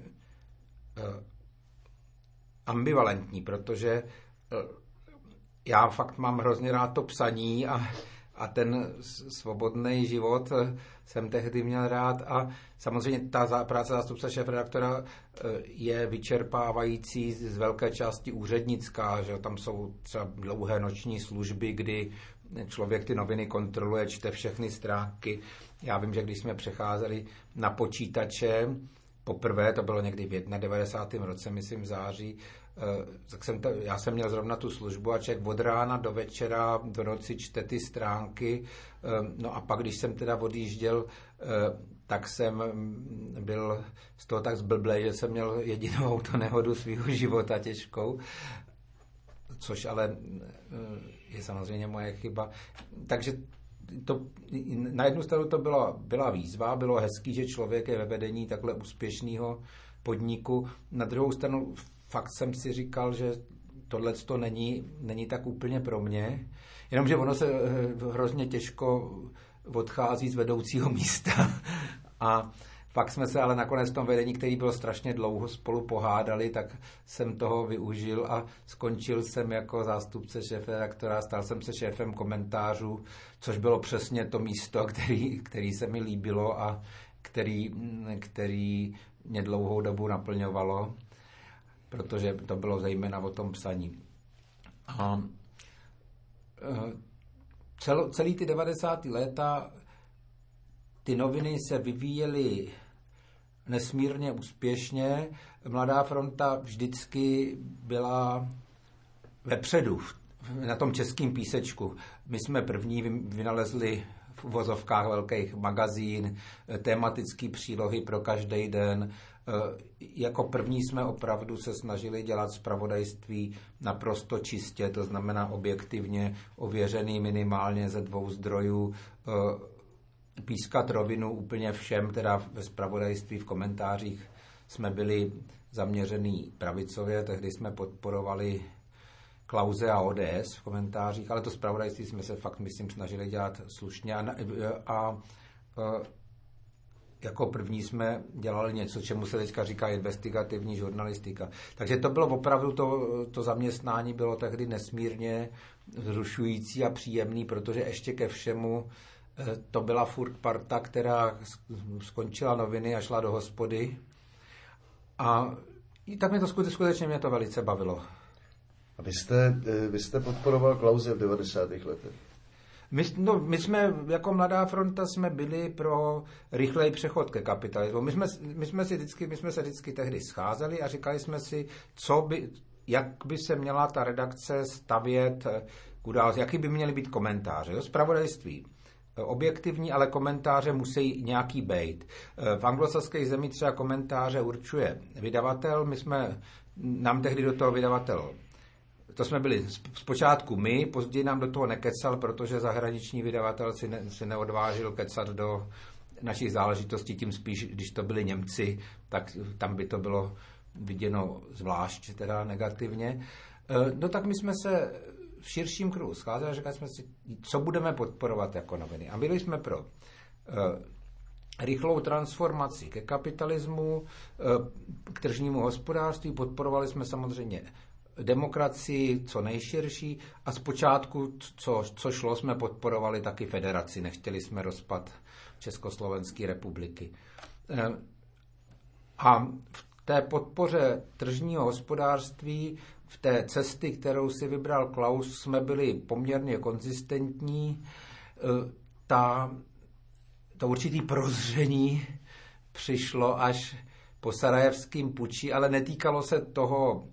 ambivalentní, protože já fakt mám hrozně rád to psaní a a ten svobodný život jsem tehdy měl rád a samozřejmě ta práce zástupce šéfredaktora je vyčerpávající, z velké části úřednická, že tam jsou třeba dlouhé noční služby, kdy člověk ty noviny kontroluje, čte všechny stránky. Já vím, že když jsme přecházeli na počítače, poprvé, to bylo někdy v 91. roce, myslím v září, tak já jsem měl zrovna tu službu a člověk od rána do večera, do noci čte ty stránky. No a pak, když jsem teda odjížděl, tak jsem byl z toho tak zblblej, že jsem měl jedinou autonehodu svého života těžkou, což ale je samozřejmě moje chyba. Takže na jednu stranu to byla výzva, bylo hezký, že člověk je ve vedení takhle úspěšného podniku. Na druhou stranu fakt jsem si říkal, že tohleto není tak úplně pro mě, jenomže ono se hrozně těžko odchází z vedoucího místa a pak jsme se ale nakonec v tom vedení, který byl strašně dlouho, spolu pohádali, tak jsem toho využil a skončil jsem jako zástupce šéfredaktora, stal jsem se šéfem komentářů, což bylo přesně to místo, který se mi líbilo a který mě dlouhou dobu naplňovalo, protože to bylo zejména o tom psaní. A celý ty 90. léta ty noviny se vyvíjely nesmírně úspěšně. Mladá fronta vždycky byla vepředu, na tom českém písečku. My jsme první vynalezli v uvozovkách velkých magazín, tematické přílohy pro každý den. Jako první jsme opravdu se snažili dělat zpravodajství naprosto čistě, to znamená objektivně ověřený minimálně ze 2 zdrojů, pískat rovinu úplně všem, teda ve zpravodajství, v komentářích jsme byli zaměřený pravicově, tehdy jsme podporovali Klause a ODS v komentářích, ale to zpravodajství jsme se fakt, myslím, snažili dělat slušně a jako první jsme dělali něco, čemu se teďka říká investigativní žurnalistika. Takže to bylo opravdu, to zaměstnání bylo tehdy nesmírně vzrušující a příjemný, protože ještě ke všemu to byla furt parta, která skončila noviny a šla do hospody. A tak mě to skutečně mě to velice bavilo. A vy jste podporoval Klause v 90. letech? My jsme, jako Mladá fronta, jsme byli pro rychlej přechod ke kapitalismu. My jsme se vždycky tehdy scházeli a říkali jsme si, jak by se měla ta redakce stavět k události, jaký by měly být komentáře. Zpravodajství objektivní, ale komentáře musí nějaký bejt. V anglosaských zemích třeba komentáře určuje vydavatel, nám tehdy do toho vydavatel, to jsme byli zpočátku my, později nám do toho nekecal, protože zahraniční vydavatel si neodvážil kecat do našich záležitostí, tím spíš, když to byli Němci, tak tam by to bylo viděno zvlášť, teda negativně. No tak my jsme se v širším kruhu scházeli a říkali jsme si, co budeme podporovat jako noviny. A byli jsme pro rychlou transformaci ke kapitalismu, k tržnímu hospodářství, podporovali jsme samozřejmě demokracii co nejširší a zpočátku, co šlo, jsme podporovali taky federaci, nechtěli jsme rozpad Československé republiky. A v té podpoře tržního hospodářství, v té cesty, kterou si vybral Klaus, jsme byli poměrně konzistentní. To určitý prozření přišlo až po sarajevském puči, ale netýkalo se toho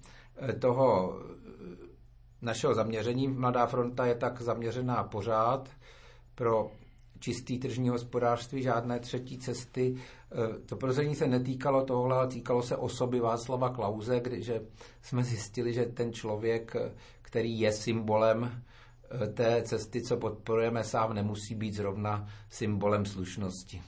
našeho zaměření. Mladá fronta je tak zaměřená pořád pro čistý tržní hospodářství, žádné třetí cesty. To prozření se netýkalo tohle, ale týkalo se osoby Václava Klause, když jsme zjistili, že ten člověk, který je symbolem té cesty, co podporujeme, sám nemusí být zrovna symbolem slušnosti.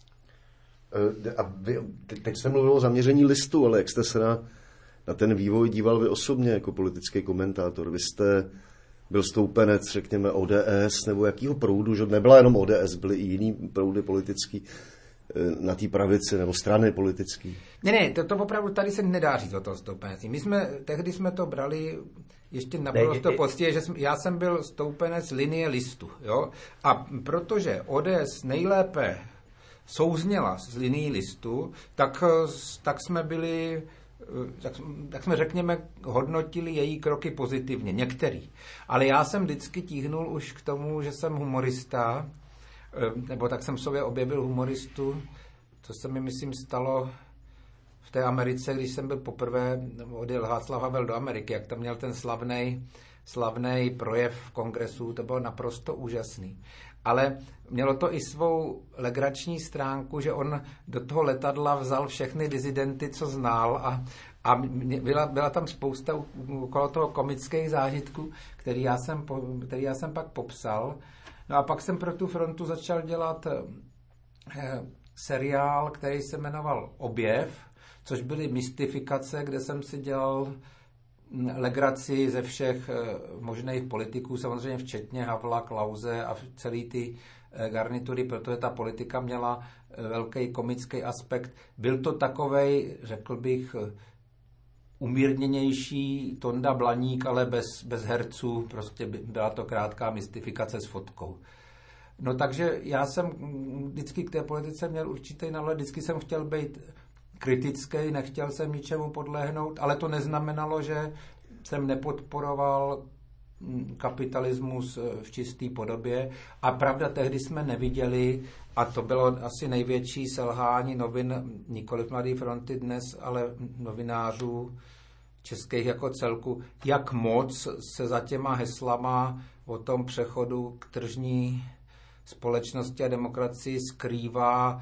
A teď jste mluvil o zaměření listu, ale jak jste se na ten vývoj díval vy osobně jako politický komentátor? Vy jste byl stoupenec, řekněme, ODS, nebo jakýho proudu, že nebyla jenom ODS, byly i jiný proudy politický. na té pravici nebo strany politické? Ne, to opravdu tady se nedá říct o toho stoupenectví. Tehdy jsme to brali ještě naprosto poctivě, že já jsem byl stoupenec linie Listu. Jo? A protože ODS nejlépe souzněla s linií Listu, tak jsme byli, tak jsme, řekněme, hodnotili její kroky pozitivně, některý. Ale já jsem vždycky tíhnul už k tomu, že jsem humorista, nebo tak jsem v sobě objevil humoristu, co se mi, myslím, stalo v té Americe, když jsem byl poprvé, odjel Václav Havel do Ameriky, jak tam měl ten slavný projev v kongresu, to bylo naprosto úžasný. Ale mělo to i svou legrační stránku, že on do toho letadla vzal všechny dizidenty, co znal a byla tam spousta okolo toho komických zážitků, který já jsem pak popsal. No a pak jsem pro tu Frontu začal dělat seriál, který se jmenoval Objev, což byly mystifikace, kde jsem si dělal legraci ze všech možných politiků, samozřejmě včetně Havla, Klause a celý ty garnitury, protože ta politika měla velký komický aspekt. Byl to takovej, řekl bych, umírněnější Tonda Blaník, ale bez herců, prostě byla to krátká mystifikace s fotkou. No takže já jsem vždycky k té politice měl určitý náhled, vždycky jsem chtěl být kritický, nechtěl jsem ničemu podlehnout, ale to neznamenalo, že jsem nepodporoval kapitalismus v čisté podobě. A pravda, tehdy jsme neviděli, a to bylo asi největší selhání novin, nikoliv Mladé fronty dnes, ale novinářů českých jako celku, jak moc se za těma heslama o tom přechodu k tržní společnosti a demokracii skrývá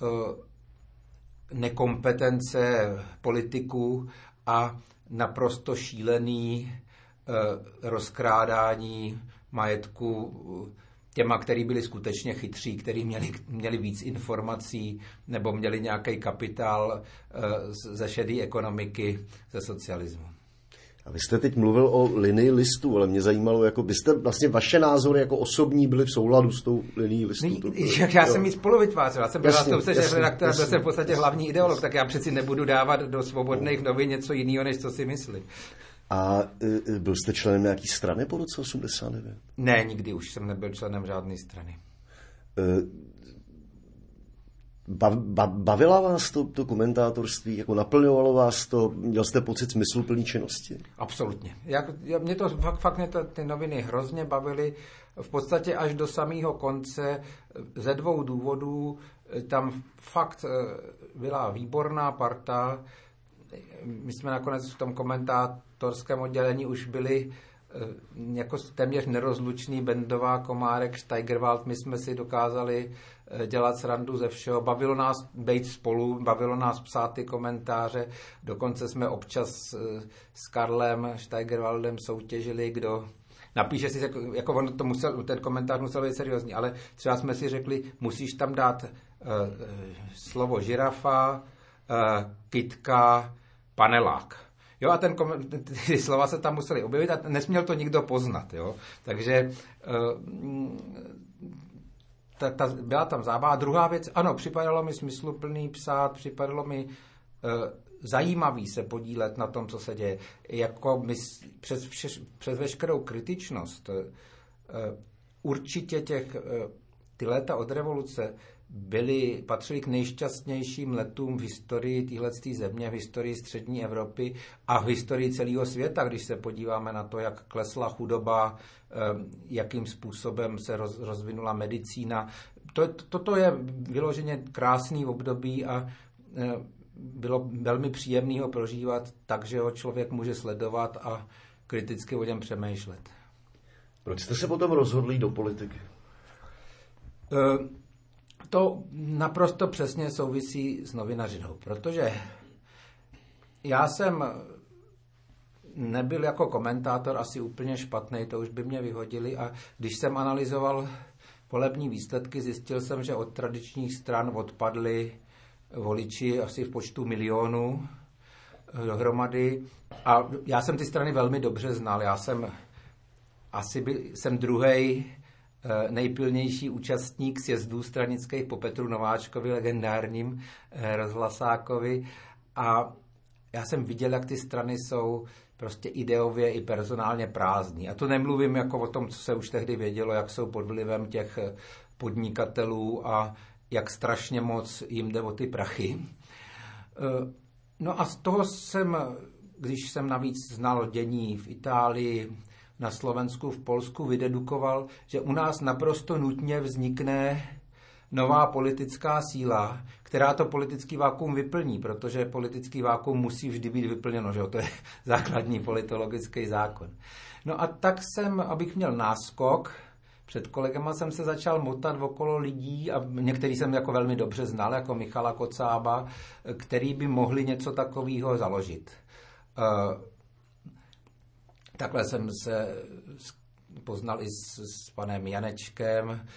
nekompetence politiků a naprosto šílený rozkrádání majetku těma, který byli skutečně chytří, který měli víc informací nebo měli nějaký kapitál ze šedé ekonomiky, ze socialismu. A vy jste teď mluvil o linii Listu, ale mě zajímalo, jako byste vlastně vaše názory jako osobní byly v souladu s tou linií Listu. Já jsem ji spolu vytvářel. Já jsem byl šéf redaktor, byl jsem v podstatě hlavní ideolog, tak já přeci nebudu dávat do Svobodných novin něco jiného, než co si myslí. A byl jste členem nějaký strany po roce 89? Ne, nikdy už jsem nebyl členem žádné strany. Bavila vás to komentátorství? Jako naplňovalo vás to? Měl jste pocit smysluplný činnosti? Absolutně. Mě ty noviny hrozně bavily. V podstatě až do samého konce ze 2 důvodů. Tam fakt byla výborná parta. My jsme nakonec v tom komentátorském oddělení už byli jako téměř nerozlučný Bendová, Komárek, Steigerwald. My jsme si dokázali dělat srandu ze všeho. Bavilo nás být spolu, bavilo nás psát ty komentáře. Dokonce jsme občas s Karlem Steigerwaldem soutěžili, kdo napíše si, jako on to musel, ten komentář musel být seriózní, ale třeba jsme si řekli, musíš tam dát slovo žirafa, kytka, panelák. Jo, a ty slova se tam museli objevit a nesměl to nikdo poznat. Jo. Takže byla tam zábava. Druhá věc, ano, připadalo mi smysluplný psát, připadalo mi zajímavý se podílet na tom, co se děje. Jako přes veškerou kritičnost určitě ty léta od revoluce patřili k nejšťastnějším letům v historii téhleté země, v historii střední Evropy a v historii celého světa, když se podíváme na to, jak klesla chudoba, jakým způsobem se rozvinula medicína. Toto je vyloženě krásný období a bylo velmi příjemné ho prožívat, takže ho člověk může sledovat a kriticky o něm přemýšlet. Proč jste se potom rozhodli do politiky? To naprosto přesně souvisí s novinařinou, protože já jsem nebyl jako komentátor asi úplně špatný, to už by mě vyhodili, a když jsem analyzoval volební výsledky, zjistil jsem, že od tradičních stran odpadli voliči asi v počtu milionů dohromady a já jsem ty strany velmi dobře znal. Já jsem druhej nejpilnější účastník sjezdů stranických po Petru Nováčkovi, legendárním rozhlasákovi. A já jsem viděl, jak ty strany jsou prostě ideově i personálně prázdný. A to nemluvím jako o tom, co se už tehdy vědělo, jak jsou pod vlivem těch podnikatelů a jak strašně moc jim jde o ty prachy. No a z toho jsem, když jsem navíc znal dění v Itálii, na Slovensku, v Polsku, vydedukoval, že u nás naprosto nutně vznikne nová politická síla, která to politický vákuum vyplní, protože politický vákuum musí vždy být vyplněno, že jo? To je základní politologický zákon. No a tak jsem, abych měl náskok, před kolegama jsem se začal motat okolo lidí, a některý jsem jako velmi dobře znal, jako Michala Kocába, který by mohli něco takového založit. Takhle jsem se poznal i s panem Janečkem.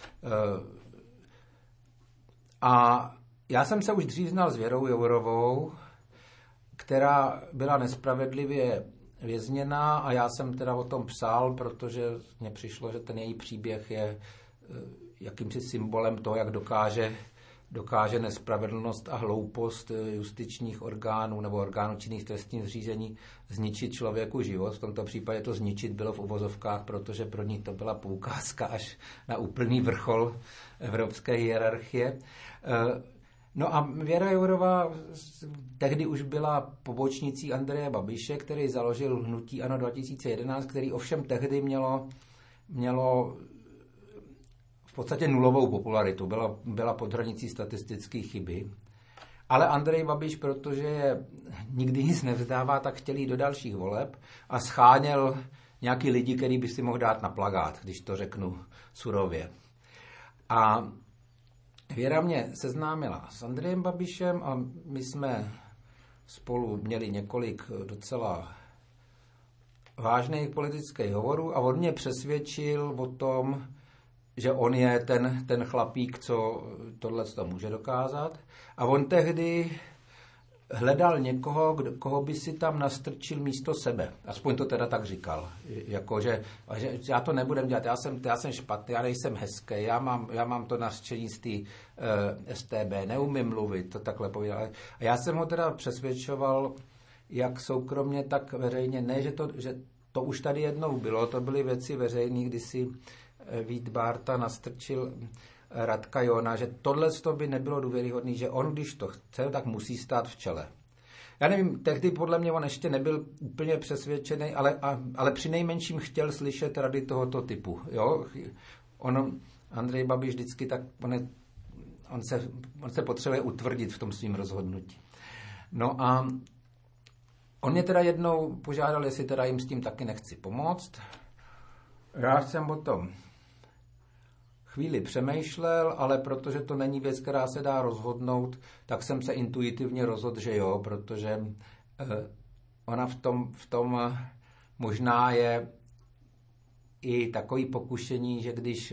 A já jsem se už dřív znal s Věrou Jourovou, která byla nespravedlivě vězněná, a já jsem teda o tom psal, protože mně přišlo, že ten její příběh je jakýmsi symbolem toho, jak dokáže nespravedlnost a hloupost justičních orgánů nebo orgánů činných trestních řízení zničit člověku život. V tomto případě to zničit bylo v uvozovkách, protože pro ní to byla poukázka až na úplný vrchol evropské hierarchie. No a Věra Jourová tehdy už byla pobočnicí Andreje Babiše, který založil hnutí ANO 2011, který ovšem tehdy mělo v podstatě nulovou popularitu, byla pod hranicí statistické chyby. Ale Andrej Babiš, protože nikdy nic nevzdává, tak chtěl jít do dalších voleb a scháněl nějaký lidi, který by si mohl dát na plakát, když to řeknu surově. A Věra mě seznámila s Andrejem Babišem a my jsme spolu měli několik docela vážných politických hovorů a on mě přesvědčil o tom, že on je ten chlapík, co tohle může dokázat. A on tehdy hledal někoho, koho by si tam nastrčil místo sebe. Aspoň to teda tak říkal. Jako, že já to nebudem dělat, já jsem špatný, já nejsem hezký, já mám to nařčení z té STB, neumím mluvit, to takhle povídal. A já jsem ho teda přesvědčoval, jak soukromně, tak veřejně. Ne, že to už tady jednou bylo, to byly věci veřejné, kdy si Vít Bárta nastrčil Radka Johna, že tohle by nebylo důvěryhodný, že on, když to chce, tak musí stát v čele. Já nevím, tehdy podle mě on ještě nebyl úplně přesvědčený, ale přinejmenším chtěl slyšet rady tohoto typu. Jo? Andrej Babiš vždycky tak, on se potřebuje utvrdit v tom svým rozhodnutí. No a on mě teda jednou požádal, jestli teda jim s tím taky nechci pomoct. Já jsem o tom chvíli přemýšlel, ale protože to není věc, která se dá rozhodnout, tak jsem se intuitivně rozhodl, že jo, protože ona v tom možná je i takový pokušení, že když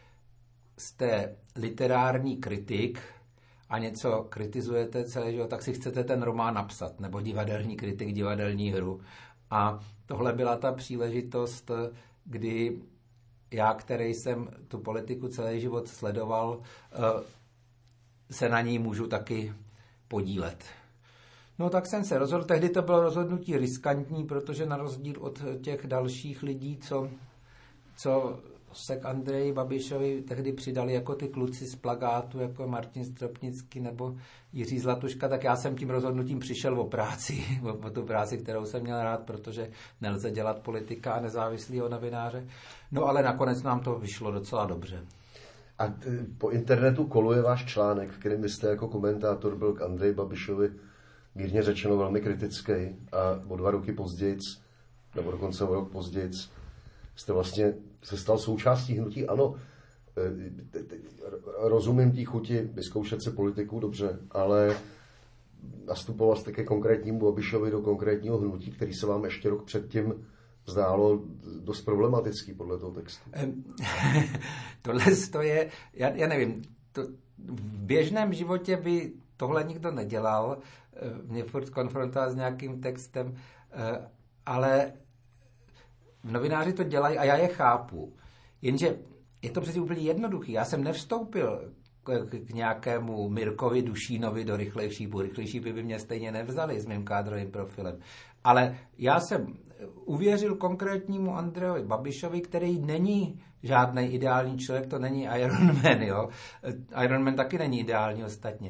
jste literární kritik a něco kritizujete celé život, tak si chcete ten román napsat, nebo divadelní kritik, divadelní hru. A tohle byla ta příležitost, kdy já, který jsem tu politiku celý život sledoval, se na ní můžu taky podílet. No tak jsem se rozhodl, tehdy to bylo rozhodnutí riskantní, protože na rozdíl od těch dalších lidí, co se k Andreji Babišovi tehdy přidali jako ty kluci z plagátu, jako Martin Stropnický nebo Jiří Zlatuška, tak já jsem tím rozhodnutím přišel o práci, o tu práci, kterou jsem měl rád, protože nelze dělat politika a nezávislého novináře. No ale nakonec nám to vyšlo docela dobře. A po internetu koluje váš článek, v kterém jste jako komentátor byl k Andreji Babišovi mírně řečeno velmi kritický a o 2 roky později, nebo dokonce o rok později, jste vlastně se stal součástí hnutí ANO. Rozumím té chuti vyzkoušet se politiku, dobře, ale nastupoval jste ke konkrétnímu Babišovi do konkrétního hnutí, který se vám ještě rok předtím zdálo dost problematický podle toho textu. Tohle je, já nevím, v běžném životě by tohle nikdo nedělal, mě furt konfrontovat s nějakým textem, ale novináři to dělají a já je chápu. Jenže je to přeci úplně jednoduchý. Já jsem nevstoupil k nějakému Mirkovi Dušínovi do Rychlejch šípů. Rychlejch šípy by mě stejně nevzali s mým kádrovým profilem. Ale já jsem uvěřil konkrétnímu Andrejovi Babišovi, který není žádný ideální člověk, to není Iron Man, jo. Iron Man taky není ideální ostatně.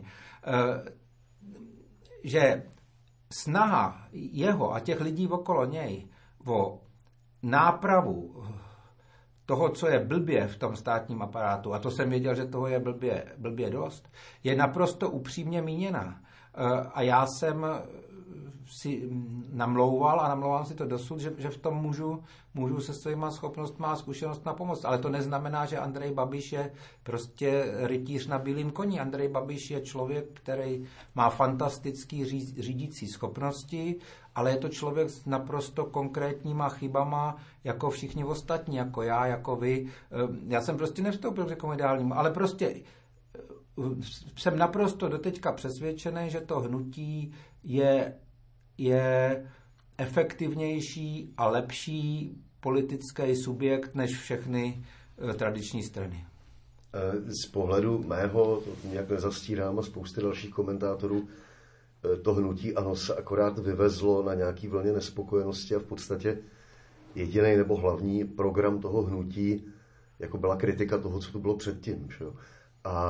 Že snaha jeho a těch lidí okolo něj o nápravu toho, co je blbě v tom státním aparátu, a to jsem věděl, že toho je blbě dost, je naprosto upřímně míněná. A já jsem si namlouval a namlouvám si to dosud, že v tom můžu se svýma schopnostma a zkušenostma pomoct. Ale to neznamená, že Andrej Babiš je prostě rytíř na bílém koni. Andrej Babiš je člověk, který má fantastický řídící schopnosti, ale je to člověk s naprosto konkrétníma chybama, jako všichni ostatní, jako já, jako vy. Já jsem prostě nevstoupil k někomu ideálnímu, ale prostě jsem naprosto doteďka přesvědčený, že to hnutí je efektivnější a lepší politický subjekt než všechny tradiční strany. Z pohledu mého, to nějak nezastírám, a spousty dalších komentátorů, to hnutí ANO se akorát vyvezlo na nějaký vlně nespokojenosti a v podstatě jediný nebo hlavní program toho hnutí jako byla kritika toho, co tu bylo předtím. Že? A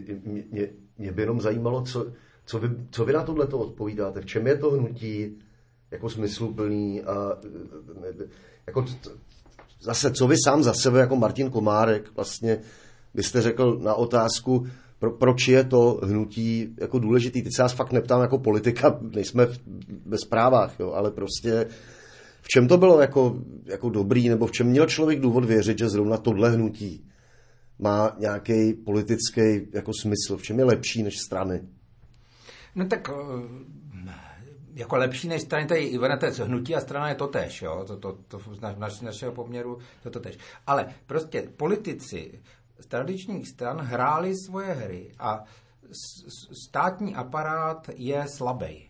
mě by jenom zajímalo, co vy na tohleto odpovídáte, v čem je to hnutí jako smysluplný a jako zase, co vy sám za sebe jako Martin Komárek vlastně byste řekl na otázku, proč je to hnutí jako důležitý. Teď se vás fakt neptám jako politika, nejsme ve zprávách, jo, ale prostě v čem to bylo jako dobrý, nebo v čem měl člověk důvod věřit, že zrovna tohle hnutí má nějaký politický jako smysl, v čem je lepší než strany? No tak jako lepší než strany, tady hnutí a strana je totéž, jo, to z našeho poměru to totéž. Ale prostě politici z tradičních stran hráli svoje hry a státní aparát je slabý.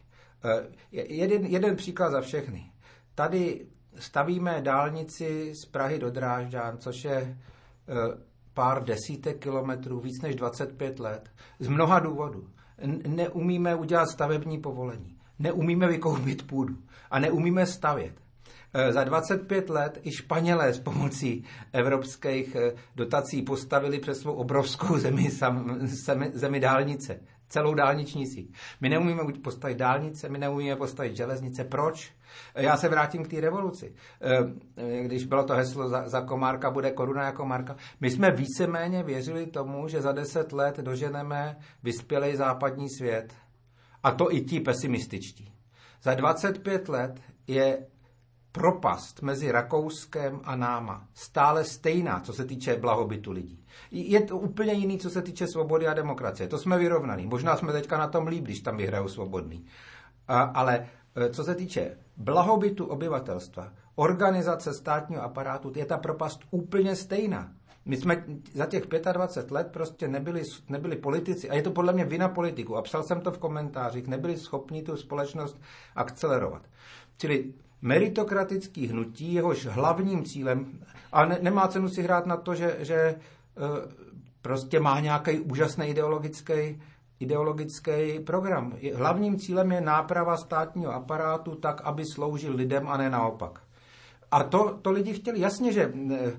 Jeden příklad za všechny. Tady stavíme dálnici z Prahy do Drážďan, což je pár desítek kilometrů, víc než 25 let. Z mnoha důvodů. Neumíme udělat stavební povolení. Neumíme vykoupit půdu. A neumíme stavět. Za 25 let i Španělé s pomocí evropských dotací postavili přes svou obrovskou zemi dálnice. Celou dálniční síť. My neumíme postavit dálnice, my neumíme postavit železnice. Proč? Já se vrátím k té revoluci. Když bylo to heslo za Komárka bude koruna jako Komárka. My jsme víceméně věřili tomu, že za 10 let doženeme vyspělý západní svět. A to i ti pesimističtí. Za 25 let je propast mezi Rakouskem a náma stále stejná, co se týče blahobytu lidí. Je to úplně jiný, co se týče svobody a demokracie. To jsme vyrovnaný. Možná jsme teďka na tom líp, když tam vyhrajou svobodný. Ale co se týče blahobytu obyvatelstva, organizace státního aparátu, je ta propast úplně stejná. My jsme za těch 25 let prostě nebyli politici, a je to podle mě vina politiků, a psal jsem to v komentářích, nebyli schopni tu společnost akcelerovat. Čili meritokratický hnutí, jehož hlavním cílem, a nemá cenu si hrát na to, že prostě má nějaký úžasný ideologický program. Hlavním cílem je náprava státního aparátu tak, aby sloužil lidem a ne naopak. A to lidi chtěli. Jasně, že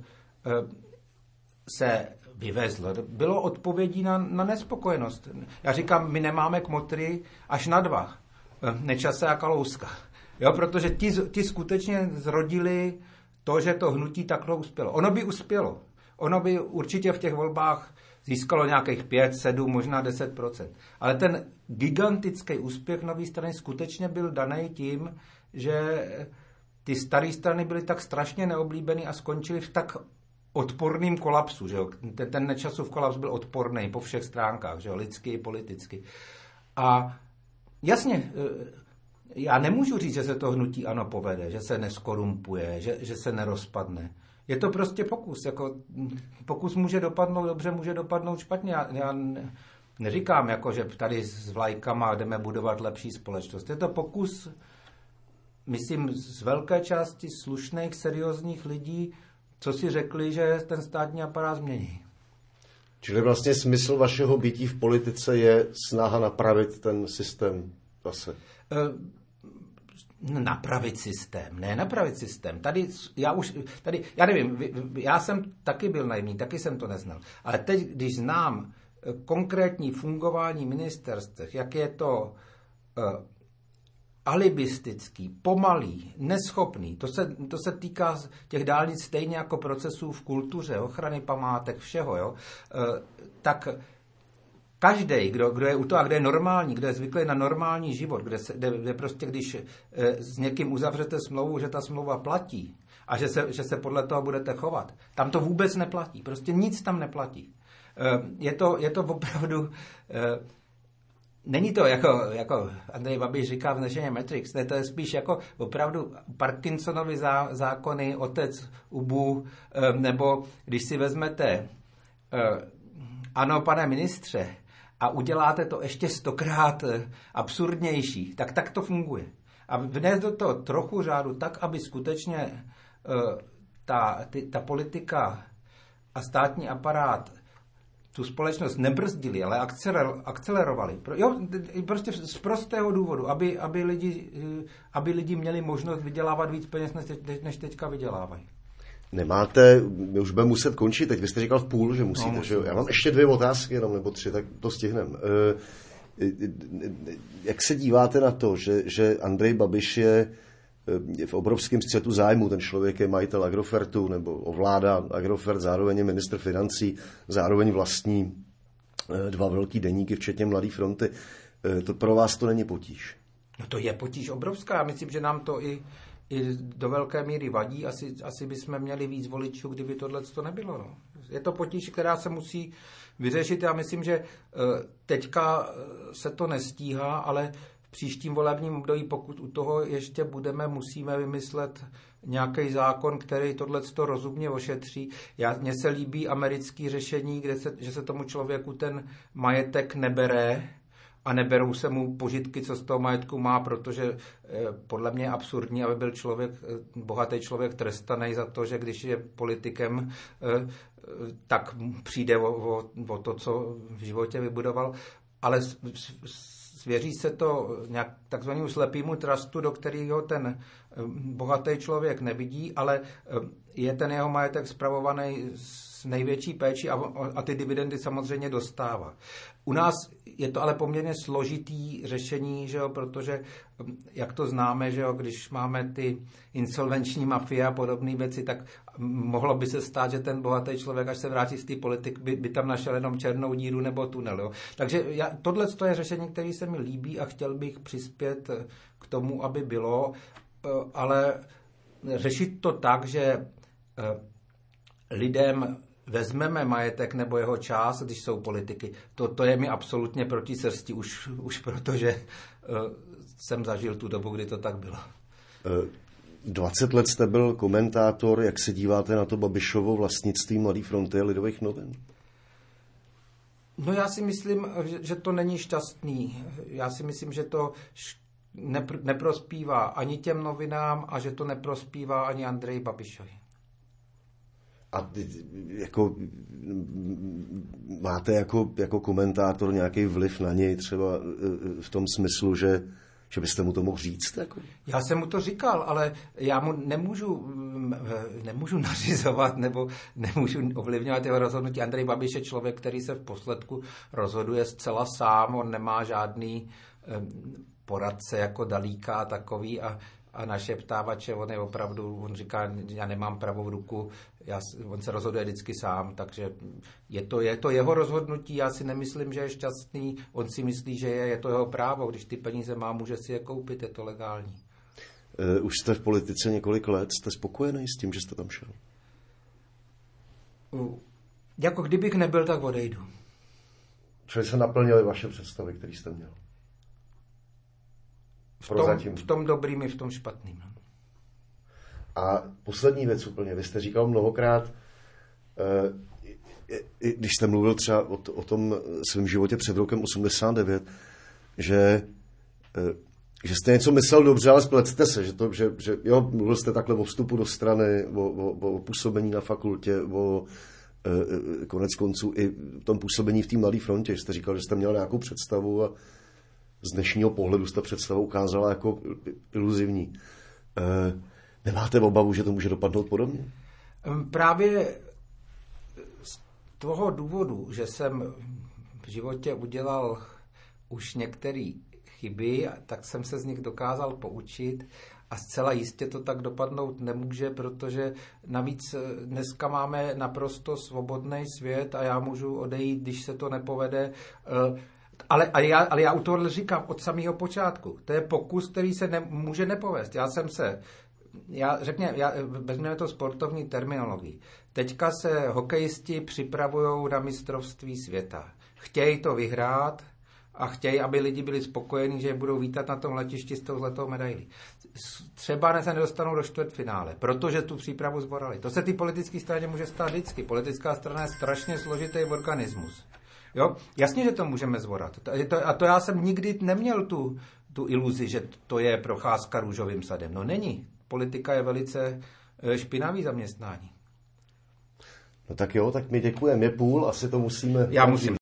se vyvezlo. Bylo odpovědí na nespokojenost. Já říkám, my nemáme kmotry až na 2. Nečase a Kalouska. Jo, protože ti skutečně zrodili to, že to hnutí takhle uspělo. Ono by uspělo. Ono by určitě v těch volbách získalo nějakých 5, 7, možná 10%. Ale ten gigantický úspěch Nové strany skutečně byl daný tím, že ty staré strany byly tak strašně neoblíbený a skončily v tak odporným kolapsu. Že jo? Ten Nečasův kolaps byl odporný po všech stránkách, že jo? Lidsky i politicky. A jasně, já nemůžu říct, že se to hnutí ANO povede, že se neskorumpuje, že se nerozpadne. Je to prostě pokus. Jako, pokus může dopadnout dobře, může dopadnout špatně. Já neříkám, jako, že tady s vlajkama jdeme budovat lepší společnost. Je to pokus, myslím, z velké části slušných, seriózních lidí co si řekli, že ten státní aparát změní. Čili vlastně smysl vašeho bytí v politice je snaha napravit ten systém zase? Napravit systém, ne napravit systém. Já nevím, já jsem taky byl naivní, taky jsem to neznal. Ale teď, když znám konkrétní fungování ministerstev, jak je to alibistický, pomalý, neschopný, to se týká těch dálnic stejně jako procesů v kultuře, ochrany památek, všeho, jo? Tak každý, kdo je u toho a kdo je normální, kdo je zvyklý na normální život, kde prostě, když s někým uzavřete smlouvu, že ta smlouva platí a že se podle toho budete chovat, tam to vůbec neplatí. Prostě nic tam neplatí. Je to opravdu... Není to jako Andrej Babiš říká v dnešní Matrix, ne, to je spíš jako opravdu Parkinsonovi zákony, otec Ubu, nebo když si vezmete ano, pane ministře, a uděláte to ještě 100krát absurdnější, tak to funguje. A vnést do toho trochu řádu tak, aby skutečně ta politika a státní aparát tu společnost nebrzdili, ale akcelerovali. Jo, prostě z prostého důvodu, aby lidi měli možnost vydělávat víc peněz, než teďka vydělávají. My už budeme muset končit, teď vy jste říkal v půl, že musíte, že jo? Já mám ještě 2 otázky jenom, nebo 3, tak to stihneme. Jak se díváte na to, že Andrej Babiš je v obrovském střetu zájmu, ten člověk je majitel Agrofertu, nebo ovládá Agrofert, zároveň je ministr financí, zároveň vlastní 2 velký deníky, včetně Mladé fronty. To pro vás to není potíž? No to je potíž obrovská. Myslím, že nám to i do velké míry vadí. Asi bychom měli víc voličů, kdyby tohle to nebylo. No. Je to potíž, která se musí vyřešit. Já myslím, že teďka se to nestíhá, ale v příštím volebním období, pokud u toho ještě musíme vymyslet nějaký zákon, který tohleto rozumně ošetří. Mně se líbí americké řešení, že se tomu člověku ten majetek nebere a neberou se mu požitky, co z toho majetku má, protože podle mě je absurdní, aby byl bohatý člověk trestaný za to, že když je politikem, tak přijde o to, co v životě vybudoval, ale svěří se to nějak takzvanému slepému trustu, do kterého ten bohatý člověk nevidí, ale je ten jeho majetek spravovaný s největší péčí a ty dividendy samozřejmě dostává. U nás je to ale poměrně složitý řešení, že jo, protože jak to známe, že jo, když máme ty insolvenční mafie a podobné věci, tak mohlo by se stát, že ten bohatý člověk, až se vrátí z té politiky, by tam našel jenom černou díru nebo tunel. Jo. Takže tohle je řešení, které se mi líbí a chtěl bych přispět k tomu, aby bylo, ale řešit to tak, že lidem vezmeme majetek nebo jeho část, když jsou politiky. To je mi absolutně proti srsti, už protože jsem zažil tu dobu, kdy to tak bylo. 20 let jste byl komentátor, jak se díváte na to Babišovo vlastnictví Mladé fronty a Lidových novin? No já si myslím, že to není šťastný. Já si myslím, že to neprospívá ani těm novinám a že to neprospívá ani Andreji Babišovi. A jako máte jako komentátor nějaký vliv na něj třeba v tom smyslu, že byste mu to mohl říct? Jako? Já jsem mu to říkal, ale já mu nemůžu nařizovat nebo nemůžu ovlivňovat jeho rozhodnutí. Andrej Babiš je člověk, který se v posledku rozhoduje zcela sám, on nemá žádný poradce jako Dalíka takový a našeptávače, on říká, já nemám pravou ruku, on se rozhoduje vždycky sám, takže je to jeho rozhodnutí, já si nemyslím, že je šťastný, on si myslí, že je to jeho právo, když ty peníze má, může si je koupit, je to legální. Už jste v politice několik let, jste spokojený s tím, že jste tam šel? Jako kdybych nebyl, tak odejdu. Čili se naplnily vaše představy, které jste měl? V tom dobrým i v tom špatným. A poslední věc úplně. Vy jste říkal mnohokrát, když jste mluvil třeba o tom svém životě před rokem 89, že že jste něco myslel dobře, ale spletste se, že jo, mluvil jste takhle o vstupu do strany, o působení na fakultě, o konec konců i tom působení v té Mladé frontě. Jste říkal, že jste měl nějakou představu a z dnešního pohledu jste představu ukázala jako iluzivní. Nemáte obavu, že to může dopadnout podobně? Právě z toho důvodu, že jsem v životě udělal už některé chyby, tak jsem se z nich dokázal poučit a zcela jistě to tak dopadnout nemůže, protože navíc dneska máme naprosto svobodný svět a já můžu odejít, když se to nepovede. Ale já u tohohle říkám od samého počátku. To je pokus, který se může nepovést. Vezměme to sportovní terminologii. Teďka se hokejisti připravují na mistrovství světa. Chtějí to vyhrát a chtějí, aby lidi byli spokojení, že je budou vítat na tom letišti s tou zlatou medailí. Třeba se nedostanou do čtvrtfinále, protože tu přípravu zborali. To se ty politické straně může stát vždycky. Politická strana je strašně složitý organismus. Jo? Jasně, že to můžeme zvorat. A to já jsem nikdy neměl tu iluzi, že to je procházka růžovým sadem. No není. Politika je velice špinavý zaměstnání. No tak jo, tak my děkujeme. Je půl, asi to musíme... Já musím